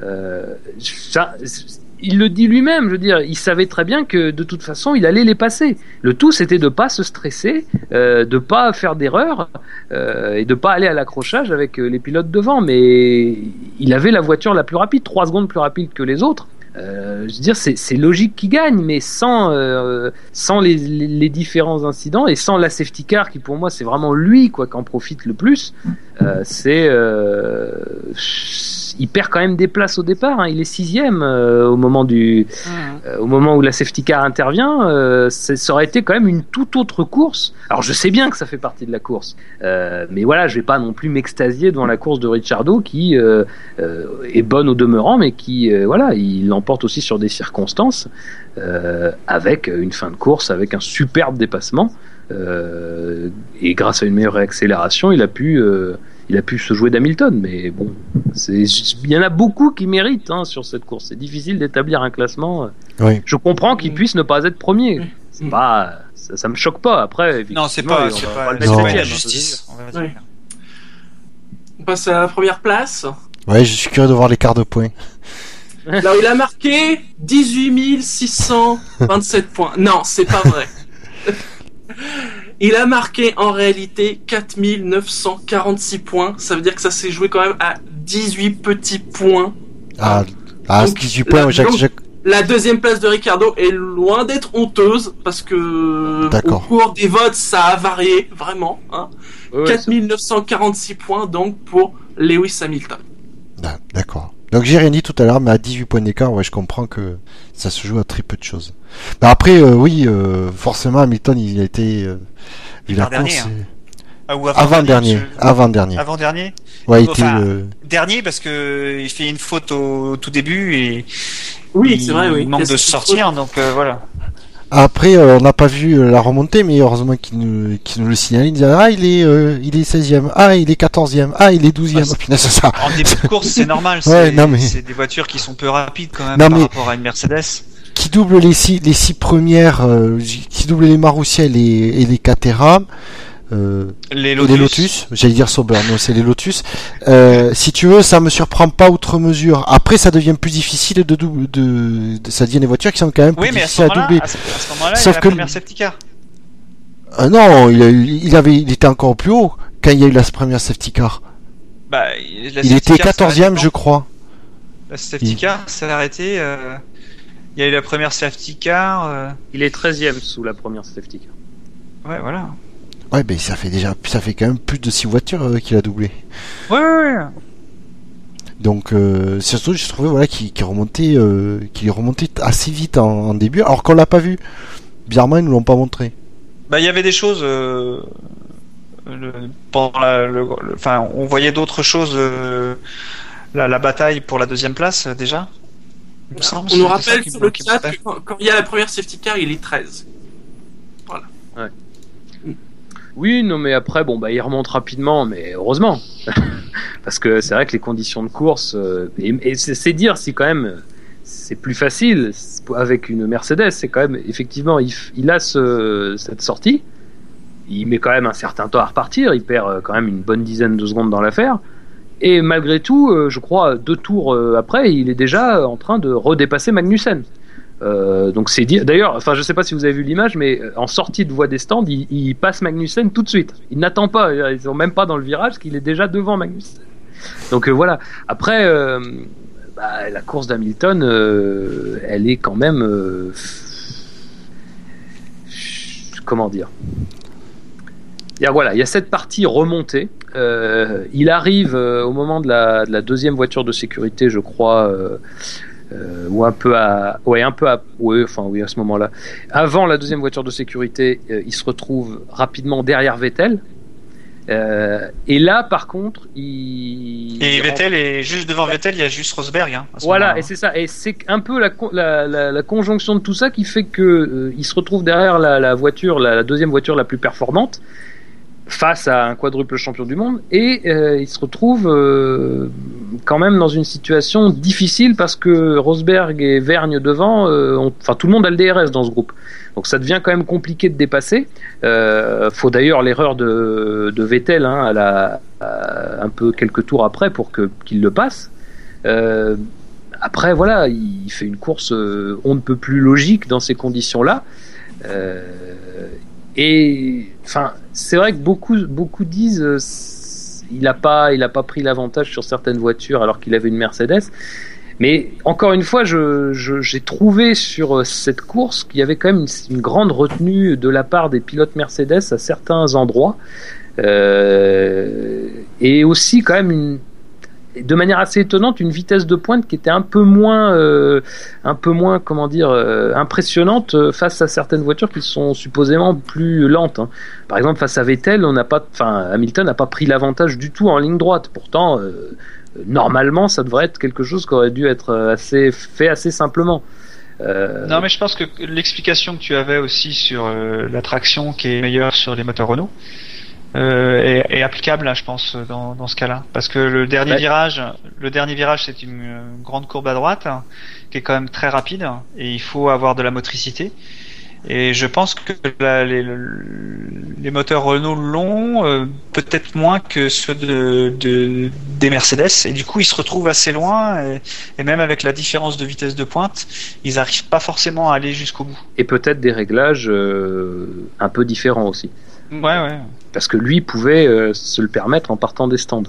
Il le dit lui-même, je veux dire, il savait très bien que de toute façon, il allait les passer. Le tout, c'était de pas se stresser, de pas faire d'erreur et de pas aller à l'accrochage avec les pilotes devant. Mais il avait la voiture la plus rapide, 3 secondes plus rapide que les autres. Je veux dire, c'est logique qu'il gagne, mais sans les différents incidents et sans la safety car qui pour moi c'est vraiment lui qui en profite le plus. Il perd quand même des places au départ, hein. Il est 6e au moment où la safety car intervient. Ça aurait été quand même une toute autre course. Alors je sais bien que ça fait partie de la course, mais voilà, je vais pas non plus m'extasier devant la course de Ricciardo qui est bonne au demeurant, mais qui il l'emporte aussi sur des circonstances avec une fin de course, avec un superbe dépassement et grâce à une meilleure réaccélération, il a pu se jouer d'Hamilton, mais bon, il y en a beaucoup qui méritent sur cette course. C'est difficile d'établir un classement. Oui. Je comprends qu'il puisse ne pas être premier. C'est pas, ça me choque pas. Après, non, c'est pas la justice. Oui. On passe à la première place. Ouais, je suis curieux de voir l'écart de points. Alors, il a marqué 18 627 points. Non, c'est pas vrai. Il a marqué en réalité 4 946 points. Ça veut dire que ça s'est joué quand même à 18 petits points. Donc, 18 points. La deuxième place de Ricciardo est loin d'être honteuse parce que au cours des votes, ça a varié vraiment. Hein. Ouais, 4 946 points donc pour Lewis Hamilton. D'accord. Donc j'ai rien dit tout à l'heure, mais à 18 points d'écart, ouais, je comprends que ça se joue à très peu de choses. Mais après, forcément, Hamilton, il a été avant-dernier. Avant-dernier. Ouais, il était dernier parce que il fait une faute au tout début et c'est vrai, il manque de sortir, donc voilà. Après, on n'a pas vu la remontée, mais heureusement qu'il nous le signale. Il disait, il est 16e, il est 14e, il est 12e. C'est ça. En début de course, c'est normal. C'est des voitures qui sont peu rapides quand même par rapport à une Mercedes. Qui double les six premières, qui double les Marussia et les Caterham. Les Lotus. J'allais dire Sauber, non, c'est les Lotus. Si tu veux, ça me surprend pas outre mesure. Après, ça devient plus difficile ça devient des voitures qui sont quand même plus difficiles à doubler. À ce moment-là, il y a la première safety car. Non, il était encore plus haut quand il y a eu la première safety car. Il était 14e, je crois. La safety car s'est arrêtée. Il y a eu la première safety car. Il est 13e sous la première safety car. Ouais, voilà. Ouais, ça fait quand même plus de 6 voitures qu'il a doublé. Ouais. Donc, surtout, je trouvais qu'il est remonté assez vite en début, alors qu'on l'a pas vu. Bizarrement, ils nous l'ont pas montré. Il y avait des choses Enfin, on voyait d'autres choses. La bataille pour la deuxième place déjà. Il me semble, On nous c'était ça rappelle qui sur le me chat fait. que quand il y a la première safety car, il est 13. Oui, non, mais après, bon, bah, il remonte rapidement, mais heureusement. Parce que c'est vrai que les conditions de course, et c'est dire si quand même c'est plus facile avec une Mercedes, c'est quand même, effectivement, il a cette sortie, il met quand même un certain temps à repartir, il perd quand même une bonne dizaine de secondes dans l'affaire, et malgré tout, je crois, 2 tours après, il est déjà en train de redépasser Magnussen. Donc c'est dire. D'ailleurs, enfin, je sais pas si vous avez vu l'image, mais en sortie de voie des stands, il passe Magnussen tout de suite. Il n'attend pas. Ils sont même pas dans le virage, qu'il est déjà devant Magnussen. Donc voilà. Après, la course d'Hamilton, elle est quand même. Comment dire. Il y a cette partie remontée. Il arrive au moment de la deuxième voiture de sécurité, je crois. Ou à ce moment-là. Avant la deuxième voiture de sécurité, il se retrouve rapidement derrière Vettel. Et là, par contre, Vettel est juste devant Vettel, il y a juste Rosberg. Voilà, et c'est ça. Et c'est un peu la conjonction de tout ça qui fait que il se retrouve derrière la voiture, la deuxième voiture la plus performante, face à un quadruple champion du monde, et il se retrouve quand même dans une situation difficile parce que Rosberg et Vergne devant, tout le monde a le DRS dans ce groupe, donc ça devient quand même compliqué de dépasser. Faut d'ailleurs l'erreur de Vettel un peu quelques tours après pour qu'il le passe. Après voilà, il fait une course on ne peut plus logique dans ces conditions là. Et enfin, c'est vrai que beaucoup disent il a pas pris l'avantage sur certaines voitures alors qu'il avait une Mercedes. Mais encore une fois, j'ai trouvé sur cette course qu'il y avait quand même une grande retenue de la part des pilotes Mercedes à certains endroits, et aussi quand même de manière assez étonnante, une vitesse de pointe qui était un peu moins impressionnante face à certaines voitures qui sont supposément plus lentes. Par exemple, face à Vettel, Hamilton n'a pas pris l'avantage du tout en ligne droite. Pourtant, normalement, ça devrait être quelque chose qui aurait dû être fait assez simplement. Non, mais je pense que l'explication que tu avais aussi sur la traction qui est meilleure sur les moteurs Renault est applicable là, je pense, dans ce cas-là, parce que le dernier virage, c'est une grande courbe à droite qui est quand même très rapide et il faut avoir de la motricité. Et je pense que les moteurs Renault l'ont peut-être moins que ceux des Mercedes, et du coup ils se retrouvent assez loin, et même avec la différence de vitesse de pointe, ils n'arrivent pas forcément à aller jusqu'au bout. Et peut-être des réglages un peu différents aussi. Ouais. Parce que lui pouvait se le permettre en partant des stands.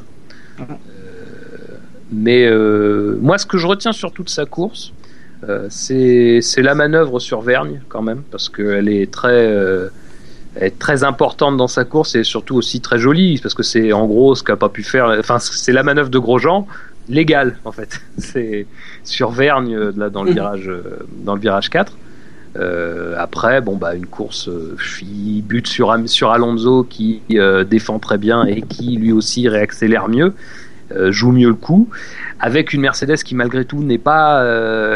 Mais moi, ce que je retiens sur toute sa course, c'est la manœuvre sur Vergne quand même, parce qu'elle est très importante dans sa course, et surtout aussi très jolie, parce que c'est en gros ce qu'a pas pu faire. Enfin, c'est la manœuvre de Grosjean légale en fait. C'est sur Vergne là dans le virage 4. Après, une course, il bute sur Alonso qui défend très bien et qui lui aussi réaccélère mieux, joue mieux le coup, avec une Mercedes qui malgré tout n'est pas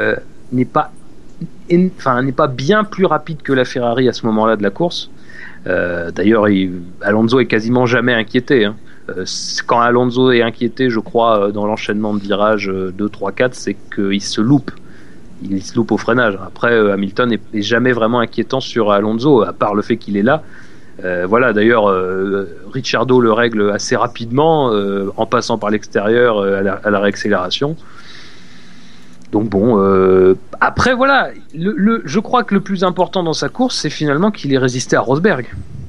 bien plus rapide que la Ferrari à ce moment-là de la course. D'ailleurs, Alonso est quasiment jamais inquiété. Quand Alonso est inquiété, je crois, dans l'enchaînement de virages 2, 3, 4, c'est qu'il se loupe. Il se loupe au freinage. Après, Hamilton n'est jamais vraiment inquiétant sur Alonso, à part le fait qu'il est là. D'ailleurs, Ricciardo le règle assez rapidement, en passant par l'extérieur à la réaccélération. Donc après voilà, je crois que le plus important dans sa course, c'est finalement qu'il ait résisté à Rosberg.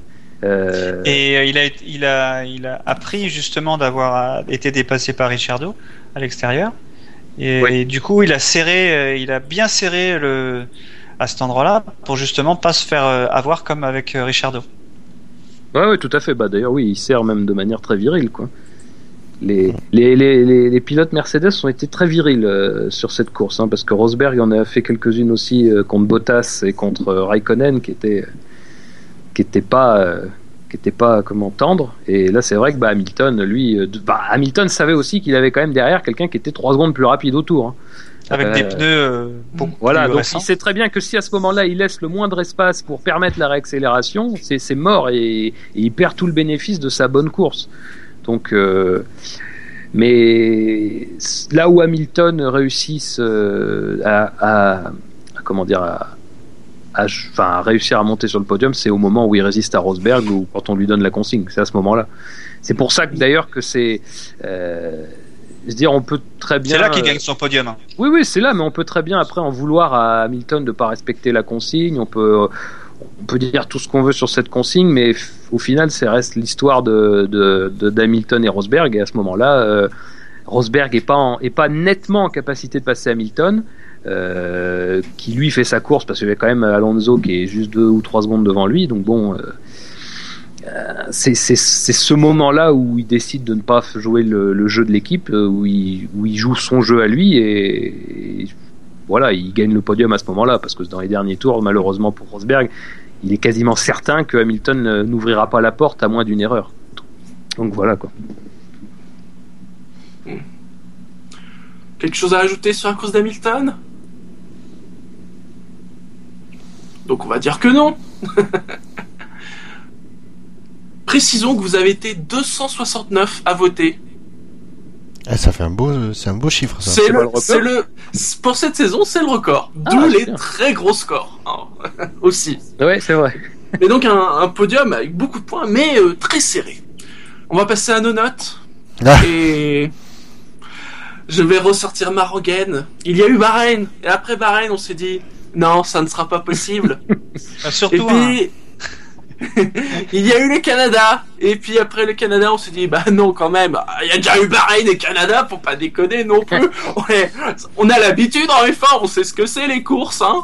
Et il a appris justement d'avoir été dépassé par Ricciardo à l'extérieur. Et du coup, il a bien serré à cet endroit-là pour justement pas se faire avoir comme avec Ricciardo. Ouais, tout à fait. D'ailleurs, oui, il sert même de manière très virile, quoi. Les pilotes Mercedes ont été très virils sur cette course, parce que Rosberg en a fait quelques-unes aussi contre Bottas et contre Raikkonen qui étaient pas comment tendre. Et là, c'est vrai que Hamilton, lui, Hamilton savait aussi qu'il avait quand même derrière quelqu'un qui était 3 secondes plus rapide au tour. Hein. Avec des pneus beaucoup voilà, plus donc récents. il sait très bien que si à ce moment-là il laisse le moindre espace pour permettre la réaccélération, c'est mort et il perd tout le bénéfice de sa bonne course. Donc, mais là où Hamilton réussisse à réussir à monter sur le podium, c'est au moment où il résiste à Rosberg ou quand on lui donne la consigne. C'est à ce moment-là. C'est pour ça que d'ailleurs que c'est je veux dire, on peut très bien. C'est là qu'il gagne son podium. Hein. Oui, c'est là, mais on peut très bien après en vouloir à Hamilton de pas respecter la consigne. On peut dire tout ce qu'on veut sur cette consigne, mais au final, ça reste l'histoire d'Hamilton et Rosberg. Et à ce moment-là, Rosberg est pas nettement en capacité de passer Hamilton, qui lui fait sa course parce qu'il y a quand même Alonso qui est juste 2 ou 3 secondes devant lui. Donc bon. C'est ce moment-là où il décide de ne pas jouer le jeu de l'équipe, où il joue son jeu à lui et voilà, il gagne le podium à ce moment-là parce que dans les derniers tours, malheureusement pour Rosberg, il est quasiment certain que Hamilton n'ouvrira pas la porte à moins d'une erreur. Donc voilà quoi. Quelque chose à ajouter sur la course d'Hamilton ? Donc on va dire que non. Précisons que vous avez été 269 à voter. Ça fait c'est un beau chiffre, ça. Pour cette saison, c'est le record. D'où les très gros scores. Aussi. Ouais, c'est vrai. Et donc un podium avec beaucoup de points, mais très serré. On va passer à nos notes. Et je vais ressortir ma rengaine. Il y a eu Bahreïn. Et après Bahreïn, on s'est dit, non, ça ne sera pas possible. Surtout. Et puis... il y a eu le Canada, et puis après le Canada on s'est dit non quand même, il y a déjà eu Bahreïn et Canada, faut pas déconner non plus. On a l'habitude en F1, on sait ce que c'est les courses hein.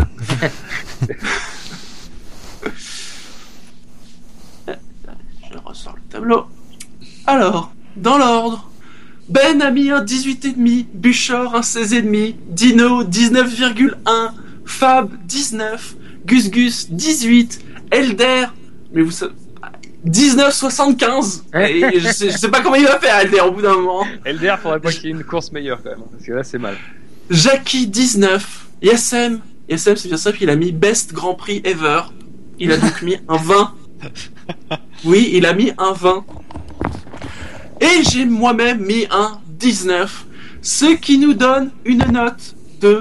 Je ressors le tableau. Alors, dans l'ordre, Ben a mis un 18,5, Buchor un 16,5, Dino 19,1, Fab 19, Gus 18, Elder, mais vous savez, 19,75. Et je sais pas comment il va faire, Elder, au bout d'un moment. Elder, faudrait pas qu'il y ait une course meilleure quand même, parce que là c'est mal. Jackie 19, Yassem c'est bien simple, il a mis Best Grand Prix Ever. Il a donc mis un 20. Oui, il a mis un 20. Et j'ai moi-même mis un 19, ce qui nous donne une note de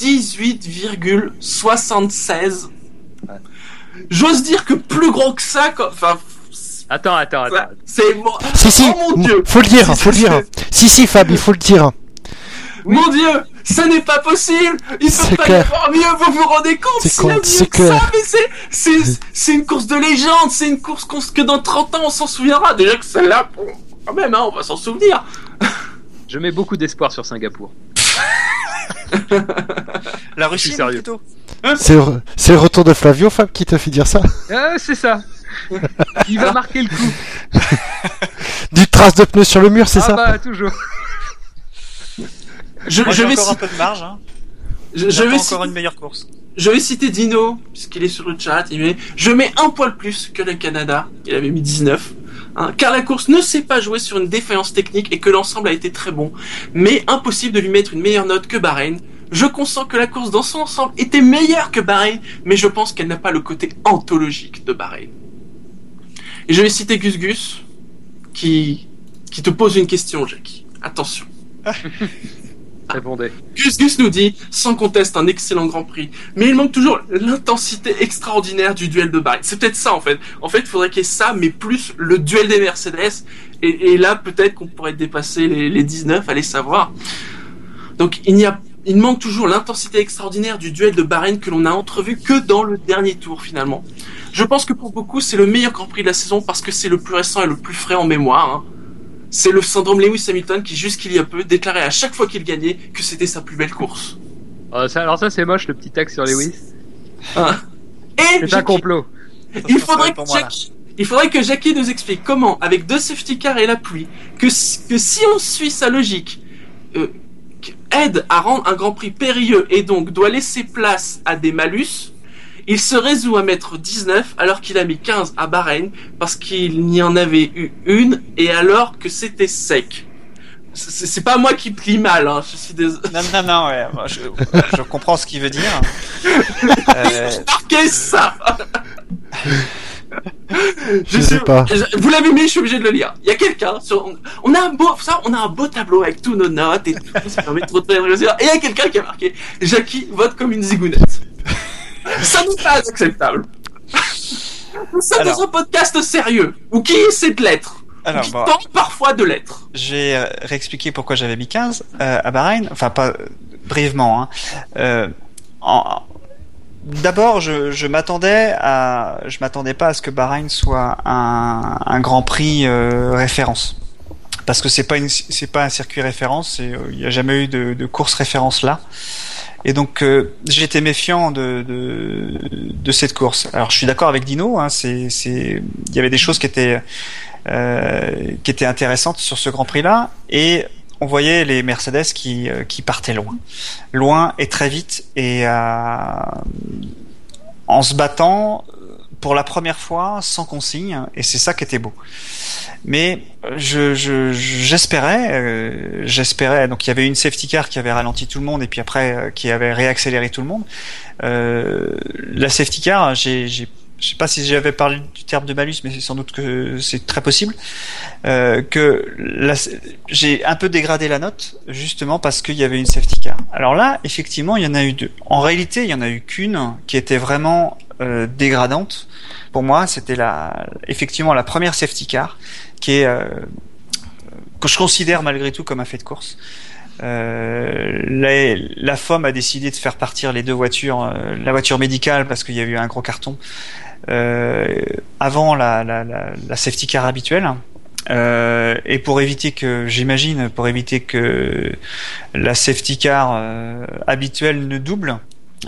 18,76. J'ose dire que plus gros que ça, enfin. Attends. C'est moi. Si, oh mon Dieu. Faut le dire. Si, Fab, il faut le dire. Oui. Mon Dieu, ça n'est pas possible. Il peut pas y avoir mieux. Vous vous rendez compte? C'est mieux que ça, mais c'est une course de légende. C'est une course que dans 30 ans on s'en souviendra. Déjà que celle-là, quand même, hein, on va s'en souvenir. Je mets beaucoup d'espoir sur Singapour. La Russie, plutôt. C'est le retour de Flavio, Fab, qui t'a fait dire ça. C'est ça. Il va marquer le coup. Du trace de pneus sur le mur, c'est ça? Bah, toujours. J'ai encore un peu de marge. Hein. Je vais encore une meilleure course. Je vais citer Dino, puisqu'il est sur le chat. Je mets un poil plus que le Canada. Il avait mis 19. Car la course ne s'est pas jouée sur une défaillance technique et que l'ensemble a été très bon. Mais impossible de lui mettre une meilleure note que Bahreïn. Je consens que la course dans son ensemble était meilleure que Bahreïn, mais je pense qu'elle n'a pas le côté anthologique de Bahreïn. Et je vais citer Gus, qui te pose une question, Jackie. Attention. Répondez. Gus nous dit, sans conteste, un excellent Grand Prix, mais il manque toujours l'intensité extraordinaire du duel de Bahreïn. C'est peut-être ça, en fait. En fait, il faudrait qu'il y ait ça, mais plus le duel des Mercedes. Et là, peut-être qu'on pourrait dépasser les 19, allez savoir. Donc, il manque toujours l'intensité extraordinaire du duel de Bahreïn que l'on a entrevu que dans le dernier tour, finalement. Je pense que pour beaucoup, c'est le meilleur Grand Prix de la saison parce que c'est le plus récent et le plus frais en mémoire, hein. C'est le syndrome Lewis-Hamilton qui, jusqu'il y a peu, déclarait à chaque fois qu'il gagnait que c'était sa plus belle course. Alors ça c'est moche, le petit texte sur Lewis. Et c'est un complot. Il faudrait que Jackie nous explique comment, avec 2 safety cars et la pluie, que si on suit sa logique, aide à rendre un Grand Prix périlleux et donc doit laisser place à des malus, il se résout à mettre 19 alors qu'il a mis 15 à Bahreïn parce qu'il n'y en avait eu une et alors que c'était sec. C'est pas moi qui plie mal, hein. Je suis désolé. Non, ouais. Moi, je comprends ce qu'il veut dire. Marquez ça. Je sais pas. Vous l'avez mis, je suis obligé de le lire. Il y a quelqu'un on a un beau tableau avec tous nos notes et tout, ça permet de retrouver le résultat. Et il y a quelqu'un qui a marqué Jackie vote comme une zigounette. Ça n'est pas acceptable. Ça dans un podcast sérieux ou qui essaie de l'être. Alors, qui tente parfois de l'être. J'ai réexpliqué pourquoi j'avais mis 15 à Bahreïn, enfin pas brièvement. D'abord, je m'attendais pas à ce que Bahreïn soit un Grand Prix référence, parce que c'est pas un circuit référence, il n'y a jamais eu de course référence là. Et donc j'étais méfiant de cette course. Alors je suis d'accord avec Dino, il y avait des choses qui étaient intéressantes sur ce Grand Prix-là, et on voyait les Mercedes qui partaient loin et très vite, et en se battant pour la première fois sans consigne, et c'est ça qui était beau. Mais j'espérais. Donc il y avait une safety car qui avait ralenti tout le monde et puis après qui avait réaccéléré tout le monde. La safety car, je sais pas si j'avais parlé du terme de malus, mais c'est sans doute que c'est très possible. J'ai un peu dégradé la note justement parce qu'il y avait une safety car. Alors là, effectivement, il y en a eu deux. En réalité, il y en a eu qu'une qui était vraiment dégradante. Pour moi, c'était effectivement la première safety car qui est que je considère malgré tout comme un fait de course. La FOM a décidé de faire partir les deux voitures, la voiture médicale parce qu'il y a eu un gros carton avant la safety car habituelle, et pour éviter que la safety car habituelle ne double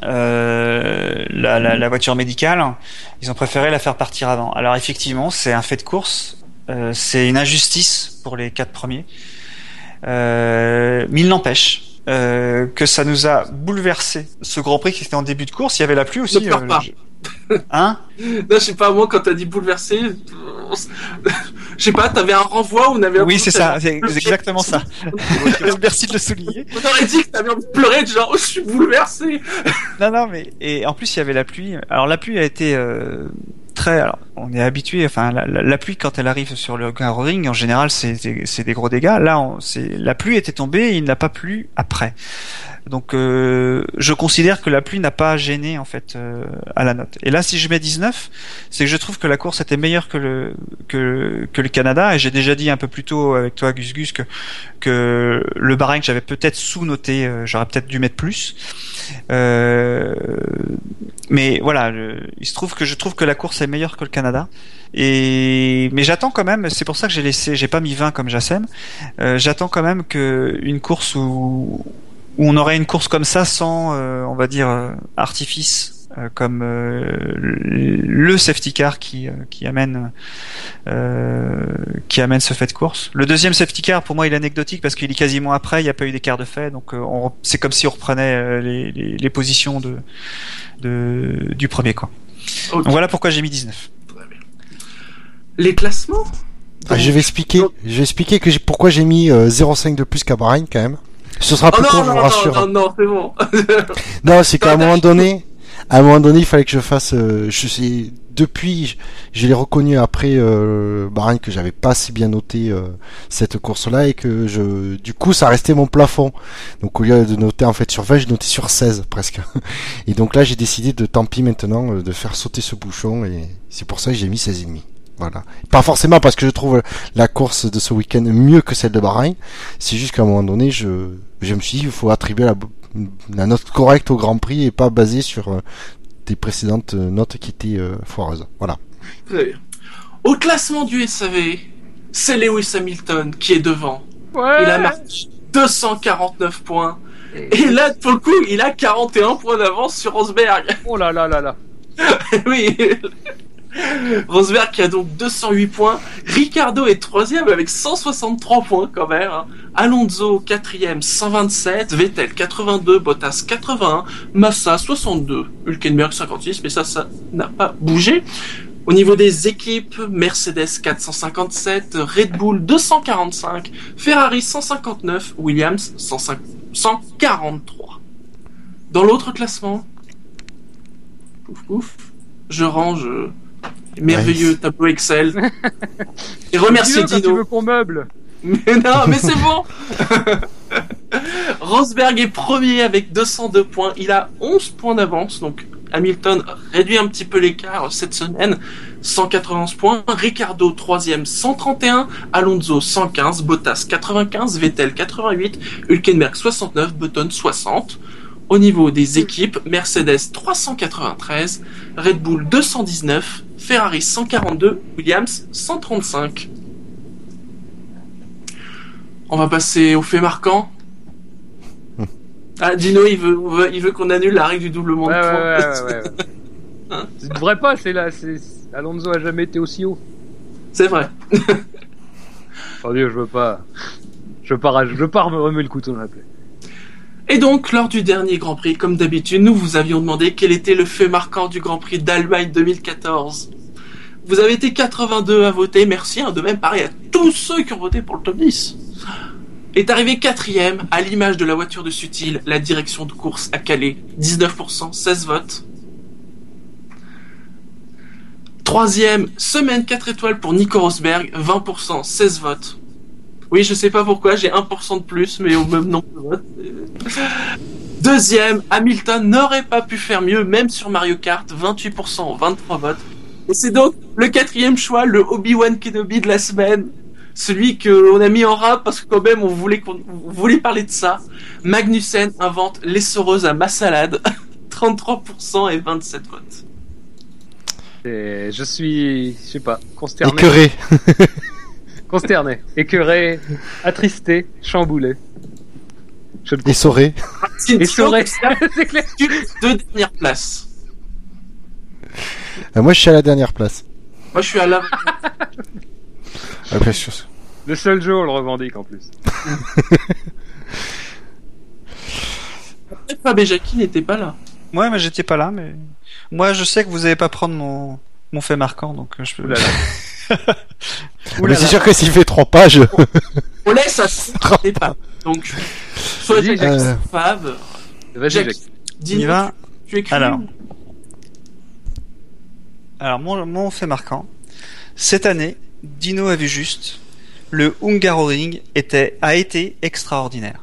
la voiture médicale, ils ont préféré la faire partir avant. Alors effectivement, c'est un fait de course, c'est une injustice pour les 4 premiers. Mais il n'empêche que ça nous a bouleversé. Ce Grand Prix qui était en début de course, il y avait la pluie aussi. Ne pleure pas. Hein? Non, je sais pas, moi, quand t'as dit bouleversé, je sais pas, t'avais un renvoi ou on avait. Oui, c'est ça, c'est exactement ça. Merci de le souligner. On aurait dit que t'avais envie de pleurer, genre, je suis bouleversé. Non, mais et en plus il y avait la pluie. Alors la pluie a été alors, on est habitué, enfin la pluie quand elle arrive sur le ring, en général c'est des gros dégâts. Là, la pluie était tombée et il n'a pas plu après. Donc je considère que la pluie n'a pas gêné en fait à la note. Et là, si je mets 19, c'est que je trouve que la course était meilleure que le Canada, et j'ai déjà dit un peu plus tôt avec toi Gus que le Bahreïn j'avais peut-être sous-noté, j'aurais peut-être dû mettre plus. Mais voilà, il se trouve que je trouve que la course est meilleure que le Canada. Mais j'attends quand même, c'est pour ça que j'ai pas mis 20 comme Jassem. J'attends quand même une course où on aurait une course comme ça sans, on va dire, artifice, comme le safety car qui amène ce fait de course. Le deuxième safety car, pour moi, il est anecdotique parce qu'il est quasiment après, il n'y a pas eu d'écart de fait, donc c'est comme si on reprenait les positions du premier, quoi. Okay. Donc voilà pourquoi j'ai mis 19. Les classements. Je vais expliquer pourquoi j'ai mis 0,5 de plus qu'à Bahreïn quand même. Ce sera plus court, je vous rassure. Non, c'est bon. Non, c'est qu'à un moment donné, il fallait que je fasse. Depuis, je l'ai reconnu après Bahreïn que j'avais pas si bien noté cette course-là, et que du coup, ça restait mon plafond. Donc au lieu de noter en fait sur 20, je notais sur 16 presque. Et donc là, j'ai décidé de tant pis maintenant de faire sauter ce bouchon, et c'est pour ça que j'ai mis 16,5. Voilà. Pas forcément parce que je trouve la course de ce week-end mieux que celle de Bahreïn. C'est juste qu'à un moment donné, je me suis dit, il faut attribuer la note correcte au Grand Prix et pas basée sur des précédentes notes qui étaient foireuses. Voilà. Très bien. Au classement du SAV, c'est Lewis Hamilton qui est devant. Ouais. Il a marqué 249 points. Et là, pour le coup, il a 41 points d'avance sur Rosberg. Oh là là là là. Oui. Rosberg qui a donc 208 points. Ricciardo est 3e avec 163 points quand même. Alonso 4e 127. Vettel 82. Bottas 81. Massa 62. Hülkenberg 56. Mais ça n'a pas bougé. Au niveau des équipes, Mercedes 457, Red Bull 245, Ferrari 159, Williams 143. Dans l'autre classement, je range merveilleux tableau Excel et remercier Quand tu Dino. veux qu'on meuble. Mais non, mais c'est bon. Rosberg est premier avec 202 points. Il a 11 points d'avance, donc Hamilton réduit un petit peu l'écart cette semaine, 191 points. Ricciardo 3e, 131. Alonso 115. Bottas 95. Vettel 88. Hülkenberg 69. Button 60. Au niveau des équipes, Mercedes 393. Red Bull 219. Ferrari 142. Williams 135. On va passer aux faits marquants. Ah, Dino, il veut qu'on annule la règle du doublement de points. Ouais. Tu devrais pas, Alonso a jamais été aussi haut. C'est vrai. Oh Dieu, je veux pas me remuer le couteau dans la plaie. Et donc, lors du dernier Grand Prix, comme d'habitude, nous vous avions demandé quel était le fait marquant du Grand Prix d'Allemagne 2014. Vous avez été 82 à voter, merci, de même pareil à tous ceux qui ont voté pour le top 10. Est arrivé 4e, à l'image de la voiture de Sutil, la direction de course à Calais, 19%, 16 votes. 3e, semaine 4 étoiles pour Nico Rosberg, 20%, 16 votes. Oui, je sais pas pourquoi, j'ai 1% de plus, mais au même nombre de votes. 2e, Hamilton n'aurait pas pu faire mieux, même sur Mario Kart, 28%, 23 votes. Et c'est donc le 4e choix, le Obi-Wan Kenobi de la semaine. Celui qu'on a mis en rap parce que quand même on voulait parler de ça. Magnussen invente l'essoreuse à ma salade. 33% et 27 votes. Et je suis, je sais pas, consterné. Écœuré. Consterné, écœuré, attristé, chamboulé. Essoré. Essoré, c'est clair. Deux dernières places. Moi je suis à la dernière place. Moi je suis à la... Après, Le seul jour on le revendique en plus. Fab et Jackie n'étaient pas là. Ouais, mais j'étais pas là, mais moi je sais que vous allez pas prendre mon fait marquant, donc je peux. Mais c'est sûr que s'il fait 3 pages. On laisse à 6 pas. Donc, soit Jackie, Fab. Vas-y, Jackie. Dis-nous, tu écris. Alors mon fait marquant. Cette année, Dino a vu juste. Le Hungaroring a été extraordinaire.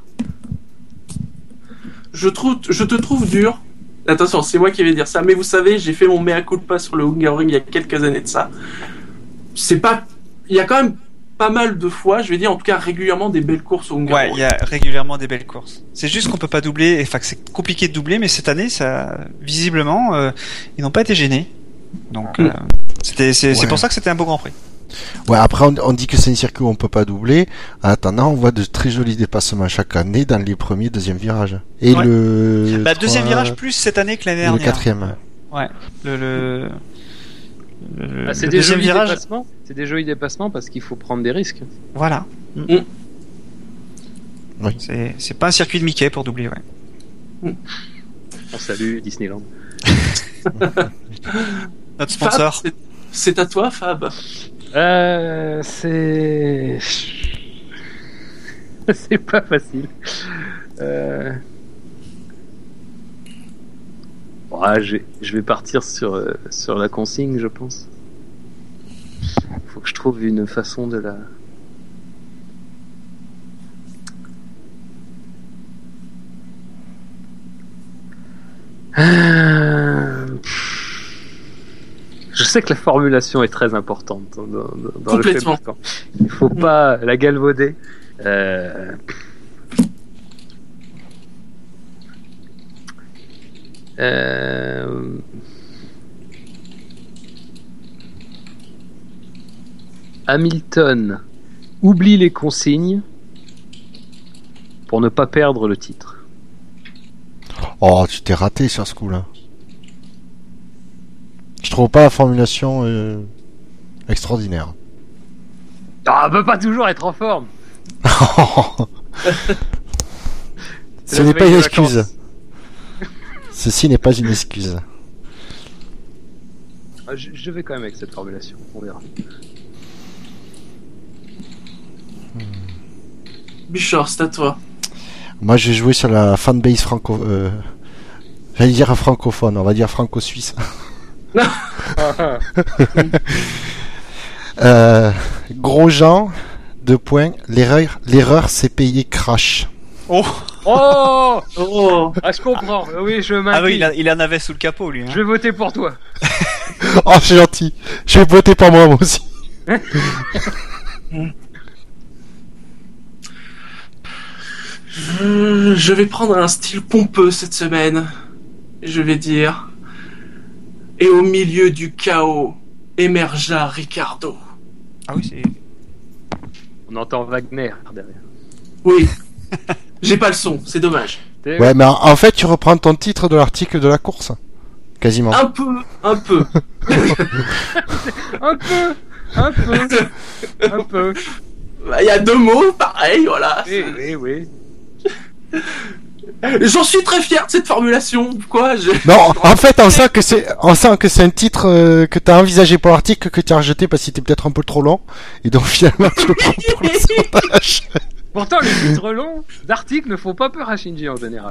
Je te trouve dur. Attention, c'est moi qui vais dire ça, mais vous savez, j'ai fait mon mea culpa sur le Hungaroring il y a quelques années de ça. Il y a quand même pas mal de fois, je vais dire en tout cas régulièrement des belles courses au Hungaroring. Ouais, il y a régulièrement des belles courses. C'est juste qu'on peut pas doubler, enfin que c'est compliqué de doubler, mais cette année, ça, visiblement, ils n'ont pas été gênés. Donc, c'est pour ça que c'était un beau Grand Prix. Ouais, après on dit que c'est un circuit où on peut pas doubler. En attendant, on voit de très jolis dépassements chaque année dans les premiers, deuxième virages. Et le deuxième virage plus cette année que l'année dernière. Le quatrième. Ouais. C'est des jolis dépassements. C'est des jolis dépassements parce qu'il faut prendre des risques. Voilà. Oui. C'est pas un circuit de Mickey pour doubler, ouais. On salue Disneyland. Notre sponsor. Fab, c'est à toi, Fab. C'est pas facile. Je vais partir sur la consigne, je pense. Faut que je trouve une façon de la... Je sais que la formulation est très importante dans le fait marquant. Il faut pas la galvauder. Hamilton oublie les consignes pour ne pas perdre le titre. Oh, tu t'es raté sur ce coup-là. Je trouve pas la formulation extraordinaire. Ah, on peut pas toujours être en forme. Ce n'est pas une excuse. Ceci n'est pas une excuse. Je vais quand même avec cette formulation, on verra. Bichor, c'est à toi. Moi, j'ai joué sur la fanbase j'allais dire francophone, on va dire franco-suisse. Grosjean, 2 points. L'erreur c'est payé crash. Oh, Oh, Oh, ah, je comprends. Oui, je m'incline. ah oui, il en avait sous le capot, lui. Hein. Je vais voter pour toi. Oh, c'est gentil. Je vais voter pour moi aussi. je vais prendre un style pompeux cette semaine. Je vais dire. Et au milieu du chaos émergea Ricardo. Ah oui, c'est... On entend Wagner derrière. Oui. J'ai pas le son, c'est dommage. Ouais, mais en fait, tu reprends ton titre de l'article de la course. Quasiment. Un peu. Un peu. Bah, il y a 2 mots, pareil, voilà. Oui. J'en suis très fier de cette formulation. Pourquoi Non, en fait, on sent que c'est un titre que t'as envisagé pour l'article que tu as rejeté parce qu'il était peut-être un peu trop long. Et donc finalement, tu le prends pour le sondage. Pourtant, les titres longs d'articles ne font pas peur à Shinji en général.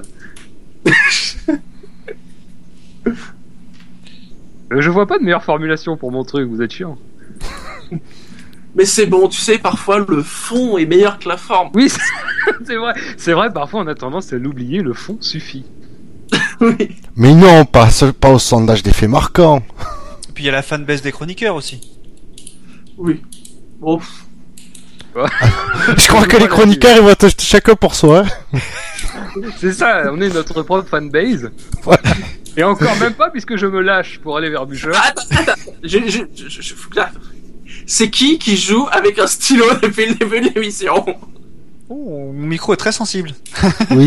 Je vois pas de meilleure formulation pour mon truc, vous êtes chiant. Mais c'est bon, tu sais, parfois le fond est meilleur que la forme. Oui, c'est vrai, parfois on a tendance à l'oublier, le fond suffit. Oui. Mais non, pas au sondage des faits marquants. Et puis il y a la fanbase des chroniqueurs aussi. Oui. Bon. Je crois que les chroniqueurs, ils vont être chacun pour soi. Hein. C'est ça, on est notre propre fanbase. Voilà. Et encore même pas puisque je me lâche pour aller vers Bûcher. Attends. Faut que c'est qui joue avec un stylo depuis le début de l'émission? Oh, mon micro est très sensible. Oui.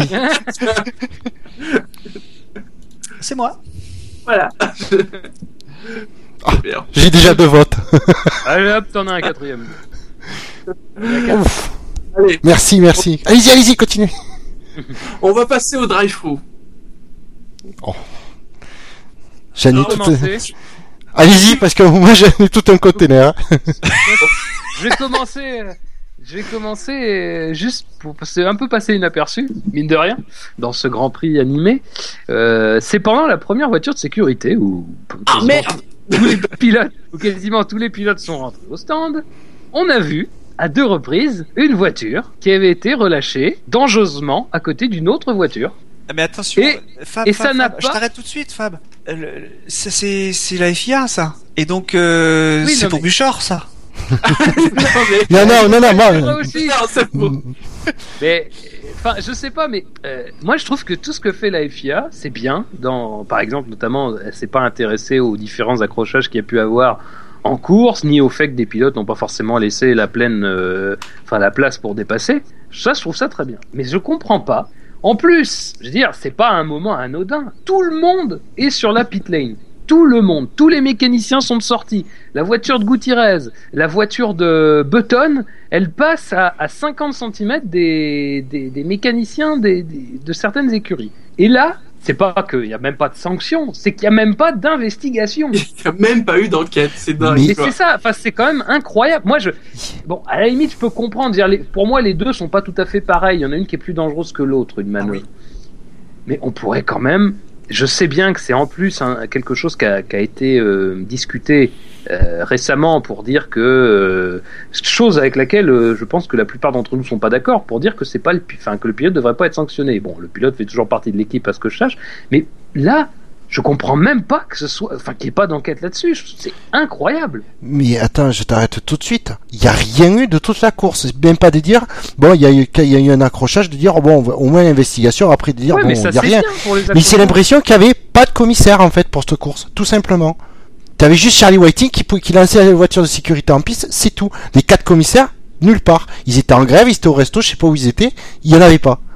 C'est moi. Voilà. Ah, Bien. j'ai déjà 2 votes. Allez hop, t'en as un 4ème. Ouf. Allez, Merci. Allez-y, continuez. on va passer au drive-through. J'en ai Alors, tout. commencer. Allez-y, parce que moi j'en ai tout un container. Je vais commencer juste pour un peu passer inaperçu, mine de rien, dans ce Grand Prix animé. C'est pendant la première voiture de sécurité où Ah merde! quasiment tous les pilotes sont rentrés au stand. On a vu à 2 reprises une voiture qui avait été relâchée dangereusement à côté d'une autre voiture. Mais attention, Fab, ça n'a pas- je t'arrête tout de suite, Fab. C'est la FIA, ça. Et donc, Oui, c'est non, pour mais- Bûcheur, ça. Non, Moi moi. aussi. Non, c'est bon. Mais, enfin, je sais pas, mais moi je trouve que tout ce que fait la FIA, c'est bien. Par exemple, notamment, elle s'est pas intéressée aux différents accrochages qu'il y a pu avoir en course, ni au fait que des pilotes n'ont pas forcément laissé la place pour dépasser. Ça, je trouve ça très bien. Mais je comprends pas. En plus, je veux dire, c'est pas un moment anodin. Tout le monde est sur la pit lane. Tout le monde, tous les mécaniciens sont de sortie. La voiture de Gutiérrez, la voiture de Button, elle passe à 50 cm des mécaniciens de certaines écuries. Et là, c'est pas qu'il n'y a même pas de sanction, c'est qu'il n'y a même pas d'investigation. Il n'y a même pas eu d'enquête, c'est dingue. Mais quoi. c'est ça, enfin c'est quand même incroyable. Moi bon, à la limite je peux comprendre, pour moi les deux sont pas tout à fait pareils, il y en a une qui est plus dangereuse que l'autre, une manœuvre. Mais on pourrait quand même, je sais bien que c'est en plus quelque chose qui a été discuté récemment pour dire que chose avec laquelle je pense que la plupart d'entre nous sont pas d'accord, pour dire que c'est pas que le pilote devrait pas être sanctionné. Bon, le pilote fait toujours partie de l'équipe à ce que je sache, mais là je comprends même pas que ce soit, qu'il n'y ait pas d'enquête là-dessus. C'est incroyable. Mais attends, je t'arrête tout de suite. Il n'y a rien eu de toute la course. C'est même pas de dire, bon, il y a eu un accrochage, de dire, bon, au moins l'investigation, après de dire, Ouais, bon, mais ça il n'y a c'est rien. bien pour les Mais c'est accrochages. l'impression qu'il n'y avait pas de commissaire, en fait, pour cette course. Tout simplement. T'avais juste Charlie Whiting qui lançait la voiture de sécurité en piste, c'est tout. Les 4 commissaires, nulle part. Ils étaient en grève, ils étaient au resto, je sais pas où ils étaient, il n'y en avait pas.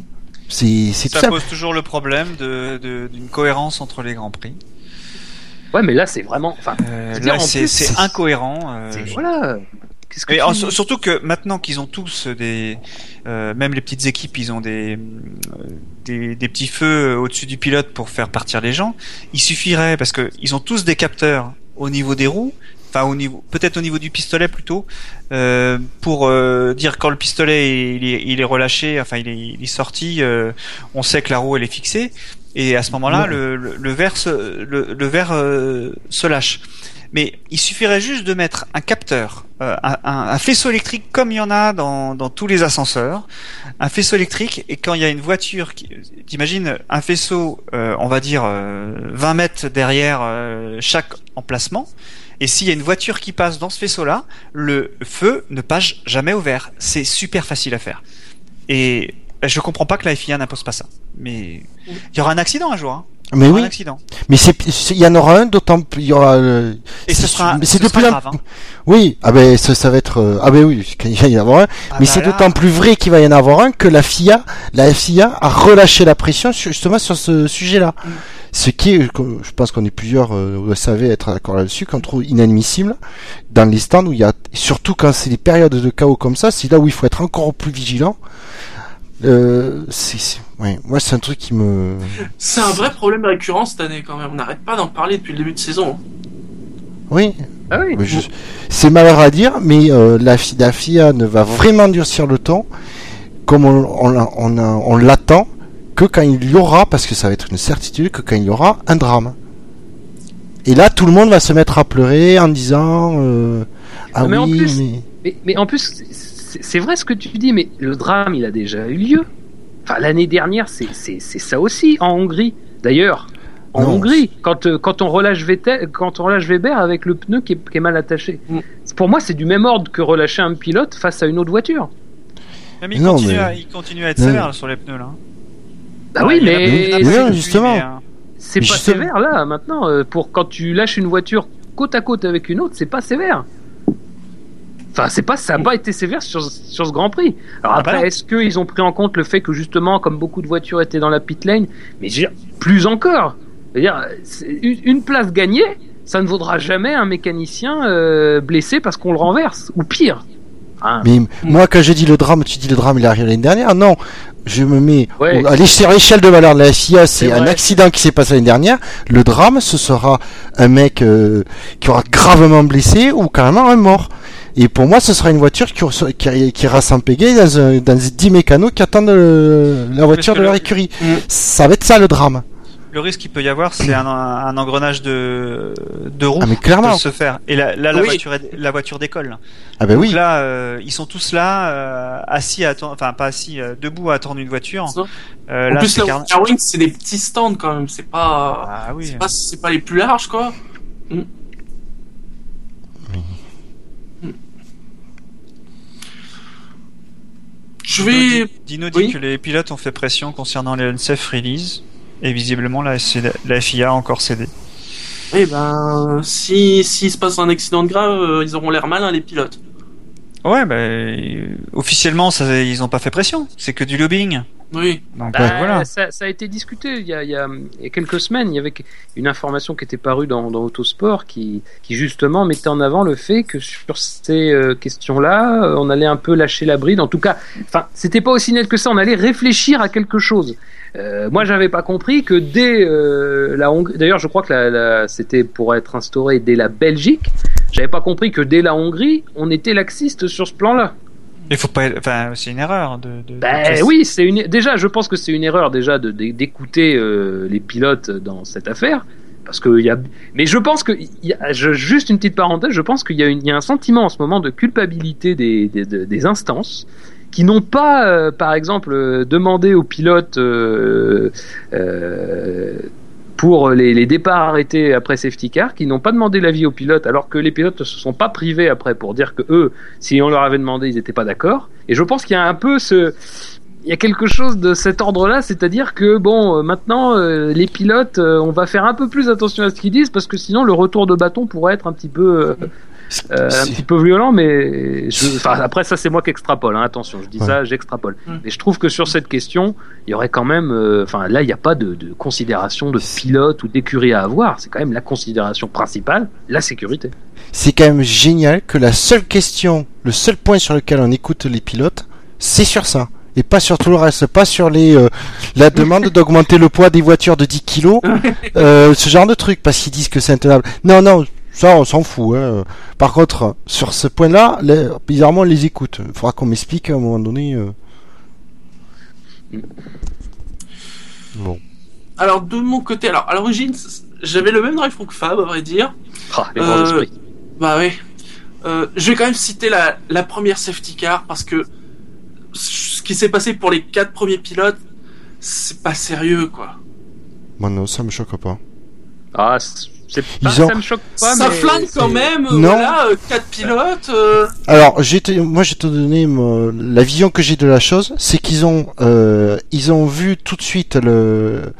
C'est tout Ça simple. pose toujours le problème d'une cohérence entre les grands prix. Ouais, mais là, c'est vraiment. Enfin, là, c'est incohérent. Voilà. Qu'est-ce que surtout que maintenant qu'ils ont tous même les petites équipes, ils ont des petits feux au-dessus du pilote pour faire partir les gens. Il suffirait, parce que ils ont tous des capteurs au niveau des roues, enfin peut-être au niveau du pistolet plutôt, pour dire quand le pistolet il est relâché, enfin il est sorti, on sait que la roue elle est fixée, et à ce moment-là le verre se lâche. Mais il suffirait juste de mettre un capteur, un faisceau électrique comme il y en a dans tous les ascenseurs, un faisceau électrique, et quand il y a une voiture t'imagines un faisceau, on va dire 20 mètres derrière chaque emplacement, et s'il y a une voiture qui passe dans ce faisceau-là, le feu ne passe jamais au vert. C'est super facile à faire. Et je comprends pas que la FIA n'impose pas ça. Mais il y aura un accident un jour. Hein. Mais oui. Un accident. Mais il y en aura un, d'autant il y aura. Et ce sera grave. Hein. Oui, ça va être. Oui, il va y en avoir un. Mais c'est d'autant plus vrai qu'il va y en avoir un que la FIA a relâché la pression justement sur ce sujet-là. Ce qui est, je pense qu'on est plusieurs, vous savez, être d'accord là-dessus, qu'on trouve inadmissible dans les stands où il y a, surtout quand c'est des périodes de chaos comme ça, c'est là où il faut être encore plus vigilant. Ouais, moi c'est un truc qui me. C'est un vrai problème récurrent cette année quand même. On n'arrête pas d'en parler depuis le début de saison. Oui. Ah oui. C'est malheureux à dire, mais la FIA ne va vraiment durcir le ton comme on l'attend que quand il y aura, parce que ça va être une certitude, que quand il y aura un drame. Et là, tout le monde va se mettre à pleurer en disant mais en plus, c'est vrai ce que tu dis, mais le drame, il a déjà eu lieu. Enfin, l'année dernière, c'est ça aussi en Hongrie. D'ailleurs, Hongrie, quand on relâche Weber avec le pneu qui est mal attaché. Pour moi, c'est du même ordre que relâcher un pilote face à une autre voiture. Mais il continue à être sévère sur les pneus là. Bah oui, mais justement. C'est pas sévère là maintenant. Pour quand tu lâches une voiture côte à côte avec une autre, c'est pas sévère. Enfin, ça n'a pas été sévère sur ce Grand Prix. Alors après, est-ce qu'ils ont pris en compte le fait que justement, comme beaucoup de voitures étaient dans la pit lane, mais plus encore, c'est-à-dire une place gagnée, ça ne vaudra jamais un mécanicien blessé parce qu'on le renverse, ou pire. Hein. Mais moi, quand je dis le drame, tu dis le drame, il est arrivé l'année dernière. Non, je me mets à l'échelle de valeur de la FIA, c'est un accident qui s'est passé l'année dernière. Le drame, ce sera un mec qui aura gravement blessé ou carrément un mort. Et pour moi, ce sera une voiture qui ira s'empéguer dans 10 mécanos qui attendent la voiture de leur écurie. Ça va être ça le drame. Le risque qu'il peut y avoir, c'est un engrenage de roues qui peut se faire. Et la voiture décolle. Ah ben donc là, ils sont tous là, assis pas assis, debout à attendre une voiture. En plus, la Wing, c'est des petits stands quand même. C'est pas, c'est pas les plus larges, quoi. Dino dit que les pilotes ont fait pression concernant les unsafe release et visiblement la FIA a encore cédé. Eh ben, s'il se passe un accident de grave, ils auront l'air malins les pilotes. Ouais, officiellement, ils n'ont pas fait pression. C'est que du lobbying. Oui. Donc, voilà. Ça a été discuté il y a quelques semaines. Il y avait une information qui était parue dans Autosport qui justement mettait en avant le fait que sur ces questions-là, on allait un peu lâcher la bride. En tout cas, c'était pas aussi net que ça. On allait réfléchir à quelque chose. Moi, j'avais pas compris que dès la Hongrie. D'ailleurs, je crois que c'était pour être instauré dès la Belgique. J'avais pas compris que dès la Hongrie, on était laxiste sur ce plan-là. Il faut pas. C'est une erreur oui, déjà, je pense que c'est une erreur déjà d'écouter les pilotes dans cette affaire, parce que Mais je pense que juste une petite parenthèse, je pense qu'il y a un sentiment en ce moment de culpabilité des instances qui n'ont pas, par exemple, demandé aux pilotes pour les départs arrêtés après safety car, qui n'ont pas demandé l'avis aux pilotes, alors que les pilotes ne se sont pas privés après pour dire que eux, si on leur avait demandé, ils n'étaient pas d'accord. Et je pense qu'il y a un peu il y a quelque chose de cet ordre-là, c'est-à-dire que maintenant les pilotes, on va faire un peu plus attention à ce qu'ils disent, parce que sinon le retour de bâton pourrait être un petit peu un petit peu violent, mais après ça c'est moi qui extrapole, hein, attention, je dis ça, j'extrapole. Mais je trouve que sur cette question, il y aurait quand même, là il n'y a pas de considération de pilote ou d'écurie à avoir, c'est quand même la considération principale, la sécurité. C'est quand même génial que la seule question, le seul point sur lequel on écoute les pilotes, c'est sur ça. Et pas sur tout le reste, pas sur la demande d'augmenter le poids des voitures de 10 kilos, ce genre de truc, parce qu'ils disent que c'est intenable. Non, ça on s'en fout. Hein. Par contre, sur ce point-là, bizarrement on les écoute. Il faudra qu'on m'explique à un moment donné. Bon. Alors de mon côté, à l'origine, j'avais le même drive que Fab, à vrai dire. Les grands esprits. Bah oui. Je vais quand même citer la première safety car parce que ce qui s'est passé pour les 4 premiers pilotes, c'est pas sérieux, quoi. Moi non, ça me choque pas. Ah, ça me choque pas, ça mais flanne quand même. Non. Voilà, 4 pilotes. Alors, moi, je vais te donner la vision que j'ai de la chose, c'est qu'ils ont vu tout de suite le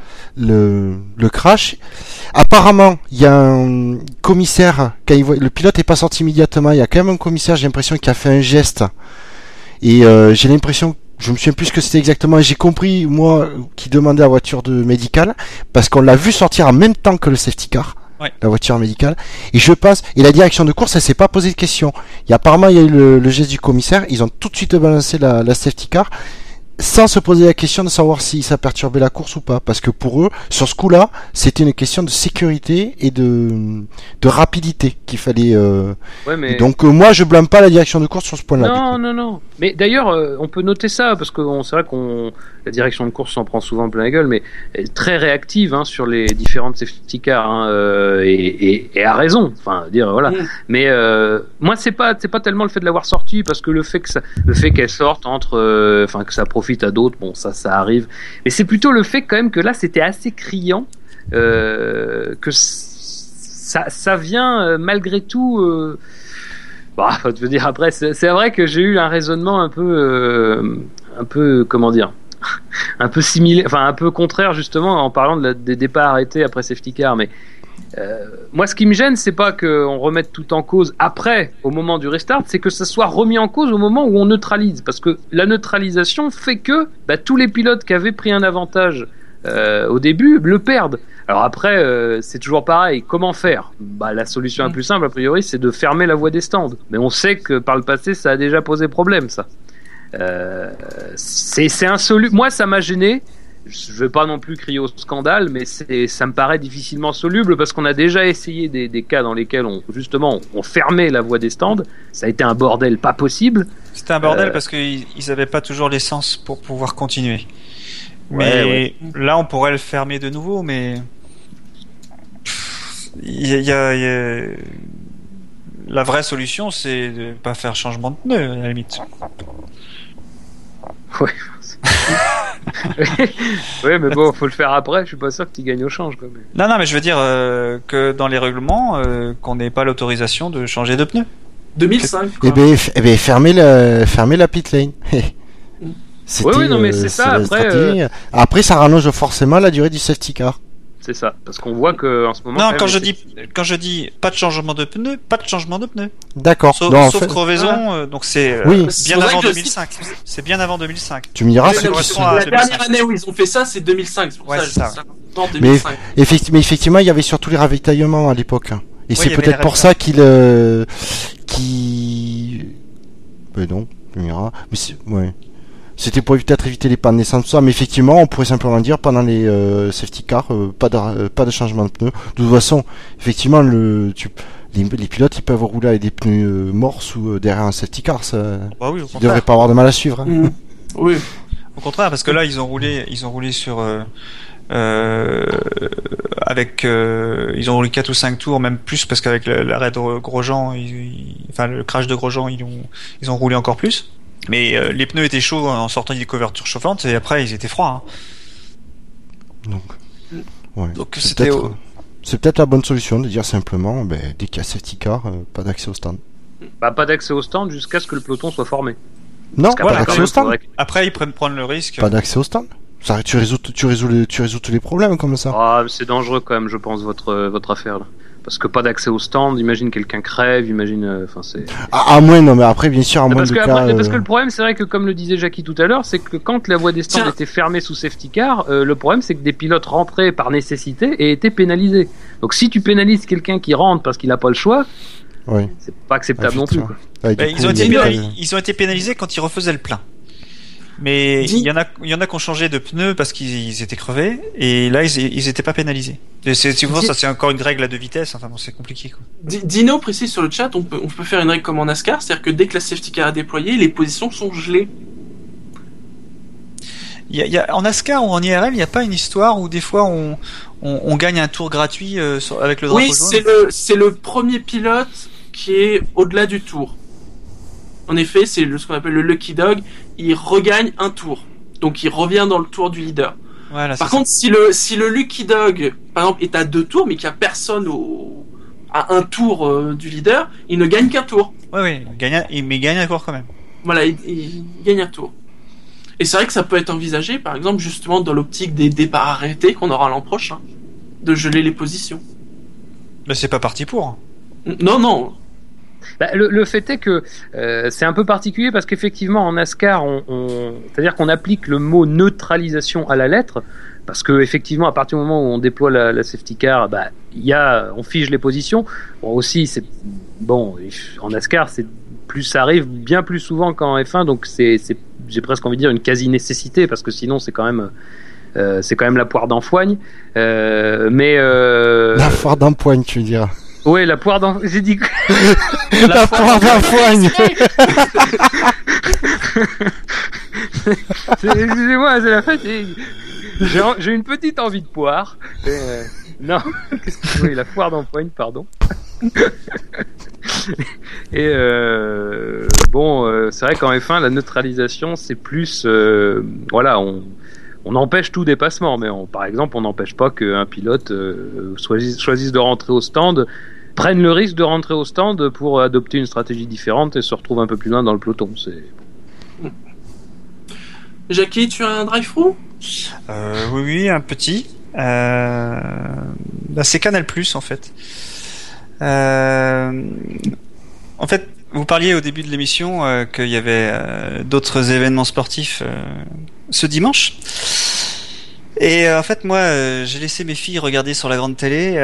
crash. Apparemment, il y a un commissaire, quand le pilote est pas sorti immédiatement, il y a quand même un commissaire, j'ai l'impression, qui a fait un geste. Et j'ai l'impression, je me souviens plus ce que c'était exactement, et j'ai compris, moi, qui demandait la voiture médicale, parce qu'on l'a vu sortir en même temps que le safety car. Ouais. La voiture médicale, et je pense, et la direction de course, elle s'est pas posé de questions. Apparemment, il y a eu le geste du commissaire, ils ont tout de suite balancé la safety car, sans se poser la question de savoir si ça perturbait la course ou pas, parce que pour eux, sur ce coup-là, c'était une question de sécurité et de rapidité qu'il fallait. Mais... Donc moi, je blâme pas la direction de course sur ce point-là. Non. Mais d'ailleurs, on peut noter ça parce que c'est vrai la direction de course s'en prend souvent plein la gueule, mais elle est très réactive sur les différentes safety cars et à raison. Enfin, voilà. Mais moi, c'est pas tellement le fait de l'avoir sorti, parce que le fait qu'elle sorte que ça profite à d'autres, bon, ça arrive. Mais c'est plutôt le fait quand même que là, c'était assez criant, que ça vient malgré tout. Je veux dire, après, c'est vrai que j'ai eu un raisonnement un peu comment dire, un peu similaire, enfin un peu contraire justement en parlant des départs arrêtés après safety car, mais moi, ce qui me gêne, c'est pas qu'on remette tout en cause après, au moment du restart, c'est que ça soit remis en cause au moment où on neutralise, parce que la neutralisation fait que tous les pilotes qui avaient pris un avantage au début le perdent. Alors après, c'est toujours pareil. Comment faire ? La solution la plus simple, a priori, c'est de fermer la voie des stands. Mais on sait que par le passé, ça a déjà posé problème, ça. C'est insoluble. Moi, ça m'a gêné. Je vais pas non plus crier au scandale, mais ça me paraît difficilement soluble, parce qu'on a déjà essayé des cas dans lesquels on fermait la voie des stands. Ça a été un bordel pas possible. C'était un bordel parce qu'ils avaient pas toujours l'essence pour pouvoir continuer. Mais là, on pourrait le fermer de nouveau, mais il y a la vraie solution, c'est de pas faire changement de pneu à la limite. Oui. Oui, mais bon, faut le faire après. Je suis pas sûr que tu gagnes au change, quand même. Non, mais je veux dire que dans les règlements, qu'on n'ait pas l'autorisation de changer de pneu. 2005. Eh ben, fermer la pit lane. Oui, non, mais c'est ça. Après, ça rallonge forcément la durée du safety car. C'est ça, parce qu'on voit que en ce moment. Non, quand je dis pas de changement de pneu, pas de changement de pneu. D'accord. Sauf crevaison, donc c'est bien avant 2005. C'est bien avant 2005. Tu me diras. La dernière année où ils ont fait ça, c'est 2005. C'est pour ça. Non, 2005. Mais effectivement, il y avait surtout les ravitaillements à l'époque. Et c'est peut-être pour ça Mais non, tu me diras. Mais c'était pour peut-être éviter les pannes naissantes, tout ça, mais effectivement, on pourrait simplement dire pendant les safety cars, pas de changement de pneus. De toute façon, effectivement, les pilotes, ils peuvent rouler avec des pneus morts derrière un safety car, ça, ils devraient pas avoir de mal à suivre. Hein. Oui. Au contraire, parce que là, ils ont roulé sur ils ont roulé 4 ou 5 tours, même plus, parce qu'avec l'arrêt de Grosjean, le crash de Grosjean, ils ont roulé encore plus. Mais les pneus étaient chauds en sortant des couvertures chauffantes, et après ils étaient froids. Donc c'est peut-être la bonne solution de dire simplement, dès qu'il y a safety car, pas d'accès au stand. Pas d'accès au stand jusqu'à ce que le peloton soit formé. Non, pas d'accès au stand. Après ils prennent le risque. Pas d'accès au stand. Ça, tu résous tous les problèmes comme ça. C'est dangereux quand même, je pense, votre affaire là. Parce que pas d'accès au stand, imagine quelqu'un crève, imagine, enfin c'est. À moins, non, mais après, bien sûr, à moins Parce de que, cas. parce que le problème, c'est vrai que comme le disait Jackie tout à l'heure, c'est que quand la voie des stands était fermée sous safety car, le problème c'est que des pilotes rentraient par nécessité et étaient pénalisés. Donc si tu pénalises quelqu'un qui rentre parce qu'il n'a pas le choix, oui. c'est pas acceptable non plus. Quoi. Ouais, ils ont été pénalisés quand ils refaisaient le plein. Mais il y en a qui ont changé de pneus parce qu'ils étaient crevés, et là ils étaient pas pénalisés. C'est encore une règle à 2 vitesses. Enfin bon, c'est compliqué quoi. Dino précise sur le chat, on peut faire une règle comme en NASCAR, c'est-à-dire que dès que la safety car est déployée, les positions sont gelées. En NASCAR ou en IRL, il n'y a pas une histoire où des fois on gagne un tour gratuit avec le drapeau jaune. Oui, c'est le premier pilote qui est au-delà du tour. En effet, c'est ce qu'on appelle le lucky dog. Il regagne un tour, donc il revient dans le tour du leader. Voilà, par contre, si le lucky dog, par exemple, est à 2 tours, mais qu'il n'y a personne à un tour du leader, il ne gagne qu'un tour. Oui, mais il gagne un tour quand même. Voilà, il gagne un tour. Et c'est vrai que ça peut être envisagé, par exemple, justement dans l'optique des départs arrêtés qu'on aura l'an prochain, de geler les positions. Mais c'est pas parti pour. Non. Bah, le fait est que c'est un peu particulier parce qu'effectivement en NASCAR, c'est-à-dire qu'on applique le mot neutralisation à la lettre, parce que effectivement à partir du moment où on déploie la safety car, bah on fige les positions. Bon aussi en NASCAR ça arrive bien plus souvent qu'en F1, donc j'ai presque envie de dire une quasi nécessité parce que sinon c'est quand même la poire d'empoigne. La foire d'empoigne, tu veux dire. Ouais, la poire d'empoigne. J'ai dit la poire d'empoigne. Excusez-moi, c'est la fatigue. J'ai une petite envie de poire. Non, oui, la foire d'empoigne, pardon. Et c'est vrai qu'en F1, la neutralisation, c'est plus, on empêche tout dépassement, mais par exemple, on n'empêche pas qu'un pilote choisisse de rentrer au stand, prenne le risque de rentrer au stand pour adopter une stratégie différente et se retrouve un peu plus loin dans le peloton. Jackie, tu as un drive-thru ? Oui, un petit. C'est Canal+, en fait. En fait, vous parliez au début de l'émission qu'il y avait d'autres événements sportifs ce dimanche. Et en fait, moi, j'ai laissé mes filles regarder sur la grande télé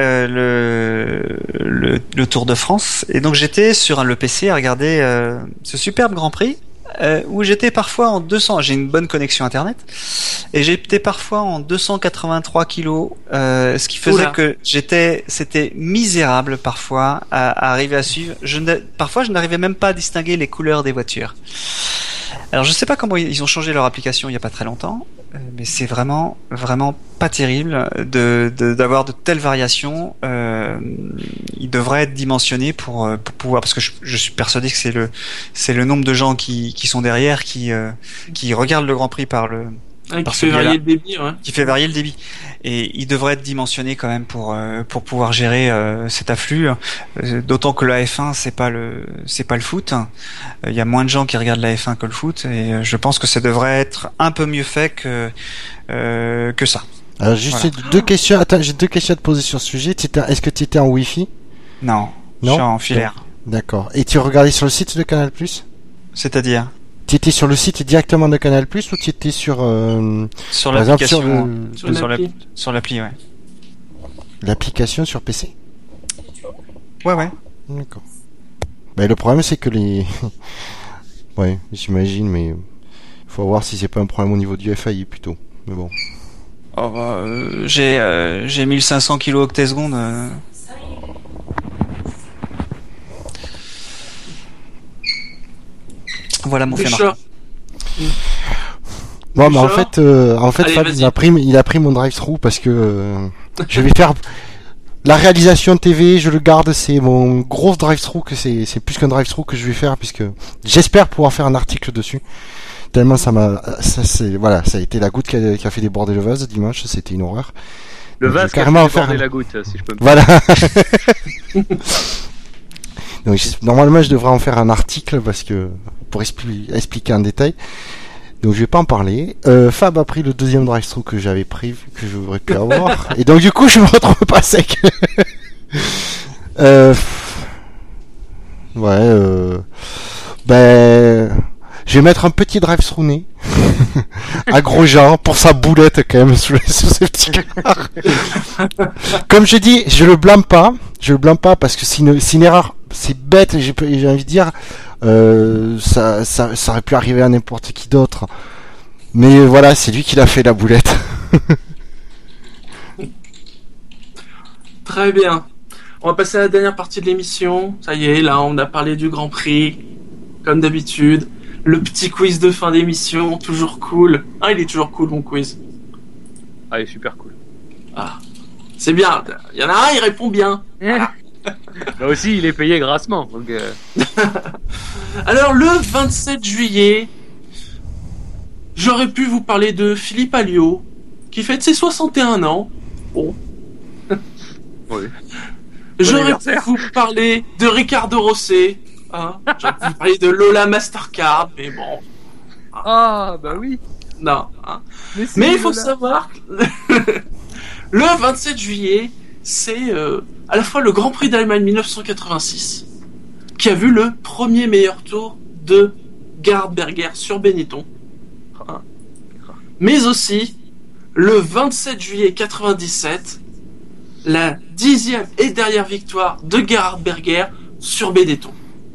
le Tour de France. Et donc, j'étais sur le PC à regarder ce superbe Grand Prix où j'étais parfois en 200. J'ai une bonne connexion Internet. Et j'étais parfois en 283 kilos, ce qui faisait que c'était misérable parfois à arriver à suivre. Parfois, je n'arrivais même pas à distinguer les couleurs des voitures. Alors, je sais pas comment ils ont changé leur application il y a pas très longtemps, mais c'est vraiment pas terrible d'avoir de telles variations. Il devrait être dimensionné pour pouvoir, parce que je suis persuadé que c'est le nombre de gens qui sont derrière qui regardent le Grand Prix qui fait varier le débit, ouais. Qui fait varier le débit. Et il devrait être dimensionné quand même pour pouvoir gérer cet afflux. D'autant que la F1 c'est pas le foot. Il y a moins de gens qui regardent la F1 que le foot, et je pense que ça devrait être un peu mieux fait que ça. Alors juste deux questions. Attends, j'ai 2 questions à te poser sur ce sujet. Est-ce que tu étais en Wi-Fi ? Non, je suis en filaire. D'accord. Et tu regardais sur le site de Canal+? C'est-à-dire ? Tu étais sur le site directement de Canal+, ou tu étais sur l'application, sur l'appli, ouais. L'application sur PC? Ouais. D'accord. Le problème, c'est que ouais, j'imagine, mais faut voir si c'est pas un problème au niveau du FAI plutôt. Mais bon. J'ai 1500 kilos octesecondes. Voilà mon fait marquant. Bon, mais en fait, allez, Fab, il a pris mon drive-thru parce que je vais faire la réalisation TV, je le garde, c'est mon gros drive-thru, que c'est plus qu'un drive-thru que je vais faire, puisque j'espère pouvoir faire un article dessus. Tellement ça a été la goutte qui a fait déborder le vase dimanche, c'était une horreur. Le vase qui a fait déborder la goutte, si je peux me permettre. Voilà. Donc, normalement, je devrais en faire un article pour expliquer en détail. Donc, je vais pas en parler. Fab a pris le deuxième drive-thru que j'avais prévu, que j'aurais pu avoir. Et donc, du coup, je me retrouve pas sec. Ouais. Ben, je vais mettre un petit drive through à Grosjean pour sa boulette quand même sous ses petits cars. Comme je dis, je le blâme pas parce que c'est une erreur, c'est bête, j'ai envie de dire, ça aurait pu arriver à n'importe qui d'autre. Mais voilà, c'est lui qui l'a fait la boulette. Très bien. On va passer à la dernière partie de l'émission. Ça y est, là, on a parlé du Grand Prix, comme d'habitude. Le petit quiz de fin d'émission, toujours cool. Ah, il est toujours cool, mon quiz. Ah, il est super cool. Ah, c'est bien. Il y en a un, il répond bien. Là aussi, il est payé grassement. Donc, Alors, le 27 juillet, j'aurais pu vous parler de Philippe Alliot, qui fête ses 61 ans. Bon. Oui. J'aurais pu anniversaire. vous parler de Ricardo Rosset. Hein. J'aurais pu vous parler de Lola Mastercard, mais bon. Ah, bah oui. Non. Hein. c'est Mais il faut Lola. savoir que le 27 juillet, c'est à la fois le Grand Prix d'Allemagne 1986, qui a vu le premier meilleur tour de Gerhard Berger sur Benetton. Hein. Mais aussi, le 27 juillet 97, la 10e et dernière victoire de Gerhard Berger sur Benetton.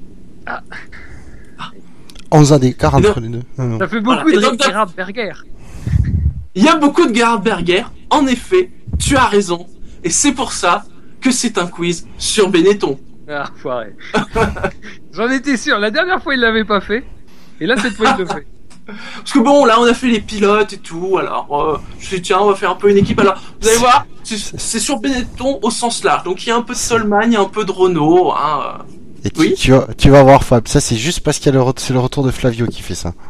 11 ans d'écart entre les deux. Non. Ça fait beaucoup Voilà. Et donc, de Gerhard Berger. Il y a beaucoup de Gerhard Berger, en effet, tu as raison, et c'est pour ça que c'est un quiz sur Benetton. Ah, foiré. J'en étais sûr. La dernière fois, il l'avait pas fait. Et là, cette fois, il le fait. Parce que bon, là on a fait les pilotes et tout, alors je me suis dit tiens, on va faire un peu une équipe. Alors, vous allez voir, c'est sur Benetton au sens large, donc il y a un peu de Solman, il y a un peu de Renault, hein. Et Oui. tu vas voir Fab, ça c'est juste parce qu'il y a c'est le retour de Flavio qui fait ça.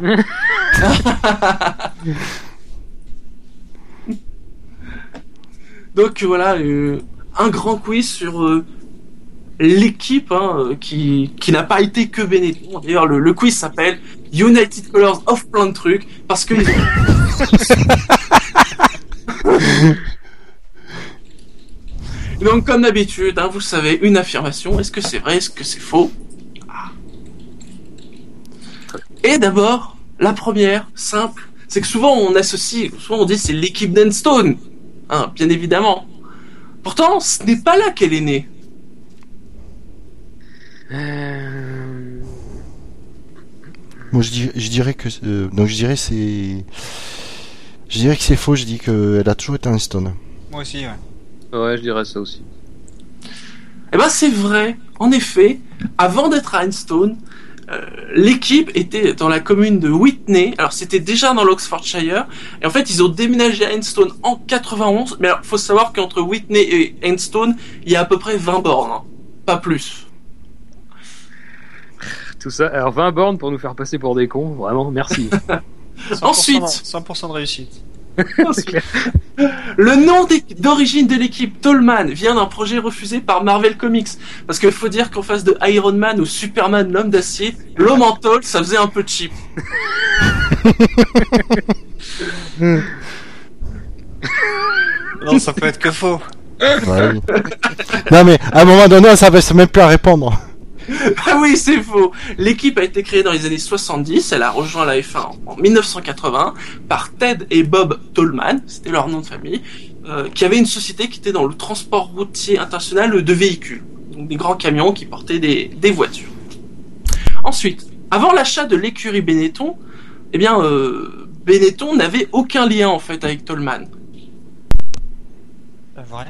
Donc voilà, un grand quiz sur l'équipe qui n'a pas été que Benetton. D'ailleurs, le quiz s'appelle United Colors of plein de trucs, parce que... Donc comme d'habitude, hein, vous savez, une affirmation, est-ce que c'est vrai, est-ce que c'est faux? Ah. Et d'abord, la première, simple, c'est que souvent on dit c'est l'équipe d'Enstone, hein, bien évidemment. Pourtant, ce n'est pas là qu'elle est née. Moi je dirais que donc je dirais que c'est faux, je dis qu'elle a toujours été un Stone. Moi aussi, ouais. Ouais, je dirais ça aussi. Eh ben c'est vrai, en effet, avant d'être à Enstone, l'équipe était dans la commune de Whitney. Alors c'était déjà dans l'Oxfordshire, et en fait ils ont déménagé à Enstone en 91. Mais alors faut savoir qu'entre Whitney et Enstone, il y a à peu près 20 bornes, hein, pas plus. Tout ça. Alors, 20 bornes pour nous faire passer pour des cons. Vraiment, merci. 100% Ensuite. 100% de réussite. C'est clair. Le nom d'origine de l'équipe Tolman vient d'un projet refusé par Marvel Comics. Parce qu'il faut dire qu'en face de Iron Man ou Superman, l'homme d'acier, l'homme en tôle, ça faisait un peu cheap. Non, ça peut être que faux. Ouais, oui. Non mais à un moment donné, on savait même plus à répondre. Ah oui, c'est faux. L'équipe a été créée dans les années 70. Elle a rejoint la F1 en 1980 par Ted et Bob Tolman, c'était leur nom de famille, qui avait une société qui était dans le transport routier international de véhicules, donc des grands camions qui portaient des voitures. Ensuite, avant l'achat de l'écurie Benetton, eh bien, Benetton n'avait aucun lien en fait avec Tolman. Vrai.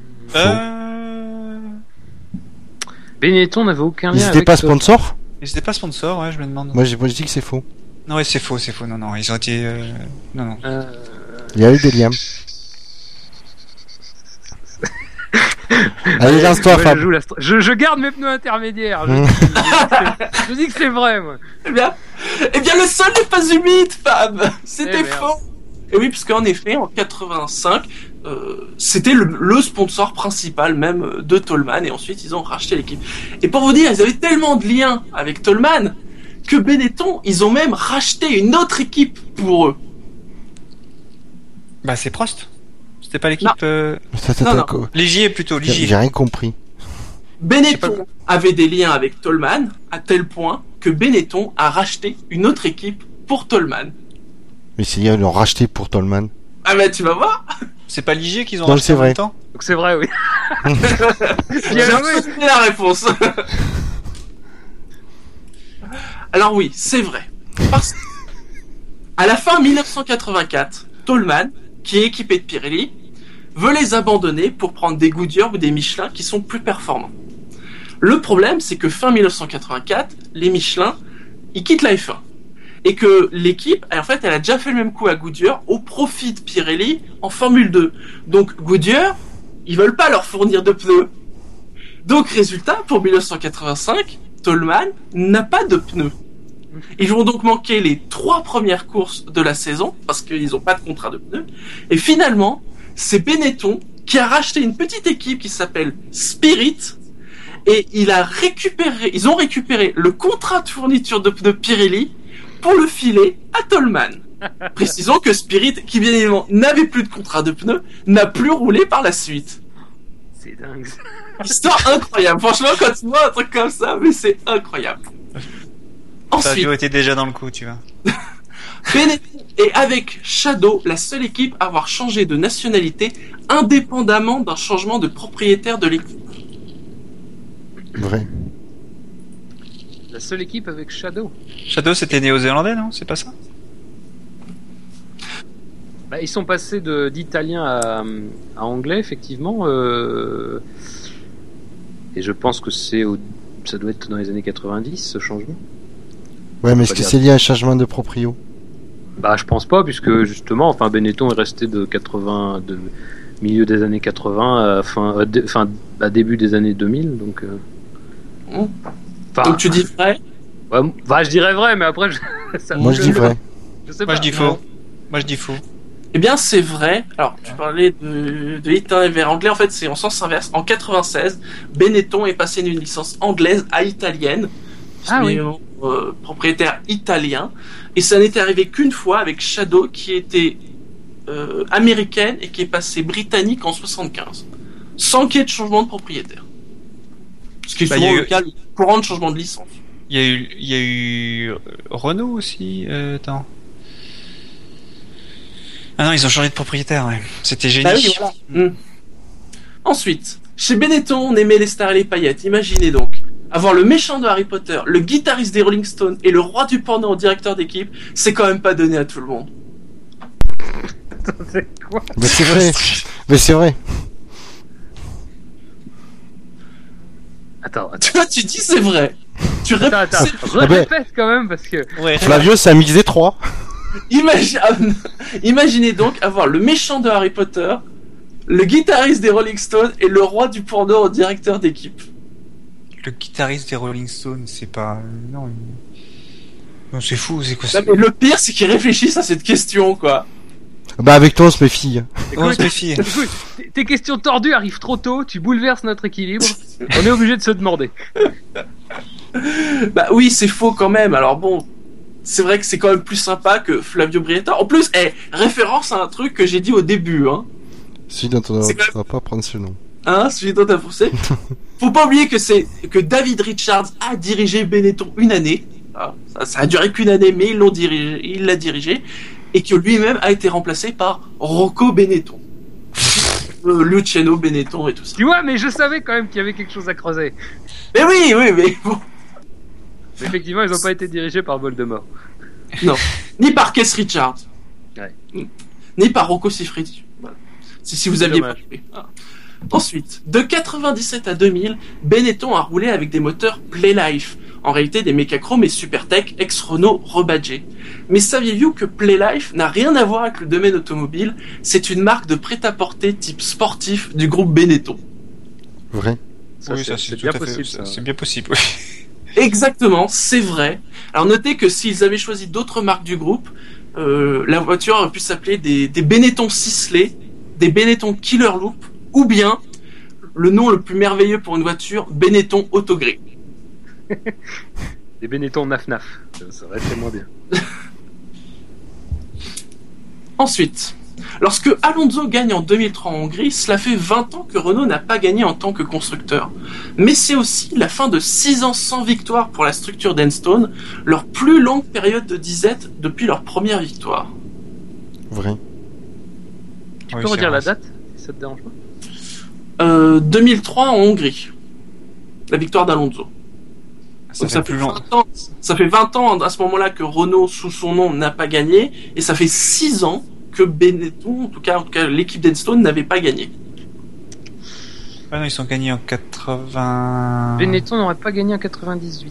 Benetton n'avait aucun Ils lien étaient avec pas sponsors? Ils étaient pas sponsors, ouais, je me demande. Moi je dis que c'est faux. Non, ouais, c'est faux. Non, ils ont été. Non. Il y a eu des liens. Allez, lance-toi, Ouais, Fab. je garde mes pneus intermédiaires. Je dis que c'est vrai, moi. Eh bien, le sol n'est pas humide, Fab. C'était Eh merde. faux. Et oui, puisqu'en effet, en 85, c'était le sponsor principal même de Tolman, et ensuite ils ont racheté l'équipe. Et pour vous dire, ils avaient tellement de liens avec Tolman que Benetton, ils ont même racheté une autre équipe pour eux. Bah, c'est Prost. C'était pas l'équipe. Attends, Non. quoi. Ligier plutôt, Ligier. J'ai rien compris. Benetton avait des liens avec Toleman à tel point que Benetton a racheté une autre équipe pour Toleman. Mais c'est ils l'ont racheté pour Toleman. Ah bah tu vas voir. C'est pas Ligier qu'ils ont Non, racheté c'est en vrai. même temps? Donc c'est vrai, oui. J'ai Bien joué. retenu la réponse. Alors oui, c'est vrai. Parce que à la fin 1984, Toleman, qui est équipé de Pirelli, veut les abandonner pour prendre des Goodyear ou des Michelin qui sont plus performants. Le problème, c'est que fin 1984, les Michelin, ils quittent la F1. Et que l'équipe, en fait, elle a déjà fait le même coup à Goodyear au profit de Pirelli en Formule 2. Donc Goodyear, ils veulent pas leur fournir de pneus. Donc résultat, pour 1985, Toleman n'a pas de pneus. Ils vont donc manquer les 3 premières courses de la saison parce qu'ils n'ont pas de contrat de pneus. Et finalement, c'est Benetton qui a racheté une petite équipe qui s'appelle Spirit et ils ont récupéré le contrat de fourniture de pneus Pirelli pour le filer à Toleman. Précisons que Spirit, qui bien évidemment n'avait plus de contrat de pneus, n'a plus roulé par la suite. C'est dingue. Histoire incroyable. Franchement, quand tu vois un truc comme ça, mais c'est incroyable. Ensuite, Fabio était déjà dans le coup, tu vois. Benetton est avec Shadow la seule équipe à avoir changé de nationalité indépendamment d'un changement de propriétaire de l'équipe. Vrai. La seule équipe avec Shadow. Shadow, c'était néo-zélandais, non? C'est pas ça? Bah, ils sont passés d'italien à anglais, effectivement. Et je pense que ça doit être dans les années 90, ce changement. Ouais, mais est-ce Pas que dire. c'est lié à un changement de proprio? Bah, je pense pas, puisque justement, enfin, Benetton est resté de milieu des années 80 à début des années 2000, donc. Donc tu dis vrai? Ouais, bah, je dirais vrai, mais après, Moi je dis vrai. Je sais Moi, pas. je dis faux. Moi, je dis faux. Eh bien, c'est vrai. Alors, tu parlais de italien vers anglais. En fait, c'est en sens inverse. En 96, Benetton est passé d'une licence anglaise à italienne. Ah oui. Propriétaire italien. Et ça n'était arrivé qu'une fois avec Shadow, qui était américaine et qui est passée britannique en 75. Sans qu'il y ait de changement de propriétaire. Ce qui est souvent le cas, le courant de changement de licence. Il y a eu Renault aussi. Attends. Ah non, ils ont changé de propriétaire, ouais. C'était génial. Bah oui, voilà. Ensuite, chez Benetton, on aimait les stars et les paillettes. Imaginez donc, avoir le méchant de Harry Potter, le guitariste des Rolling Stones et le roi du porno en directeur d'équipe, c'est quand même pas donné à tout le monde. C'est quoi? Mais c'est vrai. Mais c'est vrai. Attends. Tu vois, tu dis c'est vrai. Tu Attends. répètes. Répète quand même, parce que. Ouais. Flavio, c'est un mix des 3. Imaginez donc avoir le méchant de Harry Potter, le guitariste des Rolling Stones et le roi du porno en directeur d'équipe. Le guitariste des Rolling Stones, c'est pas. Non, non, c'est fou, c'est quoi Non, mais le pire, c'est qu'ils réfléchissent à cette question, quoi. Bah avec toi on se méfie. On se méfie. Écoute, tes questions tordues arrivent trop tôt, tu bouleverses notre équilibre, on est obligé de se demander. Bah oui, c'est faux quand même. Alors bon, c'est vrai que c'est quand même plus sympa que Flavio Brietta. En plus, référence à un truc que j'ai dit au début, hein. Celui dont on C'est quand va pas prendre ce nom. Hein, celui dont t'as poussé. Faut pas oublier que David Richards a dirigé Benetton une année. Ah, ça a duré qu'une année, mais il l'a dirigé. Et que lui-même a été remplacé par Rocco Benetton. Luciano Benetton et tout ça. Tu vois, mais je savais quand même qu'il y avait quelque chose à creuser. Mais oui, mais bon. Mais effectivement, ils n'ont pas été dirigés par Voldemort. Non. Ni par Keith Richards. Ouais. Ni par Rocco Siffredi. Voilà. Si vous aviez pas Dommage. joué. Ah. Ensuite, de 97 à 2000, Benetton a roulé avec des moteurs Playlife. En réalité, des Mecachrome et Supertech ex-Renault rebadgés. Mais saviez-vous que Playlife n'a rien à voir avec le domaine automobile? C'est une marque de prêt-à-porter type sportif du groupe Benetton. Vrai. Oui, ça, c'est bien tout à fait- possible. Ça. C'est bien possible, oui. Exactement, c'est vrai. Alors notez que s'ils avaient choisi d'autres marques du groupe, la voiture aurait pu s'appeler des Benetton Sisley, des Benetton Killer Loop, ou bien le nom le plus merveilleux pour une voiture, Benetton Autogré. Des Benetton naf-naf. Ça aurait été moins bien. Ensuite, Lorsque Alonso gagne en 2003 en Hongrie, cela fait 20 ans que Renault n'a pas gagné en tant que constructeur. Mais c'est aussi la fin de 6 ans sans victoire pour la structure d'Enstone, leur plus longue période de disette depuis leur première victoire. Vrai. Tu peux redire la date, si ça te dérange pas? 2003 en Hongrie. La victoire d'Alonso. Donc ça fait 20 ans, ça fait 20 ans à ce moment-là que Renault, sous son nom, n'a pas gagné, et ça fait 6 ans que Benetton, en tout cas l'équipe d'Enstone, n'avait pas gagné. Ah non, ils sont gagnés en 80... Benetton n'aurait pas gagné en 98.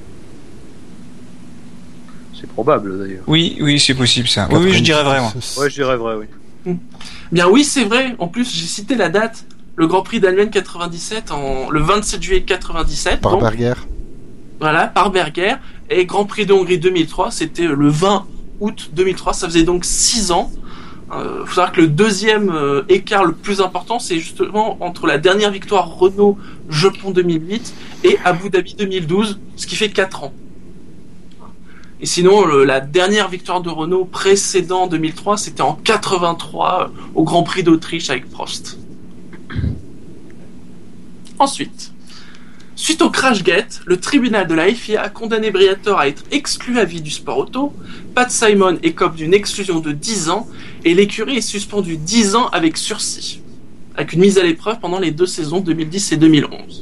C'est probable d'ailleurs. Oui, c'est possible ça. Oui, je dirais vrai, moi. Ouais, je dirais vrai, oui. Bien oui, c'est vrai. En plus, j'ai cité la date. Le Grand Prix d'Allemagne 97, le 27 juillet 97. Par Berger. Voilà, par Berger. Et Grand Prix de Hongrie 2003, c'était le 20 août 2003. Ça faisait donc 6 ans. Faut savoir que le deuxième écart le plus important, c'est justement entre la dernière victoire Renault Japon 2008 et Abu Dhabi 2012, ce qui fait 4 ans. Et sinon, la dernière victoire de Renault précédent 2003, c'était en 83 au Grand Prix d'Autriche avec Prost. Ensuite, suite au Crashgate, le tribunal de la FIA a condamné Briatore à être exclu à vie du sport auto. Pat Simon écope d'une exclusion de 10 ans et l'écurie est suspendue 10 ans avec sursis, avec une mise à l'épreuve pendant les 2 saisons 2010 et 2011.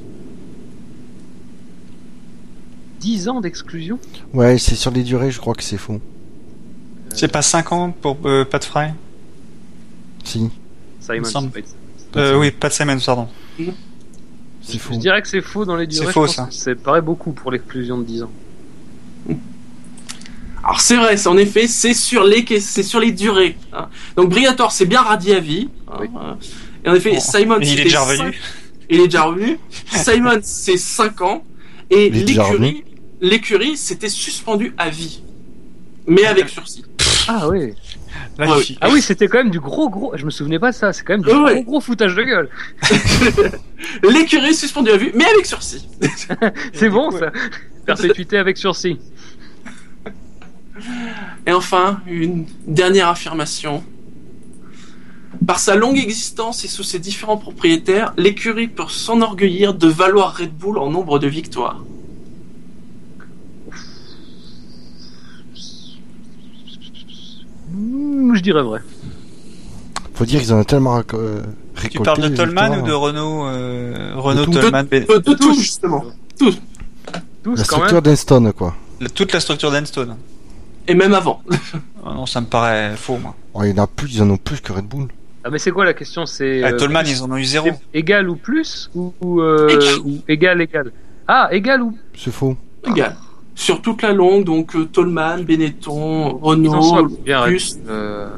10 ans d'exclusion? Ouais, c'est sur les durées, je crois que c'est faux. C'est pas 5 ans pour Pat Fry? Si. Simon, oui, Pat Simon, pardon. C'est faux. Je dirais que c'est faux dans les durées. C'est faux, ça. Ça paraît beaucoup pour l'exclusion de 10 ans. Alors c'est vrai, en effet, c'est sur les durées. Hein. Donc Briatore s'est bien radié à vie. Hein, Oui. Et en effet, Simon, il est déjà revenu. Il est déjà revenu. Simon, c'est 5 ans. Et l'écurie s'était suspendue à vie. Mais avec sursis. Ah oui. Magnifique. Ah oui, c'était quand même du gros. Je me souvenais pas de ça. C'est quand même du gros foutage de gueule. L'écurie suspendue à vue, mais avec sursis. C'est bon ça. Perpétuité avec sursis. Et enfin, une dernière affirmation. Par sa longue existence et sous ses différents propriétaires, l'écurie peut s'enorgueillir de valoir Red Bull en nombre de victoires. Je dirais vrai. Faut dire qu'ils en ont tellement récolté. Tu parles de Tollman ou de Renault Tollman De tout, justement. Tout. La structure d'Enstone, quoi. Toute la structure d'Enstone. Et même avant. Oh non, ça me paraît faux, moi. Oh, il y en a plus, ils en ont plus que Red Bull. Ah mais c'est quoi la question? C'est Tollman, ils en ont eu 0. Égal ou plus ou égal. Ah, égal ou... C'est faux. Égal. Sur toute la longue, donc Tollman, Benetton, Ils en Renault, sont bien plus. Red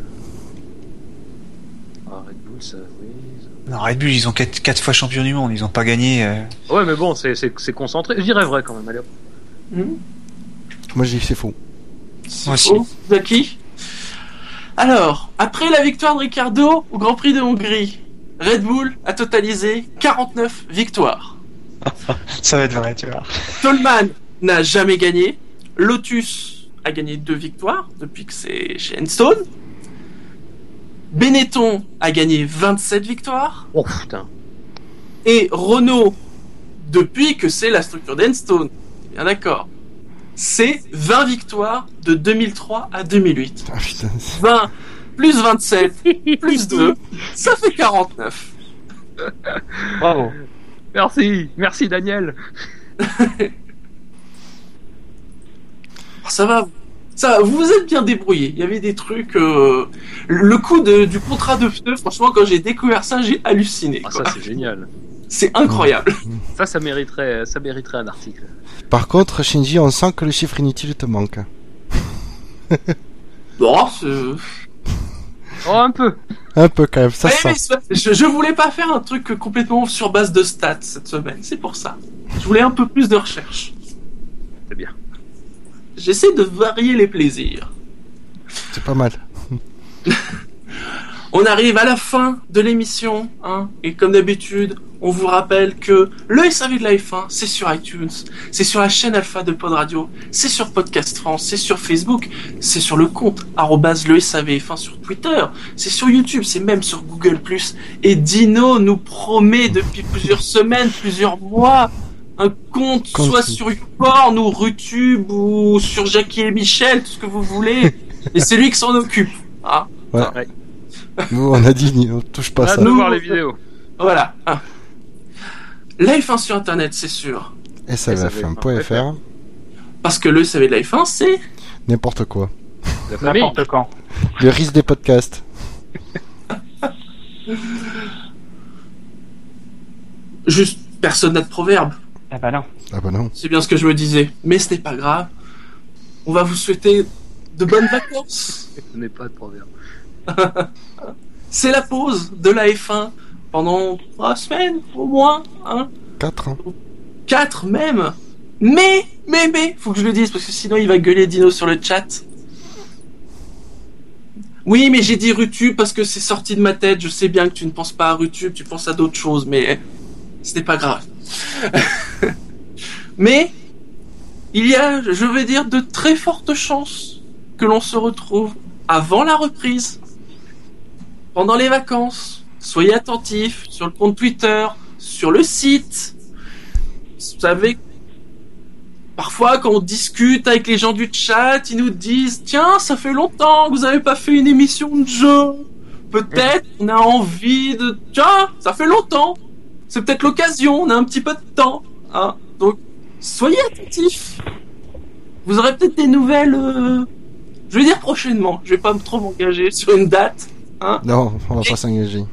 Bull, ça, oui. Non, Red Bull, ils ont 4 fois champion du monde, ils ont pas gagné. Ouais, mais bon, c'est concentré. Je dirais vrai quand même, allez hop. Moi, je dis que c'est faux. Moi aussi. Oh, Zaki. Alors, après la victoire de Ricciardo au Grand Prix de Hongrie, Red Bull a totalisé 49 victoires. Ça va être vrai, tu vois. Tollman n'a jamais gagné. Lotus a gagné 2 victoires depuis que c'est chez Enstone. Benetton a gagné 27 victoires. Oh putain. Et Renault, depuis que c'est la structure d'Enstone, bien d'accord, c'est 20 victoires de 2003 à 2008. Ah putain. 20 plus 27 plus 2, ça fait 49. Bravo. Merci Daniel. Ça va, vous vous êtes bien débrouillé. Il y avait des trucs. Le coup du contrat de pneus, franchement, quand j'ai découvert ça, j'ai halluciné. Ah, Quoi. ça c'est génial. C'est incroyable. Ça mériterait un article. Par contre, Shinji, on sent que le chiffre inutile te manque. Bon, Oh, un peu. Un peu quand même, ça ouais, sent. mais je voulais pas faire un truc complètement sur base de stats cette semaine. C'est pour ça. Je voulais un peu plus de recherche. C'est bien. J'essaie de varier les plaisirs. C'est pas mal. On arrive à la fin de l'émission, hein, et comme d'habitude, on vous rappelle que le SAV de la F1, c'est sur iTunes, c'est sur la chaîne Alpha de Pod Radio, c'est sur Podcast France, c'est sur Facebook, c'est sur le compte @le SAVF1 sur Twitter, c'est sur YouTube, c'est même sur Google+. Et Dino nous promet depuis plusieurs semaines, plusieurs mois, un compte soit sur YouPorn ou Rutube ou sur Jackie et Michel, tout ce que vous voulez, et c'est lui qui s'en occupe. Hein. Ouais. Nous, on a dit, on touche pas ça. De voir les vidéos. Voilà. La F1 sur Internet, c'est sûr. SAVF1.fr. Parce que le SAV de la F1, c'est... N'importe quoi. N'importe quand. Le risque des podcasts. Juste, personne n'a de proverbe. Ah bah non. C'est bien ce que je me disais. Mais ce n'est pas grave. On va vous souhaiter de bonnes vacances. Ce n'est pas de proverbe. C'est la pause de la F1 pendant 3 semaines au moins, hein. 4 ans. 4 même. Mais, faut que je le dise parce que sinon il va gueuler Dino sur le chat. Oui, mais j'ai dit Rutube parce que c'est sorti de ma tête. Je sais bien que tu ne penses pas à Rutube, tu penses à d'autres choses, mais ce n'est pas grave. Mais il y a, je vais dire, de très fortes chances que l'on se retrouve avant la reprise, pendant les vacances. Soyez attentifs sur le compte Twitter, sur le site. Vous savez, parfois quand on discute avec les gens du chat, ils nous disent « Tiens, ça fait longtemps que vous n'avez pas fait une émission de jeu. Peut-être on a envie de... Tiens, ça fait longtemps. C'est peut-être l'occasion, on a un petit peu de temps. Hein. Donc, soyez attentifs. Vous aurez peut-être des nouvelles... Je vais dire prochainement. Je vais pas trop m'engager sur une date. Hein. Non, on va pas s'engager.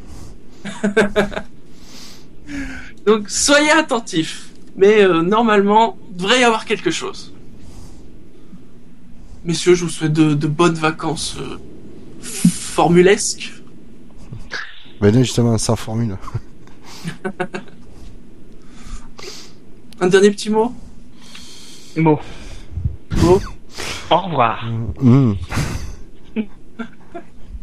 Donc, soyez attentifs. Mais normalement, il devrait y avoir quelque chose. Messieurs, je vous souhaite de bonnes vacances formulesques. Ben non, justement, sans formule. Un dernier petit mot. Mot. Au revoir.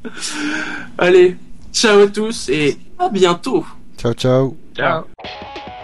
Allez, ciao à tous et à bientôt. Ciao, ciao. Ciao.